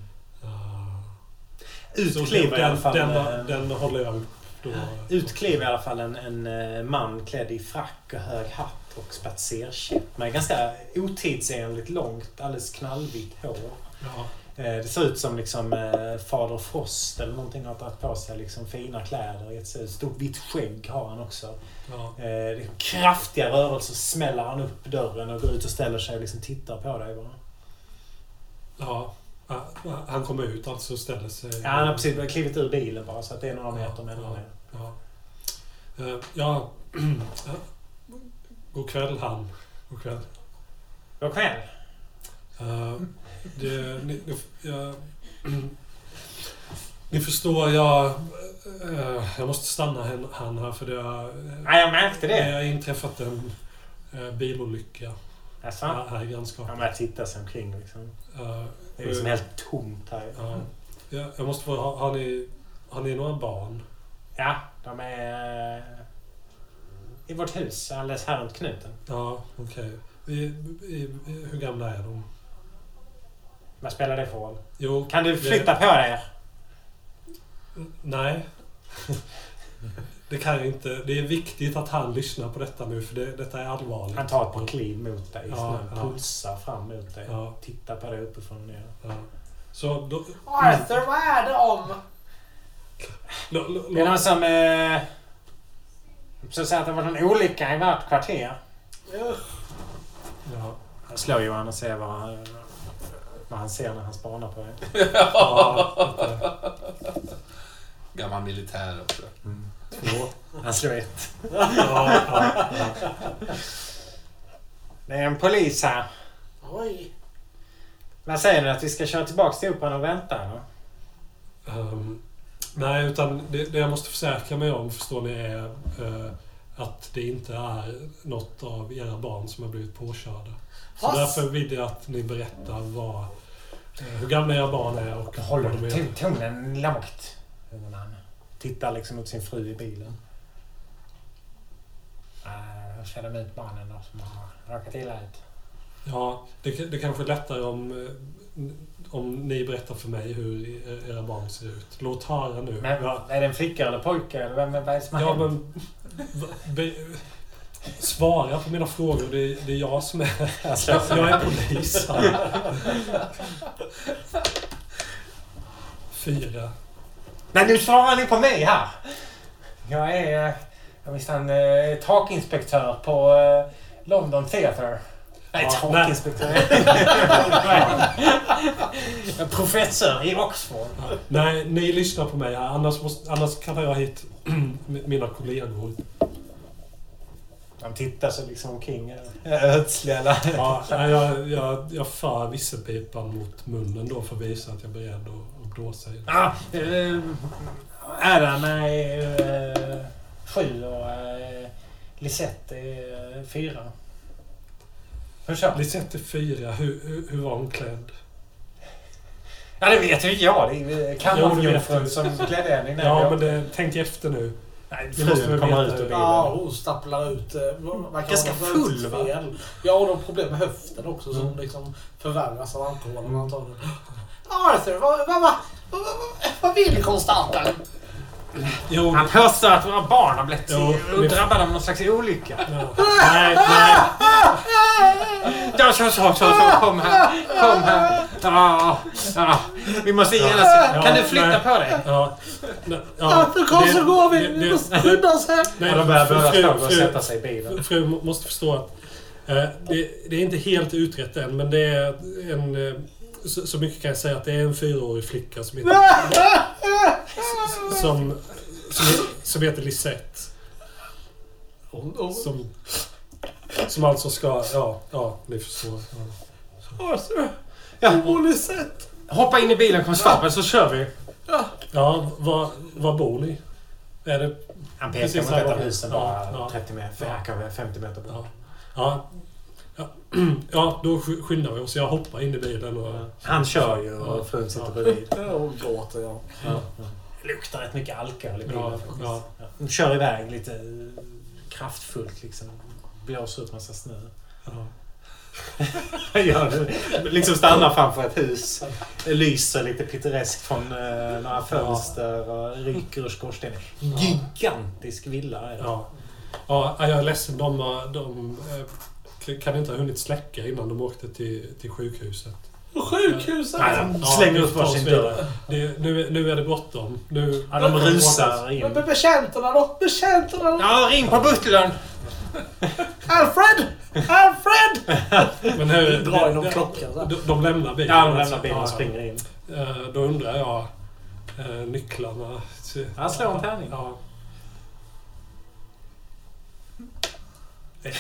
Utkliver i alla fall den håller jag upp då. Utkliver i alla fall en man klädd i frack och hög hatt och spatserkäpp med ganska otidsenligt långt, alldeles knallvitt hår. Ja. Det ser ut som liksom Fader Frost eller någonting har tagit på sig liksom fina kläder. Ett stort vitt skägg har han också. Ja. Kraftiga rörelser smäller han upp dörren och går ut och ställer sig och liksom tittar på dig bara. Ja, han kommer ut alltså och ställer sig. Ja, han har precis klivit ur bilen bara så att det är några meter mellan er. Ja. God kväll han. God kväll. God kväll. Ni förstår, jag måste stanna han här för det har jag märkte det. Det har inträffat en bilolycka här i grannskapet. Jag tittar sig omkring liksom. Det är liksom helt tomt här. Jag måste fråga, har ni några barn? Ja, de är i vårt hus alldeles här runt knuten. Ja, okej. Hur gamla är de? Vad spelar det för roll? Jo, kan du flytta på dig? Nej. Det kan jag inte. Det är viktigt att han lyssnar på detta nu för detta är allvarligt. Han tar ett par kliv mot dig. Pulsar fram mot dig. Tittar på dig uppifrån och ner. Så då... Arthur, vad är det om? Det är någon som... så säger att det var en olycka i vårt kvarter. Ja. Jag slår Johan och ser vad han ser när han spanar på dig. Gammal militär också. 2. Han slår 1. Det är en polis här. Oj. Vad säger ni? Att vi ska köra tillbaka till Operan och vänta? Eller? Nej, utan det jag måste försäkra mig om, förstår ni, är att det inte är något av era barn som har blivit påkörda. Så därför vill jag att ni berättar hur gamla era barn är och håller tonen lågt. Han tittar liksom mot sin fru i bilen. Jag känner ut barnen då som har råkat illa ut. Ja, det kanske är lättare om ni berättar för mig hur era barn ser ut. Låt höra nu. Men är det en flicka eller pojke? Eller vad är det som har hänt? Svara på mina frågor. Det är jag som är... jag är polis. 4. Men nu svarar ni på mig här. Jag är en takinspektör på London Theatre. Nej, takinspektör. Professor i Oxford. Nej, ni lyssnar på mig här. Annars kallar jag hit mina kollegor. De tittar sig liksom omkring. Ödsliga. Ja, jag för visselpipan mot munnen då för att visa att jag är beredd att blåsa i det. Adam är 7 och Lisette är 4. Hur kör? Lisette är 4. Hur var hon klädd? Ja, det vet ju jag. Det är kammarjungfrun som klädde henne. Ja, men tänk efter nu. Nej, frun kommer ut ur bilen. Ja, hon stapplar ut. Ganska full, va? Ja, och de problem med höften också som liksom förvärras av alkoholen antagligen. Arthur, vad vill konstanten? Jo. Han påstår att våra barn har blivit drabbade av någon slags olycka. Ja. Nej. Ja, så. Kom här. Ja. Vi måste gärna... Kan du flytta på dig? Ja. Arthur, kom så går vi. Vi måste skydda oss här. Nej, de börjar stå och sätta sig i bilen. Fru måste förstå att det är inte helt utrett än, men det är en... Så mycket kan jag säga att det är en 4-årig flicka som heter Lisette. Som alltså ska... Ja, ni förstår. Ja, Lisette. Hoppa in i bilen, kom snabbt, så kör vi. Ja, var bor ni? Är det... Han pekar mot ett av husen bara 30 meter, 50 meter bort. Ja, då skyndar vi oss. Jag hoppar in i bilen och... Han kör ju och frun sitter bredvid. Och gråter, ja. Det luktar rätt mycket alkohol i bilen faktiskt. Ja. De kör iväg lite kraftfullt liksom. Blåser ut massa snö. Ja, liksom stannar framför ett hus. Det lyser lite pittoreskt från några fönster och ryker ur skorstenen. Gigantisk villa är det. Ja, jag är ledsen. De kan inte ha hunnit släcka innan de åkte till sjukhuset. Sjukhuset? Nej, de slänger upp varsin dörr. Nu är det bråttom. De rusar in. Men betjänterna då? Ja, ring på butlern! Alfred! Men hur drar in de klockan. De lämnar bilen. Ja, de lämnar bilen och springer in. Då undrar jag nycklarna. Han slår en tärning. Ja. 1.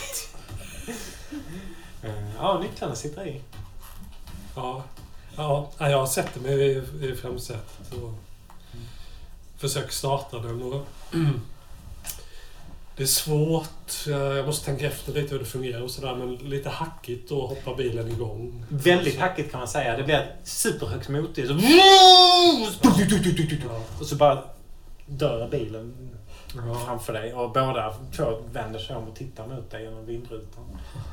Ja, nycklarna sitter i. Ja, jag sätter mig i framsätet och försöker starta den. Och det är svårt. Jag måste tänka efter lite hur det fungerar och sådär, men lite hackigt och hoppar bilen igång. Väldigt hackigt kan man säga. Det blir ett superhögt motor. Och så bara dör bilen framför dig. Och båda två vänder sig om och tittar mot dig genom vindrutan.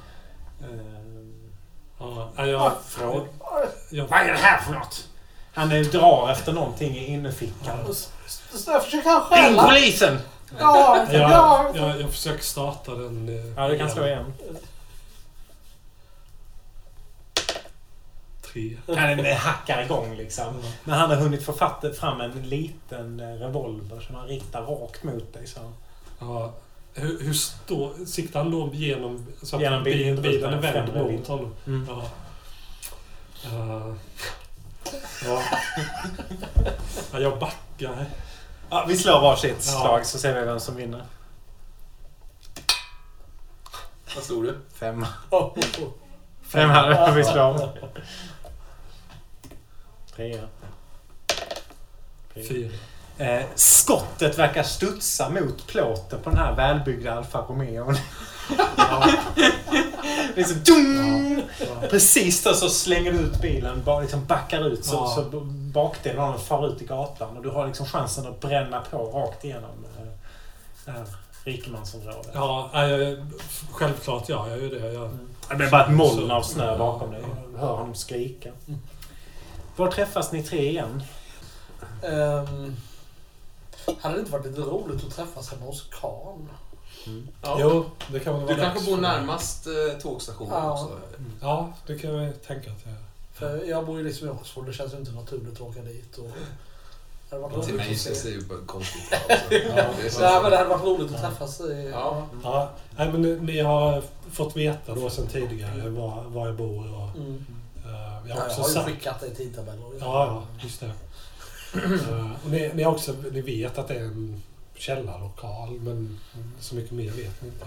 Vad är det här för något? Han drar efter någonting i innerfickan. Ring polisen! Jag försöker starta den. Ja, du kan slå igen. 3. Den hackar igång liksom. Men han har hunnit få fram en liten revolver som han riktar rakt mot dig. Så. Ja. Hur siktar han då genom så att genom bilen är vänd mot honom? Jag backar. Ja, vi slår varsitt slag så ser vi vem som vinner. Vad slår du? 5. 5 här vi slår. 3. 4. Skottet verkar studsa mot plåten på den här välbyggda Alfa Romeo. Liksom, precis då så slänger du ut bilen, bara liksom backar ut så bakdelen av den far ut i gatan och du har liksom chansen att bränna på rakt igenom det här rikemansområdet. Ja, självklart jag gör ju det. Det blir bara ett moln av snö bakom dig. Jag hör honom skrika. Var träffas ni 3 igen? Hade det inte varit lite roligt att träffas hemma hos Karl? Ja. Jo, det kan man vara. Du kanske bor närmast tågstationen också? Ja, det kan jag tänka att jag är. För jag bor ju liksom i Oxford, det känns ju inte naturligt att åka dit. Och till mig känns det ju bara konstigt. Nej, men det hade varit roligt att träffas. Nej, men ni har fått veta då sen tidigare var jag bor och jag har ju skickat dig tidtabeller. Ja, just det. Och ni vet att det är en källarlokal, men så mycket mer vet ni inte.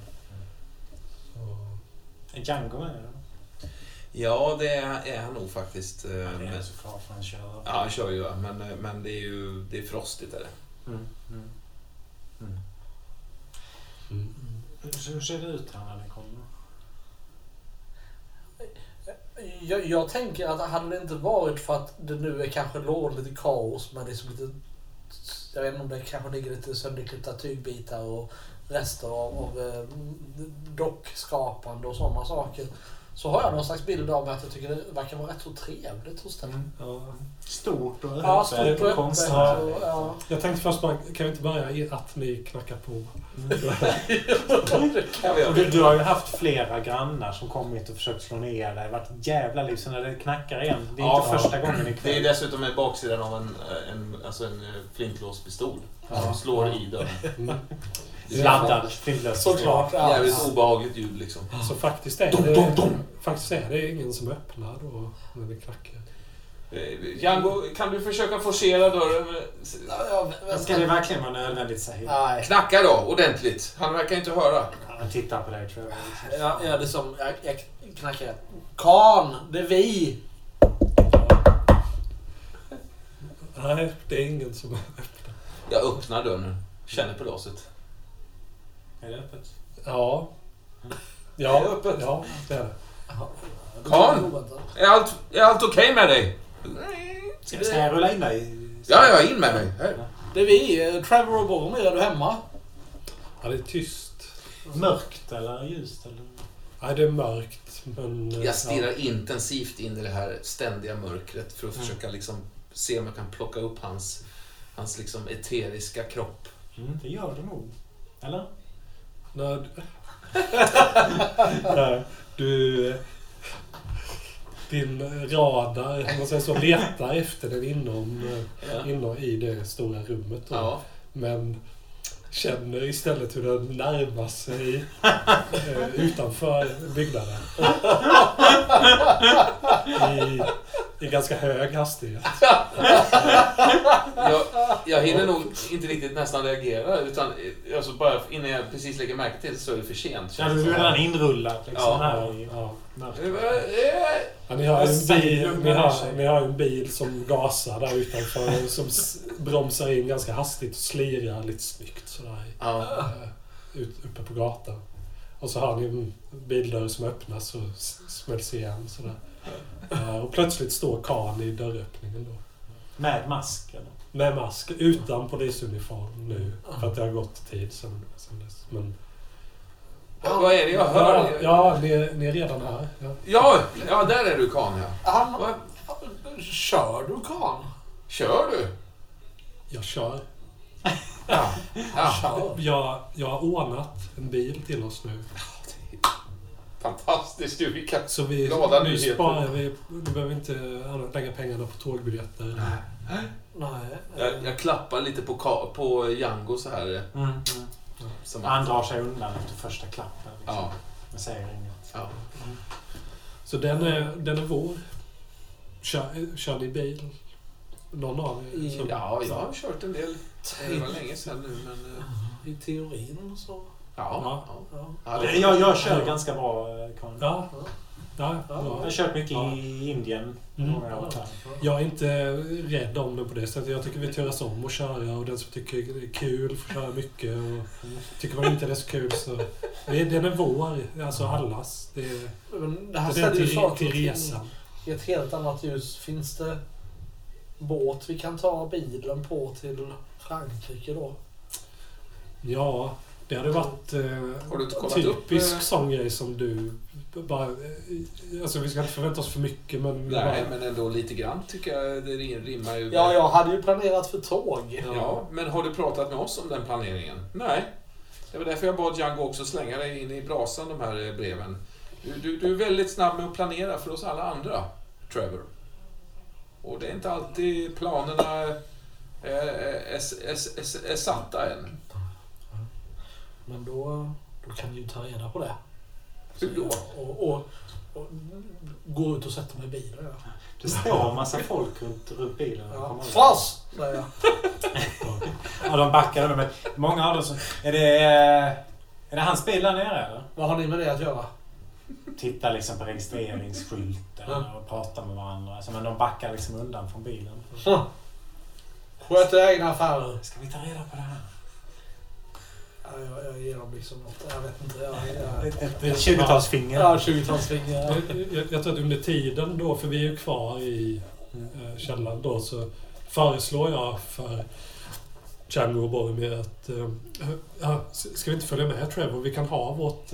Är Django med det? Ja, det är han nog faktiskt. Det är såklart för han kör. Ja, han kör ju. Men det är frostigt är det. Hur ser det ut här när ni kommer? Jag tänker att hade det inte varit för att det nu är kanske lite kaos, men det är som lite, jag vet inte om det kanske ligger lite sönderklippta tygbitar och rester av dockskapande och sådana saker, så har jag någon slags bild av att jag tycker det verkar vara rätt så trevligt hos den. Stort och stort och konstigt. Jag tänkte först bara, kan vi inte börja i att ni knackar på? Och du har ju haft flera grannar som kommit och försökt slå ner dig. Det har varit jävla liv så när det knackar igen. Det är inte första gången ikväll. Det är dessutom en baksidan av en flintlåspistol som slår i dörren. Laddad flintlås. Såklart. Jävligt obehagligt ljud liksom. Så faktiskt är det ingen som öppnar då när vi knackar. Django, kan du försöka forcera dörren? Ska det verkligen vara nödvändigt, säger Knacka då, ordentligt. Han verkar inte höra. Han tittar på dig, tror jag. Ja, det är som, jag knackar. Kan, det är vi. Nej, det är ingen som öppnar. Jag öppnar dörren. Känner på låset. Är det öppet? Ja. Ja, är det öppet? Ja, det är det. Kan, är allt okej med dig? Ska jag rulla in dig? Ja, jag är in med dig. Det är vi, Trevor och Boromir, är du hemma? Ja, det är tyst. Mörkt eller ljust? Eller? Nej, det är mörkt. Men, jag stirrar intensivt in i det här ständiga mörkret för att försöka liksom se om jag kan plocka upp hans liksom eteriska kropp. Det gör du nog. Eller? Du din radar, man säger så, letar efter den inom i det stora rummet då. Ja. Men känner istället hur den närmar sig utanför byggnaden. I ganska hög hastighet. Jag hinner nog inte riktigt nästan reagera, utan alltså bara innan jag precis lägger märke till så är det för sent. Ja, du är redan inrullad liksom Ni har en bil som gasar där utanför som bromsar in ganska hastigt och slirar lite snyggt sådär uppe på gatan. Och så har ni en bildörr som öppnas och smälls igen sådär. Och plötsligt står Khan i dörröppningen då. Med mask eller? Med mask, utan polisuniform nu. För att det har gått tid sen dess. Men... vad är det jag hör? Ja, ni är redan här. Ja, där är du Khan, Kör du Khan? Kör du? Jag kör. Ja. Jag har ordnat en bil till oss nu. Fantastiskt, vilka så glada nu nyheter. Sparar vi behöver inte lägga pengarna på tågbiljetter. Nej. Jag klappar lite på Django så här. Han drar sig undan efter första klappen. Liksom. Ja. Jag säger inget. Ja. Så den är vår. Kör ni bil? Någon av er? Ja, jag har kört en del. Det var länge sedan nu, men... I teorin så... Ja. Jag kör ganska bra, Karin. Ja. Ja. Jag har kört mycket i Indien. Jag är inte rädd om det på det sättet. Jag tycker vi turas om att köra och den som tycker det är kul får köra mycket. Och tycker man inte det är så kul så... Den är vår, alltså allas. Det här ställer ju saker till resan. I ett helt annat ljus. Finns det båt vi kan ta bilen på till Frankrike då? Ja, det hade varit typisk sån grej som du bara... Alltså vi ska inte förvänta oss för mycket men... Nej, men ändå lite grann tycker jag det rimmar ju. Ja, jag hade ju planerat för tåg. Ja, men har du pratat med oss om den planeringen? Nej. Det var därför jag bad Django också slänga dig in i brasan de här breven. Du är väldigt snabb med att planera för oss alla andra, Trevor. Och det är inte alltid planerna är satta än. Men då kan du ju ta reda på det. Hur då? Och gå ut och sätta mig i bilen. Ja. Det står en massa folk runt bilen. Ja. Fas! Ja. Ja, de backade med. Många av dem så... Är det hans bil där nere eller? Vad har ni med det att göra? Titta liksom på registreringsskylten och prata med varandra. Alltså, men de backar liksom undan från bilen. Sköter egna affärer. Ska vi ta reda på det här? Jag ger dem liksom något. Jag vet inte. Ett 20-talsfinger. Ja, 20-talsfinger. Jag tror att under tiden då, för vi är ju kvar i källaren då, så föreslår jag för Django och Boromir att ska vi inte följa med Trevor? Vi kan ha vårt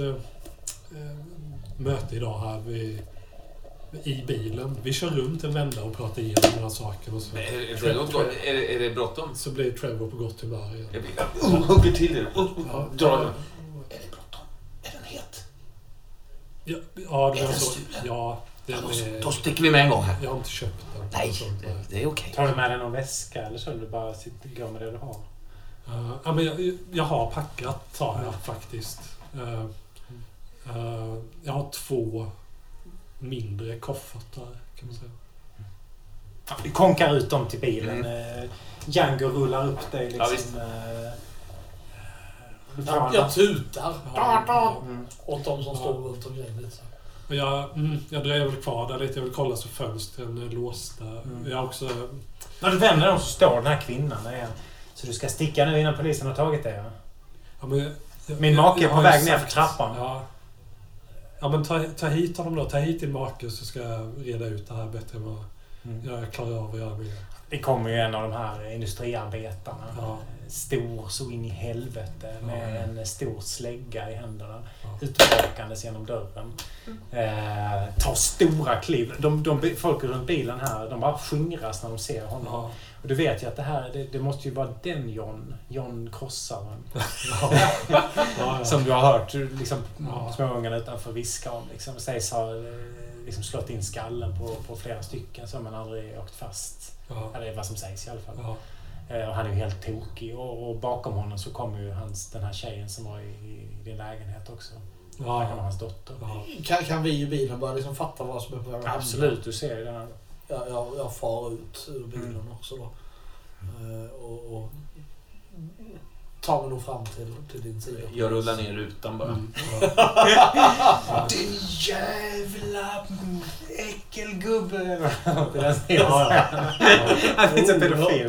möte idag här i bilen. Vi kör runt en vända och pratar igenom några saker. Och så. Är det bråttom? Så blir Trevor på gott humör igen. Hugger till det. Dra den. Är det bråttom? Är den het? Ja, det är var den så. stulen? Ja, Då sticker vi med en gång här. Jag har inte köpt den. Nej, det är okej. Tar du med dig någon väska eller så? Du bara går med det du har? Ja, men jag har packat, tar jag faktiskt. Jag har 2 mindre koffertar kan man säga. Vi konkar ut dem till bilen. Django rullar upp dig liksom. Jag tutar. Åt de som står runt omkring lite. Jag drev väl kvar där lite. Jag vill kolla så fönstren är låsta. Jag också... När du vänder dem så står den här kvinnan där igen. Så du ska sticka nu innan polisen har tagit det. Ja, men min make är på väg ner för trappan. Ja, men ta hit honom då. Ta hit din make så ska jag reda ut det här bättre än vad jag klarar av att göra med. Det kommer ju en av de här industriarbetarna. Ja. Stor så in i helvete med en stor slägga i händerna. Utvakandes genom dörren. Tar stora kliv. Folk runt bilen här, de bara skingras när de ser honom. Och du vet ju att det här, det måste ju vara den John Krossaren. Som du har hört liksom, småungarna utanför viska om. Liksom, sägs ha liksom, slått in skallen på flera stycken som man aldrig åkt fast. Eller vad som sägs i alla fall. Och han är ju helt tokig. Och bakom honom så kommer ju den här tjejen som var i din lägenhet också. Han kan vara hans dotter. Kan vi i bilen bara liksom fatta vad som är på väg? Absolut, du ser ju den här. Jag far ut ur bilen också då. Och tar mig nog fram till din sida. Jag rullar ner rutan bara. Din jävla äckelgubbe. Han är inte pedofil.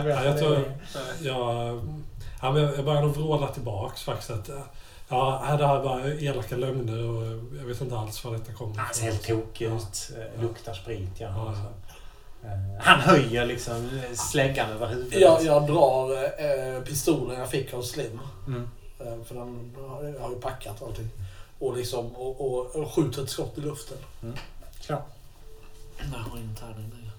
Jag börjar nog vråla tillbaks faktiskt. Att, det här var elaka lögner och jag vet inte alls vad detta kommer. Han ser helt tokig ut. Luktar sprit. Han höjer liksom släggan över huvudet. Jag drar pistolen jag fick av Slim. För den har ju packat allting. Och liksom och skjuter ett skott i luften. Klar. Nej, har inte tärning där.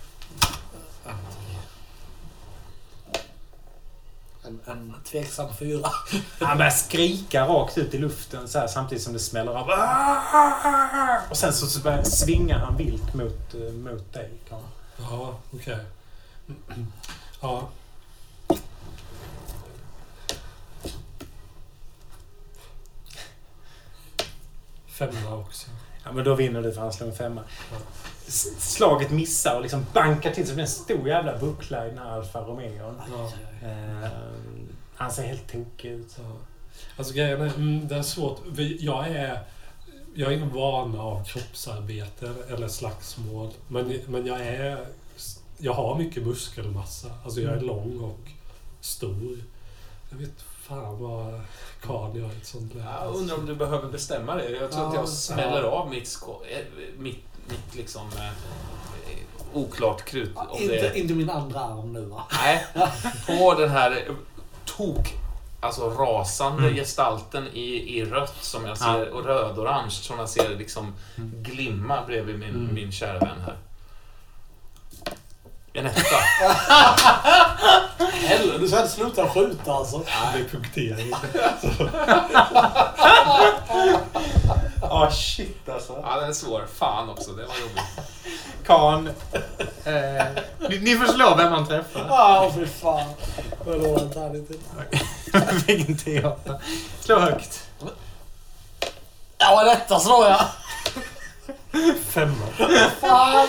En tveksam 4. Han börjar skrika rakt ut i luften så här, samtidigt som det smäller av. Och sen så börjar svinga han vilt mot dig. Ja, okej. Ja. Femma också. Ja, men då vinner du för han slår en 5. Slaget missar och liksom bankar till så blir en stor jävla buckla i den här Alfa Romeo. Han ser helt tokig ut. Alltså grejen är, det är svårt. Jag är jag är ingen vana av kroppsarbete eller slagsmål. Men jag har mycket muskelmassa. Alltså jag är lång och stor. Jag vet fan vad kan jag i ett sånt läge. Jag undrar om du behöver bestämma det. Jag tror att jag smäller av mitt liksom oklart krut. Inte min andra arm nu, va? Nej, på den här alltså rasande gestalten i rött som jag ser och röd-orange som jag ser liksom glimma bredvid min kära vän här. En etta. Eller, du ska inte sluta skjuta alltså. Det är punktering. Shit alltså. Ja, den är svår. Fan också, det var jobbigt. Kan. Ni får slå vem man träffar. Fy fan. Vad då en tärning till? Vilken teater. Slå högt. Ja, detta slår jag. 5. Fan.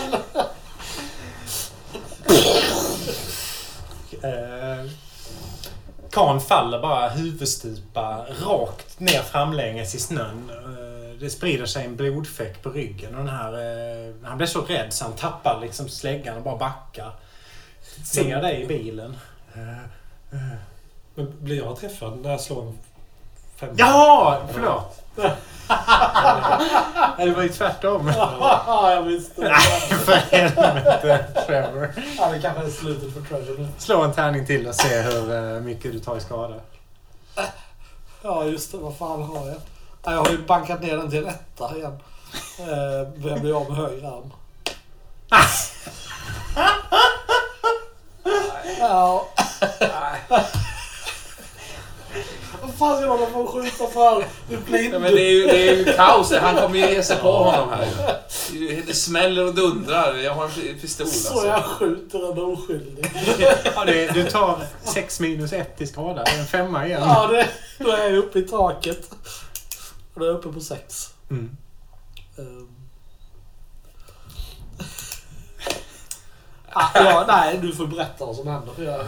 Kan faller bara huvudstupa rakt ner framlänges i snön. Det sprider sig en blodfläck på ryggen och den här, han blir så rädd så han tappar liksom släggan och bara backar. Ser dig i bilen. Men blir jag träffad när jag slår en 5? Ja, förlåt. Det var ju tvärtom. Jag visste det. Nej, för helvete, Trevor. Ja, det kanske är slutet för Trevor nu. Slå en tärning till och se hur mycket du tar i skada. Ja, just det. Vad fan har jag? Jag har ju bankat ner den till en etta igen. Jag blir av med höger arm. Ja. Vad fan ska de få skjuta för? Du blir Ja, men det är ju kaos. Han kommer ju ge sig på honom här. Det smäller och dundrar. Jag har en pistol alltså. Så jag skjuter en oskyldig. Ja, du tar 6 minus 1 i skada. Det är en 5 igen. Ja, då är jag uppe i taket. Och då är jag uppe på 6. Nej, du får berätta vad som händer.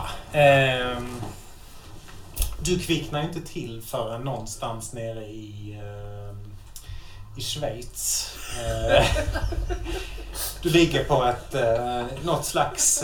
Du kvicknar inte till förrän någonstans nere i Schweiz. Du ligger på något slags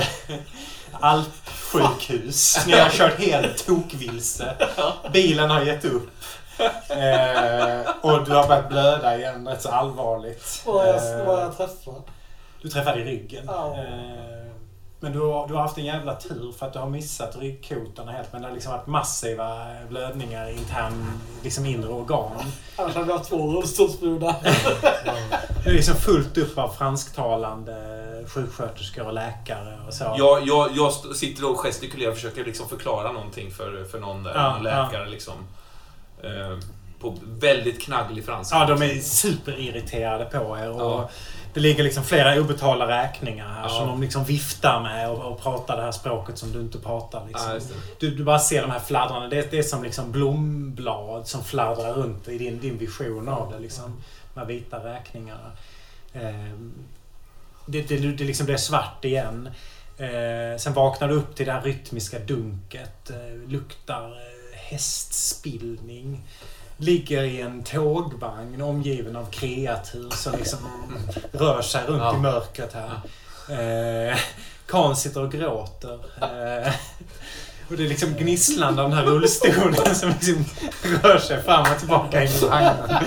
alpsjukhus. Ni har kört helt tokvilse. Bilen har gett upp. Och du har börjat blöda igen rätt så allvarligt. Vad jag träffade? Du träffade i ryggen. Ja. Men du har haft en jävla tur för att du har missat ryggkotorna helt. Men det har liksom varit massiva blödningar liksom inre organ. Annars hade jag 2 rullstolsbudar. Det är liksom fullt upp av fransktalande sjuksköterskor och läkare och så. Jag sitter och gestikulerar och försöker liksom förklara någonting för någon där. Någon läkare liksom. På väldigt knagglig franska. Ja, de är superirriterade på er och det ligger liksom flera obetalda räkningar här som de liksom viftar med och pratar det här språket som du inte pratar liksom. Du bara ser de här fladdrande, det är som liksom blomblad som fladdrar runt i din vision av det liksom, de här vita räkningarna. Det liksom blir svart igen. Sen vaknar du upp till det här rytmiska dunket, luktar hästspillning. Ligger i en tågvagn omgiven av kreatur som liksom rör sig runt i mörkret här. Kan sitter och gråter. Och det är liksom gnisslande av den här rullstolen som liksom rör sig fram och tillbaka in i vagnen.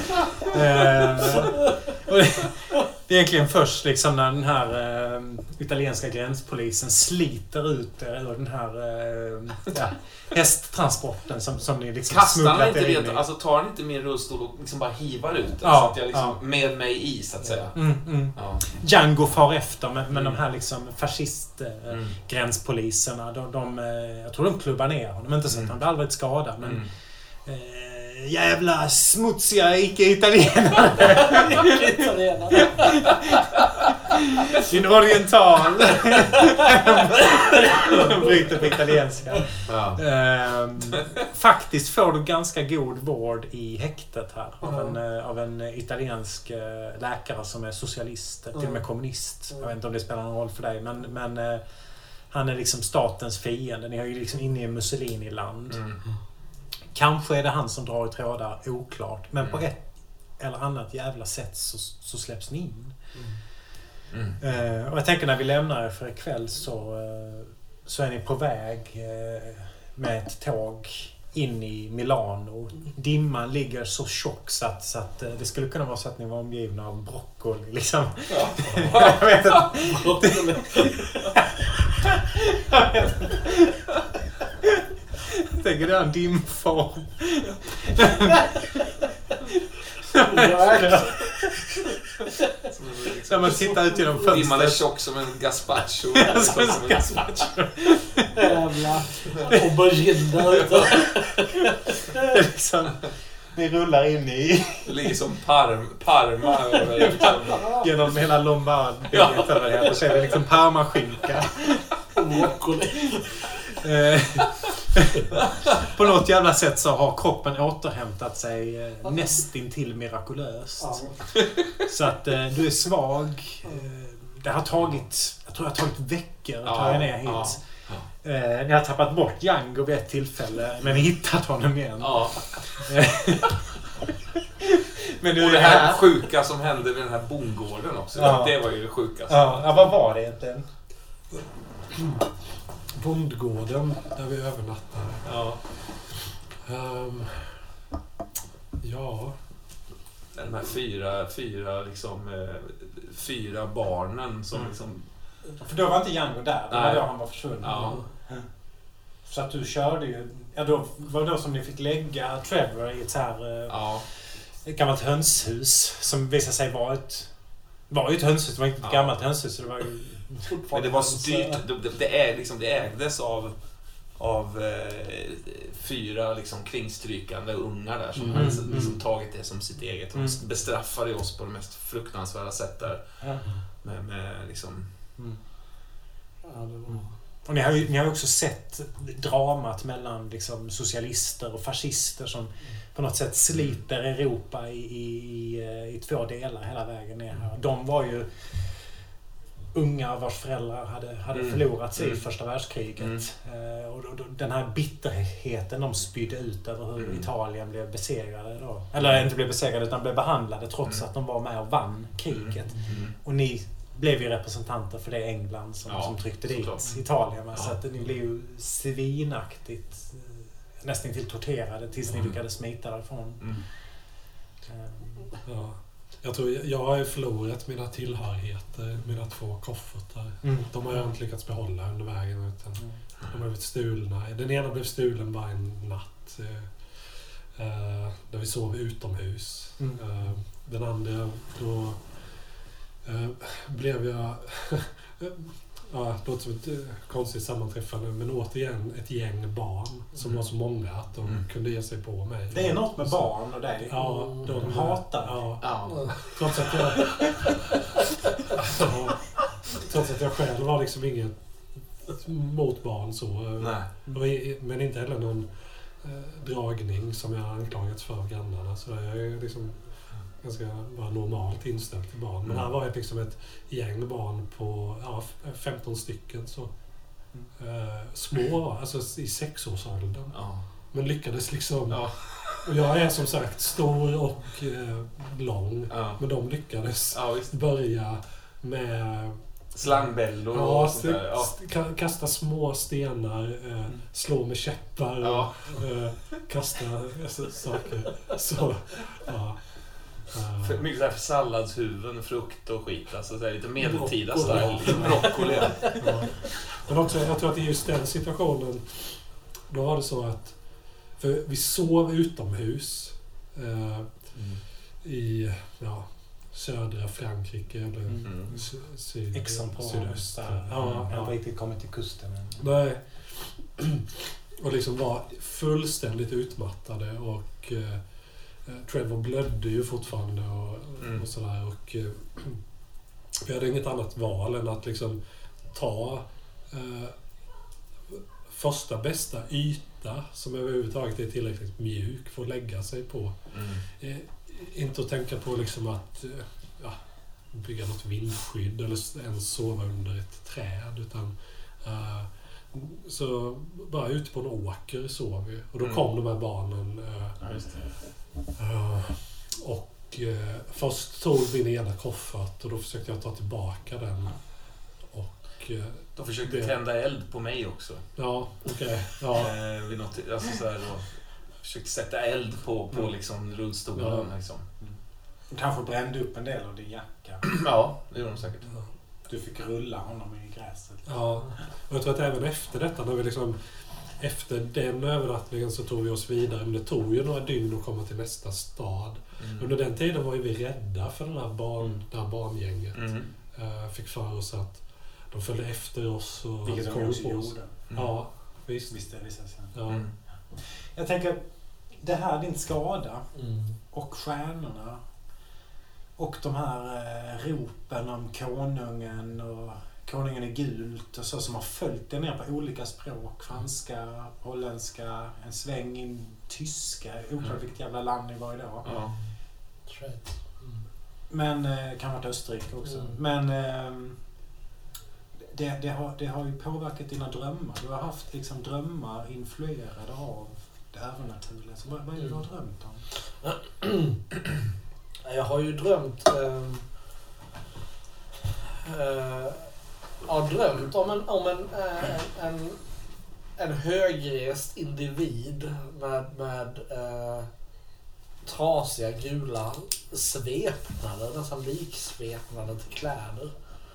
Och det är egentligen först liksom när den här italienska gränspolisen sliter ut ur den här hästtransporten som ni liksom smugglat in i. Alltså tar han inte min rullstol och liksom bara hivar ut den så att jag liksom med mig i så att säga. Django far efter men de här liksom fascistgränspoliserna jag tror de klubbar ner honom, inte så att han blir allvarligt skadad men jävla smutsiga icke-italienare. Din oriental. De bryter på italienska. Faktiskt får du ganska god vård i häktet här av en italiensk läkare som är socialist, till och med kommunist. Jag vet inte om det spelar någon roll för dig, men han är liksom statens fiende. Ni är ju liksom inne i Mussolini-land. Kanske är det han som drar i trådar, oklart. Men eller annat jävla sätt så släpps ni in. Och jag tänker när vi lämnar er för ikväll så är ni på väg med ett tåg in i Milano. Dimman ligger så tjock så att det skulle kunna vara så att ni var omgivna av broccoli liksom. Ja. Jag vet inte. Jag tänker det är en dimform. Så man tittar ut genom fönstret. Dimman är tjock som en gazpacho. Jävla aubergine ute. Liksom, ni rullar in i... Det ligger som Parma över. Genom hela Lombard-bygget över här. Så är det liksom parmaskinka. På något jävla sätt så har kroppen återhämtat sig nästintill mirakulöst. Så att du är svag. Det har tagit, jag tror det har tagit veckor att ta er ner hit. Ni har tappat bort Django vid ett tillfälle, men ni hittat honom igen. Men nu och det här sjuka som hände vid den här bondgården också. Det var ju det sjukaste. Ja, vad var det egentligen? Bondgården där vi övernattade. De här fyra barnen som liksom... För då var inte Django där, det var då han var försvunnen. Så att du körde ju... Ja, då var det då som ni fick lägga Trevor i ett så här... Ett gammalt hönshus som visade sig vara ett hönshus. Det var inte ett gammalt hönshus, så det var ju... Men det var styrt. Det ägdes av 4 liksom kringstrykande ungar där som hade liksom tagit det som sitt eget. De bestraffade oss på det mest fruktansvärda sätt där. Med liksom... Och ni har ju också sett dramat mellan liksom socialister och fascister som på något sätt sliter Europa i 2 delar hela vägen ner här. De var ju unga vars föräldrar hade förlorat sig i första världskriget. Och den här bitterheten de spydde ut över hur Italien blev besegrade då. Eller inte blev besegrade utan blev behandlade trots att de var med och vann kriget. Och ni blev ju representanter för det England som tryckte dit Italien. Så att ni blev ju svinaktigt nästan till torterade tills ni lyckades smita därifrån. Jag tror jag har förlorat mina tillhörigheter, mina 2 koffertar. De har jag inte lyckats behålla under vägen utan de har blivit stulna. Den ena blev stulen bara en natt där vi sov utomhus. Den andra då blev jag det låter som ett konstigt sammanträffande, men återigen ett gäng barn som var så många att de kunde ge sig på mig. Det är något med barn och dig. De hatar. Trots att jag själv var liksom inget mot barn så. Men inte heller någon dragning som jag anklagats för av grannarna. Så jag är liksom ganska bara normalt inställd till barn. Men här var det liksom ett gäng barn på 15 stycken så små, alltså i 6-årsåldern. Men lyckades liksom och jag är som sagt stor och lång, men de lyckades börja med slangbällor och sånt där. Kasta små stenar, slå med käppar och kasta saker. Så mycket så här salladshuvuden, frukt och skit. Alltså så här lite medeltida style. Broccoli. Men också, jag tror att i just den situationen då var det så att för vi sov utomhus i södra Frankrike eller sydöst. Jag har riktigt kommit till kusten. Nej. Och liksom var fullständigt utmattade och Trevor blödde ju fortfarande och sådär och vi hade inget annat val än att liksom ta första bästa yta som överhuvudtaget är tillräckligt mjuk för att lägga sig på. Inte att tänka på liksom att bygga något vindskydd eller ens sova under ett träd utan så bara ute på en åker sov vi och då kom de här barnen och först tog min ena koffert och då försökte jag ta tillbaka den. Och de försökte tända eld på mig också. Ja, okej. Ja. Vid något, alltså så här då, försökte sätta eld på liksom rullstolen. Ja. Liksom. Du kanske brände upp en del av din jacka. Ja, det gjorde de säkert. Du fick rulla honom i gräset. Ja, och jag tror att även efter detta, när vi liksom, efter den övernattningen så tog vi oss vidare. Men det tog ju några dygn att komma till nästa stad. Under den tiden var ju vi rädda för det här barngänget. Fick för oss att de följde efter oss och vilket de också gjorde. Ja, visst. Visst är det så sen. Ja. Jag tänker, det här din skada och stjärnorna och de här ropen om konungen och konungen är gult och så som har följt det ner på olika språk. Franska, holländska, en sväng in tyska. Oklart vilket jävla land ni var idag. Ja. Men kan vara Österrike också. Men det har ju påverkat dina drömmar. Du har haft liksom drömmar influerade av det övernaturliga. Så vad är det du har drömt om? Jag har ju drömt om en högrest individ med trasiga gula svepnader, nästan liksvepnader till kläder.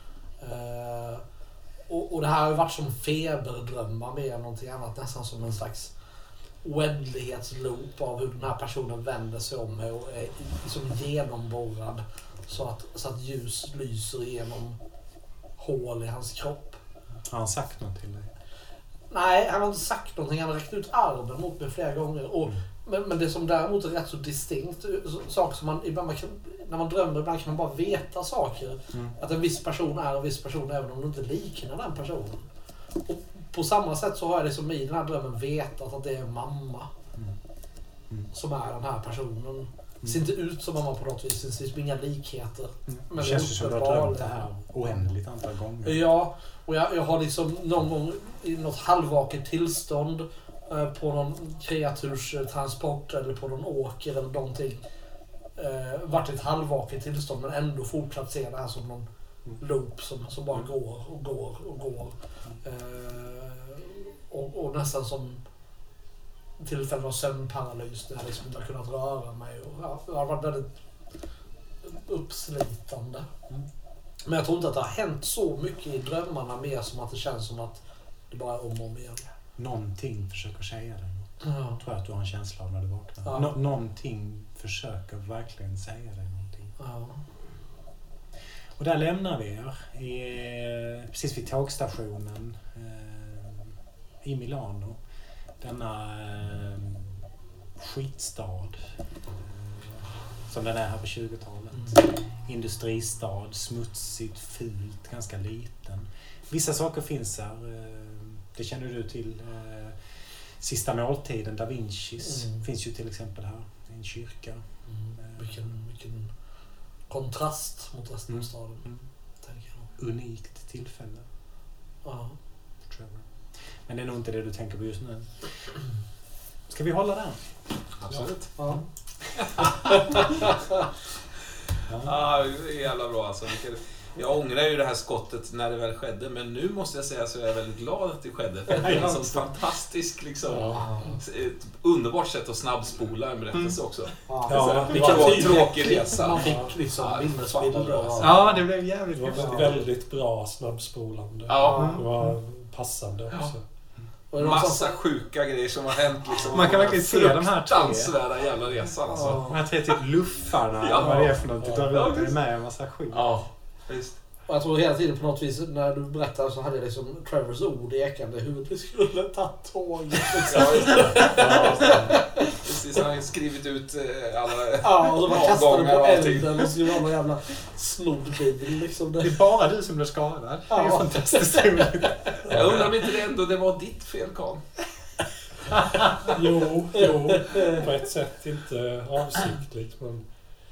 Och det här har ju varit som feberdrömmar mer än någonting annat, nästan som en slags oändlighetsloop av hur den här personen vänder sig om och är liksom genomborrad så att ljus lyser igenom hål i hans kropp. Har han sagt något till dig? Nej, han har inte sagt någonting. Han har räckt ut armen mot mig flera gånger. Men det som däremot är rätt så distinkt, saker som när man drömmer ibland kan man bara veta saker. Att en viss person är en viss person även om du inte liknar den personen. Och på samma sätt så har jag liksom i den här drömmen vetat att det är mamma som är den här personen. Det ser inte ut som mamma på något vis. Det finns inga likheter. Men det känns ju som att du har drömt det här oändligt antal gånger. Ja, och jag har liksom någon gång i något halvvaket tillstånd på någon kreaturstransport eller på någon åker eller någonting varit i ett halvvaket tillstånd men ändå fortsatt se det här som någon loop som bara går och går och går. Och nästan som tillfällen av sömnparalys när jag liksom inte har kunnat röra mig. Och, det har varit väldigt uppslitande. Men jag tror inte att det har hänt så mycket i drömmarna mer som att det känns som att det bara är om och om igen. Någonting försöker säga dig något. Jag tror att du har en känsla av när du vaknar. Ja. Någonting försöker verkligen säga dig någonting. Ja. Och där lämnar vi er precis vid tågstationen i Milano. Denna skitstad som den är här på 20-talet. Industristad, smutsigt, fult, ganska liten. Vissa saker finns här. Det känner du till. Sista måltiden, Da Vincis, finns ju till exempel här. En kyrka. Vilken kontrast mot resten av staden. Tänker jag. Unikt tillfälle. Ja. Trevor. Men det är nog inte det du tänker på just nu. Ska vi hålla den? Absolut. Ja. Ja, det är jävla bra alltså. Jag ångrar ju det här skottet när det väl skedde, men nu måste jag säga så är jag väldigt glad att det skedde. För det är en sån fantastisk, liksom, ett underbart sätt att snabbspola en berättelse också. Ja, det var en tråkig resa. Man fick liksom minnesbilder. Ja, det blev jävligt bra. Det var väldigt bra snabbspolande. Ja. Det var passande också. Massa sjuka grejer som har hänt liksom. Man kan verkligen se de här fruktansvärda jävla resan alltså. De här tre typ luffarna, vad det är för något. Du tar runt dig med en massa skit. Ja, visst. Och jag tror hela tiden på något vis när du berättade så hade jag liksom Trevors ord ekande i huvudet. Vi skulle ta tåget. Precis, han har skrivit ut alla ja, och så bara kastade på och elden och så var någon jävla snoddbil liksom. Det är bara du som blir skadad. Det är fantastiskt roligt. Jag undrar om inte det var ditt fel, Karl. Jo, på ett sätt inte avsiktligt, men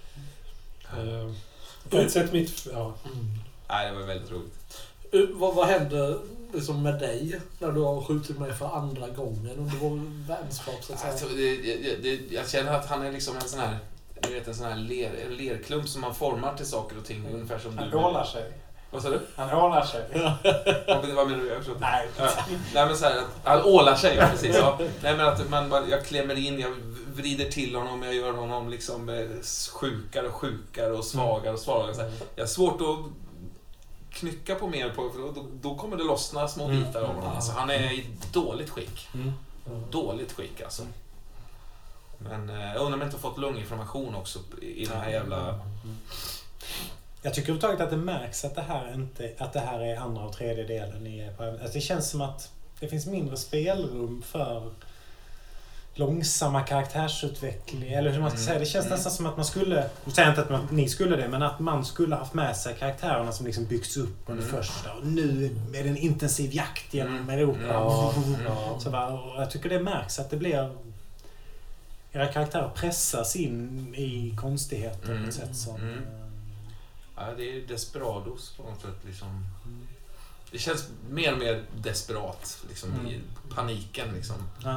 på ett sätt mitt... Ja. Nej, det var väldigt roligt. Vad händer liksom med dig när du har skjutit mig för andra gången under vår vänskap så att säga? Alltså, jag känner att han är liksom en sån här ni vet en sån här lerklump som man formar till saker och ting. Ungefär som Han ålar sig. Vad sa du? Han ålar sig. Vad menar du? Jag förstår inte. Nej. Nej men så här, att han ålar sig, ja, precis. Ja. Nej men att jag klämmer in, jag vrider till honom, jag gör honom liksom sjukare och svagare och svagare. Så här. Jag har svårt att knycka på mer på, för då kommer det lossna små bitar av honom. Alltså, han är i dåligt skick. Dåligt skick alltså. Men jag undrar om jag inte har fått lunginflammation också i den här jävla... Jag tycker överhuvudtaget att det märks att det här är andra och tredje delen alltså det känns som att det finns mindre spelrum för långsamma karaktärsutveckling, eller hur man ska säga. Det känns nästan som att man skulle, jag säger inte att ni skulle det, men att man skulle haft med sig karaktärerna som liksom byggts upp under första, och nu är det en intensiv jakt genom Europa. Så och jag tycker det märks att det blir, era karaktärer pressas in i konstigheter på ett sätt som... Ja, det är desperados på något sätt liksom. Det känns mer och mer desperat liksom, i paniken liksom.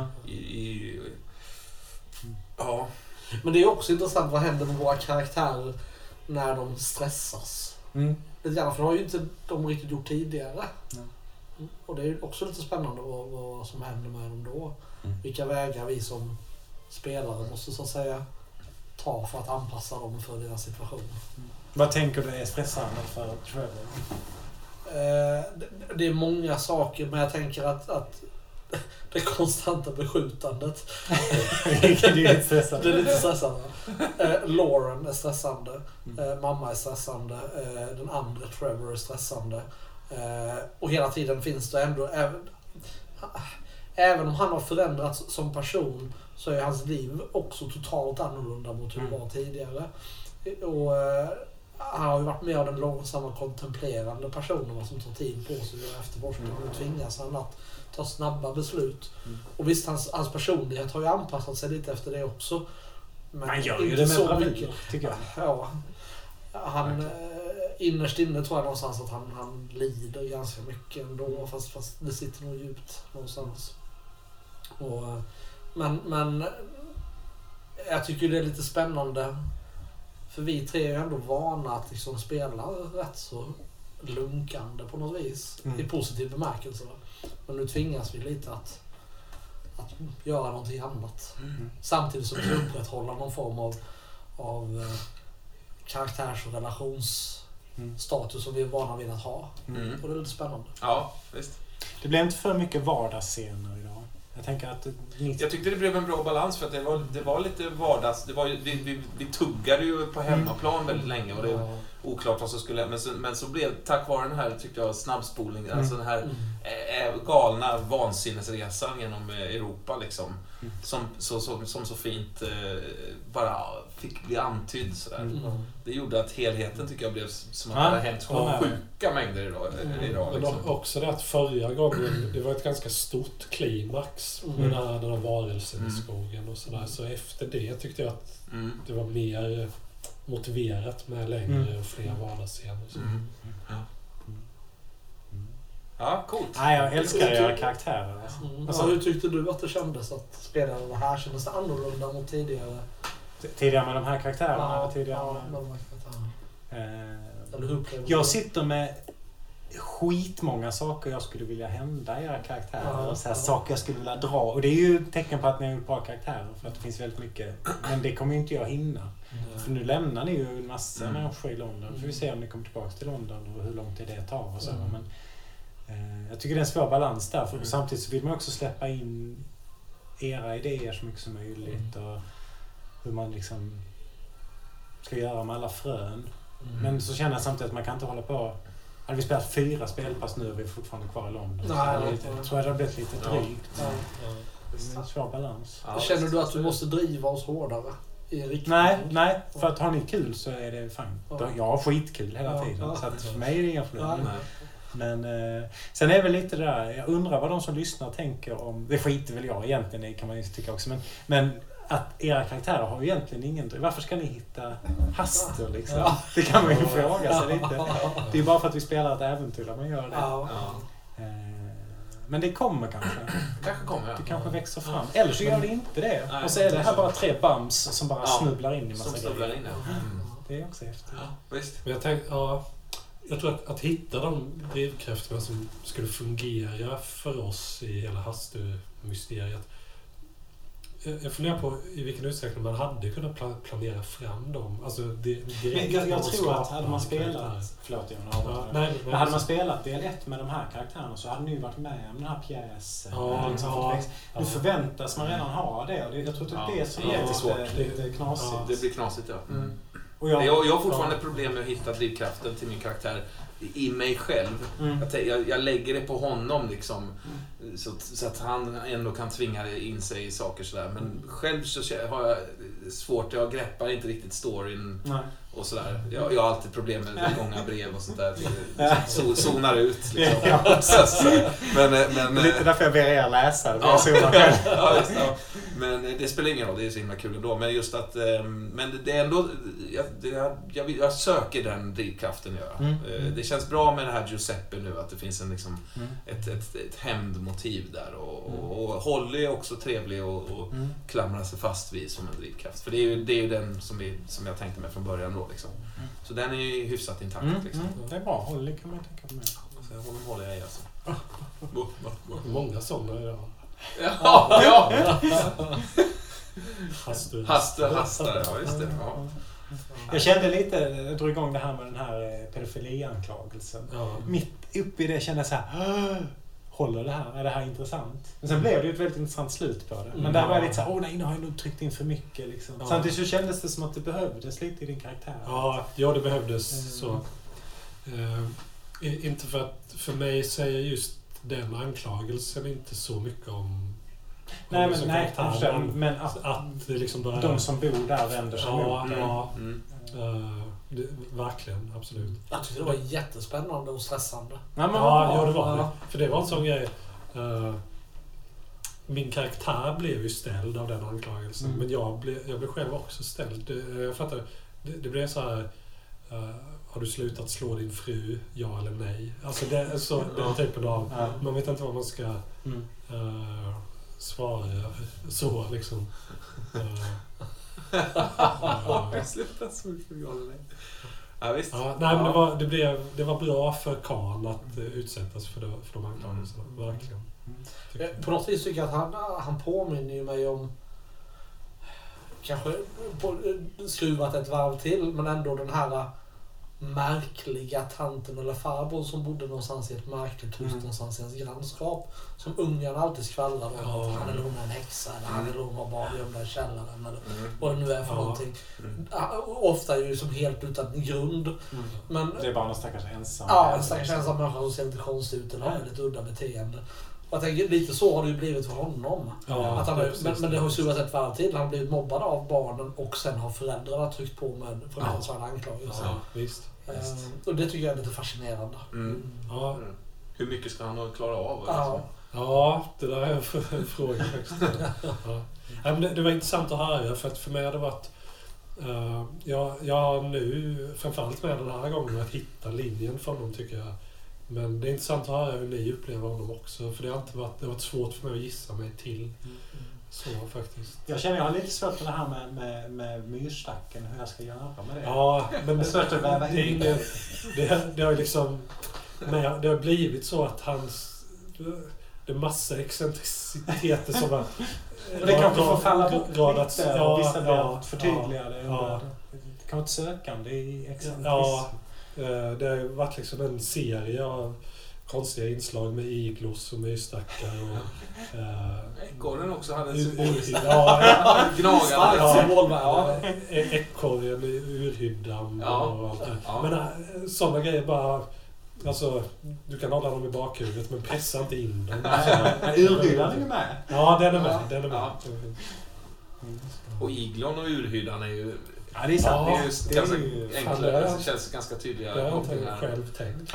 Ja. Men det är också intressant vad händer med våra karaktärer när de stressas. Lite grann, för det har ju inte de riktigt gjort tidigare. Och det är också lite spännande vad som händer med dem då. Vilka vägar vi som spelare måste så att säga ta för att anpassa dem för deras situation. Vad tänker du är stressande för Trevor? Det är många saker, men jag tänker att det konstanta beskjutandet det är stressande. Det är lite stressande. Lauren är stressande. Mamma är stressande. Den andra Trevor är stressande. Och hela tiden finns det ändå, även om han har förändrats som person, så är hans liv också totalt annorlunda mot hur det var tidigare. Och han har ju varit med av den långsamma kontemplerande personen som tar tid på sig att göra efterforskning. Nu tvingas han att ta snabba beslut. Och visst, hans personlighet har ju anpassat sig lite efter det också. Men han gör ju det med bravur, tycker jag. Ja. Han innerst inne tror jag någonstans att han lider ganska mycket ändå, fast det sitter nog djupt någonstans. Och, men jag tycker det är lite spännande, för vi tre är ju ändå vana att liksom spela rätt så lunkande på något vis, i positiv bemärkelse. Men nu tvingas vi lite att göra någonting annat. Samtidigt som vi upprätthåller någon form av karaktärs- och relationsstatus som vi är vana vid att ha. Och det är lite spännande. Ja, visst. Det blev inte för mycket vardagsscener idag. Jag tänker att jag tyckte det blev en bra balans, för att det var lite vardags. Vi tuggade ju på hemmaplan väldigt länge, och det är oklart vad som skulle, men så blev, tack vare den här, tyckte jag, snabbspolning, alltså den här galna vansinnesresan genom Europa liksom, som så fint bara fick bli antydd sådär. Det gjorde att helheten, tycker jag, blev som att det hade hänt sjuka mängder idag men liksom. också det att förra gången det var ett ganska stort klimax med den här varelsen i skogen och sådär, så efter det tyckte jag att det var mer motiverat med längre och fler vardagsscener. Ja, coolt. Nej, jag älskar era karaktärer. Alltså. Hur tyckte du att det kändes att spela det här? Kändes det annorlunda mot tidigare? Tidigare med de här karaktärerna? Eller tidigare med de här karaktärerna. Eller hur jag sitter med skitmånga saker jag skulle vilja hända i era karaktärer. Så här saker jag skulle vilja dra. Och det är ju ett tecken på att ni är bra karaktärer, för att det finns väldigt mycket. Men det kommer ju inte jag hinna. För nu lämnar ni ju en massa människor i London. Får vi se om ni kommer tillbaka till London och hur lång tid det tar och så. Men jag tycker det är en svår balans där. För samtidigt så vill man också släppa in era idéer så mycket som möjligt. Och hur man liksom ska göra med alla frön. Men så känner jag samtidigt att man kan inte hålla på. Hade vi spelat 4 spelpass nu och vi är fortfarande kvar i London. Jag tror att det har blivit lite drygt. Det är en svår balans. Känner du att du måste driva oss hårdare i en riktning? Nej, för att har ni kul så är det fint. Jag har skitkul hela tiden. Så att för mig är det inga problem. Men sen är det väl lite där, jag undrar vad de som lyssnar tänker om, det skiter väl jag egentligen i, kan man ju tycka också, men att era karaktärer har ju egentligen ingen, varför ska ni hitta haster liksom? Det kan man ju fråga sig lite. Det är bara för att vi spelar ett äventyr där man gör det. Men det kommer kanske. Kanske kommer, ja. Det kanske växer fram. Eller så gör det inte det. Nej, och så är det här bara 3 bums som bara snubblar in i massa som snubblar in, Det är också häftigt. Ja, visst. Men jag tror att hitta de drivkrafterna som skulle fungera för oss i hela Hastu-mysteriet. Jag funderar på i vilken utsträckning man hade kunnat planera fram dem. Alltså jag tror att hade man spelat... Förlåt, hade man spelat del 1 med de här karaktärerna så hade ni ju varit med om den här pjäsen. Nu förväntas man redan ha det. Och jag tror att det är så lite knasigt. Det blir knasigt, ja. Och jag har fortfarande problem med att hitta drivkraften till min karaktär i mig själv. Jag lägger det på honom liksom, så att han ändå kan tvinga in sig i saker sådär. Men själv så har jag svårt, jag greppar inte riktigt storyn och sådär. Jag har alltid problem med långa brev och sånt där. Zonar ut liksom. Men lite därför jag ber er läsa det. Men det spelar ingen roll, det är så himla kul ändå. Men just att, men det är ändå, jag söker den drivkraften jag. Det känns bra med det här Giuseppe nu, att det finns en liksom ett hämndmotiv där. Och Holly är också trevlig och klamrar sig fast vid som en drivkraft. För det är ju den som jag tänkte med från början då liksom. Så den är ju hyfsat intakt liksom. Det är bra, Holly kan man tänka på med. Så honom håller jag i alltså. Många sådana idag. Ja. Hastare, ja just det. Ja. Jag kände lite, jag drog igång det här med den här pedofilianklagelsen. Mitt uppe i det kände jag så här, håller det här? Är det här intressant? Men sen blev det ju ett väldigt intressant slut på det. Men där var jag lite så här, nej, nu har jag nog tryckt in för mycket liksom. Samtidigt så kändes det som att det behövdes lite i din karaktär. Ja, det behövdes så. Inte för mig säger just den anklagelsen inte så mycket om men att det liksom bara de som bor där vänder sig mot verkligen, absolut. Jag tyckte det var jättespännande och stressande. Det var det. För det var en sån grej. Min karaktär blev ju ställd av den anklagelsen, men jag blev själv också ställd. Jag fattar. Det blev så här. Har du slutat slå din fru? Ja eller nej? Alltså den typen av... Man vet inte vad man ska svara så liksom. Slutat slå din fru? Ja eller nej? Ja, visst. Men det var bra för Khan att utsättas för de anklagelserna. Verkligen. På något vis tycker jag att han påminner ju mig om kanske skruvat ett varv till, men ändå den här märkliga tanten eller farbror som bodde någonstans i ett märkligt hus någonstans i ens grannskap, som ungarna alltid skvallrade om att han eller hon är en häxa eller han eller hon har barn gömda i källaren eller vad det nu är för någonting. Ofta ju som helt utan grund. Men det är bara någon stackars ensam. Ja, en stackars ensam människa som ser lite konstigt ut eller har lite udda beteende. Och jag tänker, lite så har det ju blivit för honom. Att han men det har ju skruvat ett varv till. Han har blivit mobbad av barnen och sen har föräldrarna tryckt på med fruktansvärda anklagelser. Visst. Och det tycker jag är lite fascinerande. Hur mycket ska han klara av? Ja, det där är en fråga faktiskt. Men det var intressant att höra, för att för mig har det varit jag har nu framförallt med den här gången att hitta linjen för honom, tycker jag. Men det är intressant att höra hur ni upplever honom också, för det har varit svårt för mig att gissa mig till så faktiskt. Jag känner jag har lite svårt med det här med myrstacken, hur jag ska göra med det. Ja, men det har liksom det har blivit så att det är massa excentriciteter som har och det kanske får falla bort lite och vissa blir förtydligade. Det kan vara ett sökande i excentrism. Det har varit liksom en serie av konstiga inslag med iglos och myrstackar och ekorren också hade en gnagande ekorren i urhyddan och allt det. Men sådana grejer bara, alltså, du kan hålla dem i bakhuvudet men pressa inte in dem. Urhyddan är ju med. Ja, den är med. Och iglon och urhyddan är ju... Ja, det är sant. Det är ganska enklare. Det känns ganska tydliga. Jag har inte själv tänkt.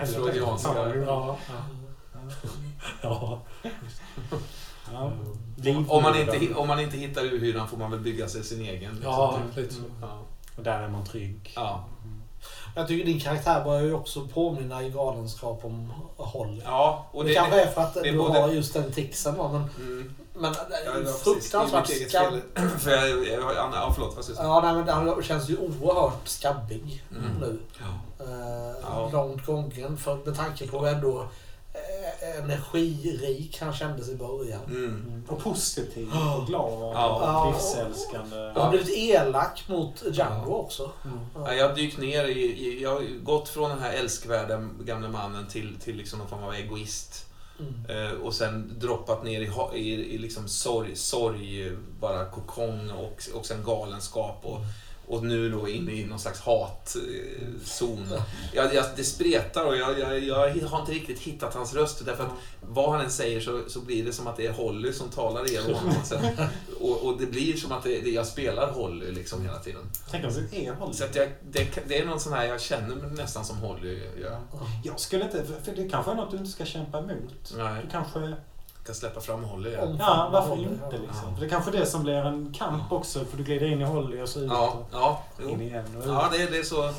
Om man inte hittar urhyddan får man väl bygga sig sin egen. Ja, lite så. Och där är man trygg. Ja. Jag tycker din karaktär börjar ju också påminna i galenskap om Holly. Ja, och det kanske är för att du både... har just den tixen va, men fruktansvärt skabb. Förlåt, vad ska jag säga? Ja, nej, men han känns ju oerhört skabbig nu. Långt gången med tanke på ändå energirik han kändes i början. Och positiv och glad och livsälskande. Han har blivit elak mot Django också. Jag har dykt ner jag har gått från den här älskvärda gamla mannen till liksom någon form av egoist. Och sen droppat ner i liksom sorg bara kokong och sen galenskap och nu då inne i någon slags hatzon. Det spretar och jag har inte riktigt hittat hans röst därför att vad han än säger så blir det som att det är Holly som talar igenom honom. Och det blir som att jag spelar Holly liksom hela tiden. Tänk om det är Holly. Så att det är någon sån här, jag känner mig nästan som Holly. Jag skulle inte, för det kanske är något du inte ska kämpa emot. Nej. Du kanske kan släppa fram Holly. Ja, varför inte liksom? För det är kanske det som blir en kamp också, för du glider in i Holly och så ut in igen och ut. Ja, det är så.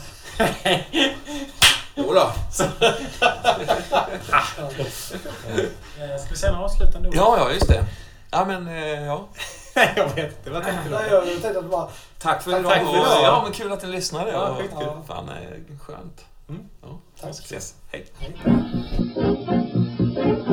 Jodå. Ska vi säga några avslutande ord? Ja, just det. Ja, men ja. Jag vet inte, vad tänkte du? Jag tänkte att bara... Tack för idag. Ja, men kul att ni lyssnade. Ja, skitkul. Fan, skönt. Tack. Ses. Hej. Hej.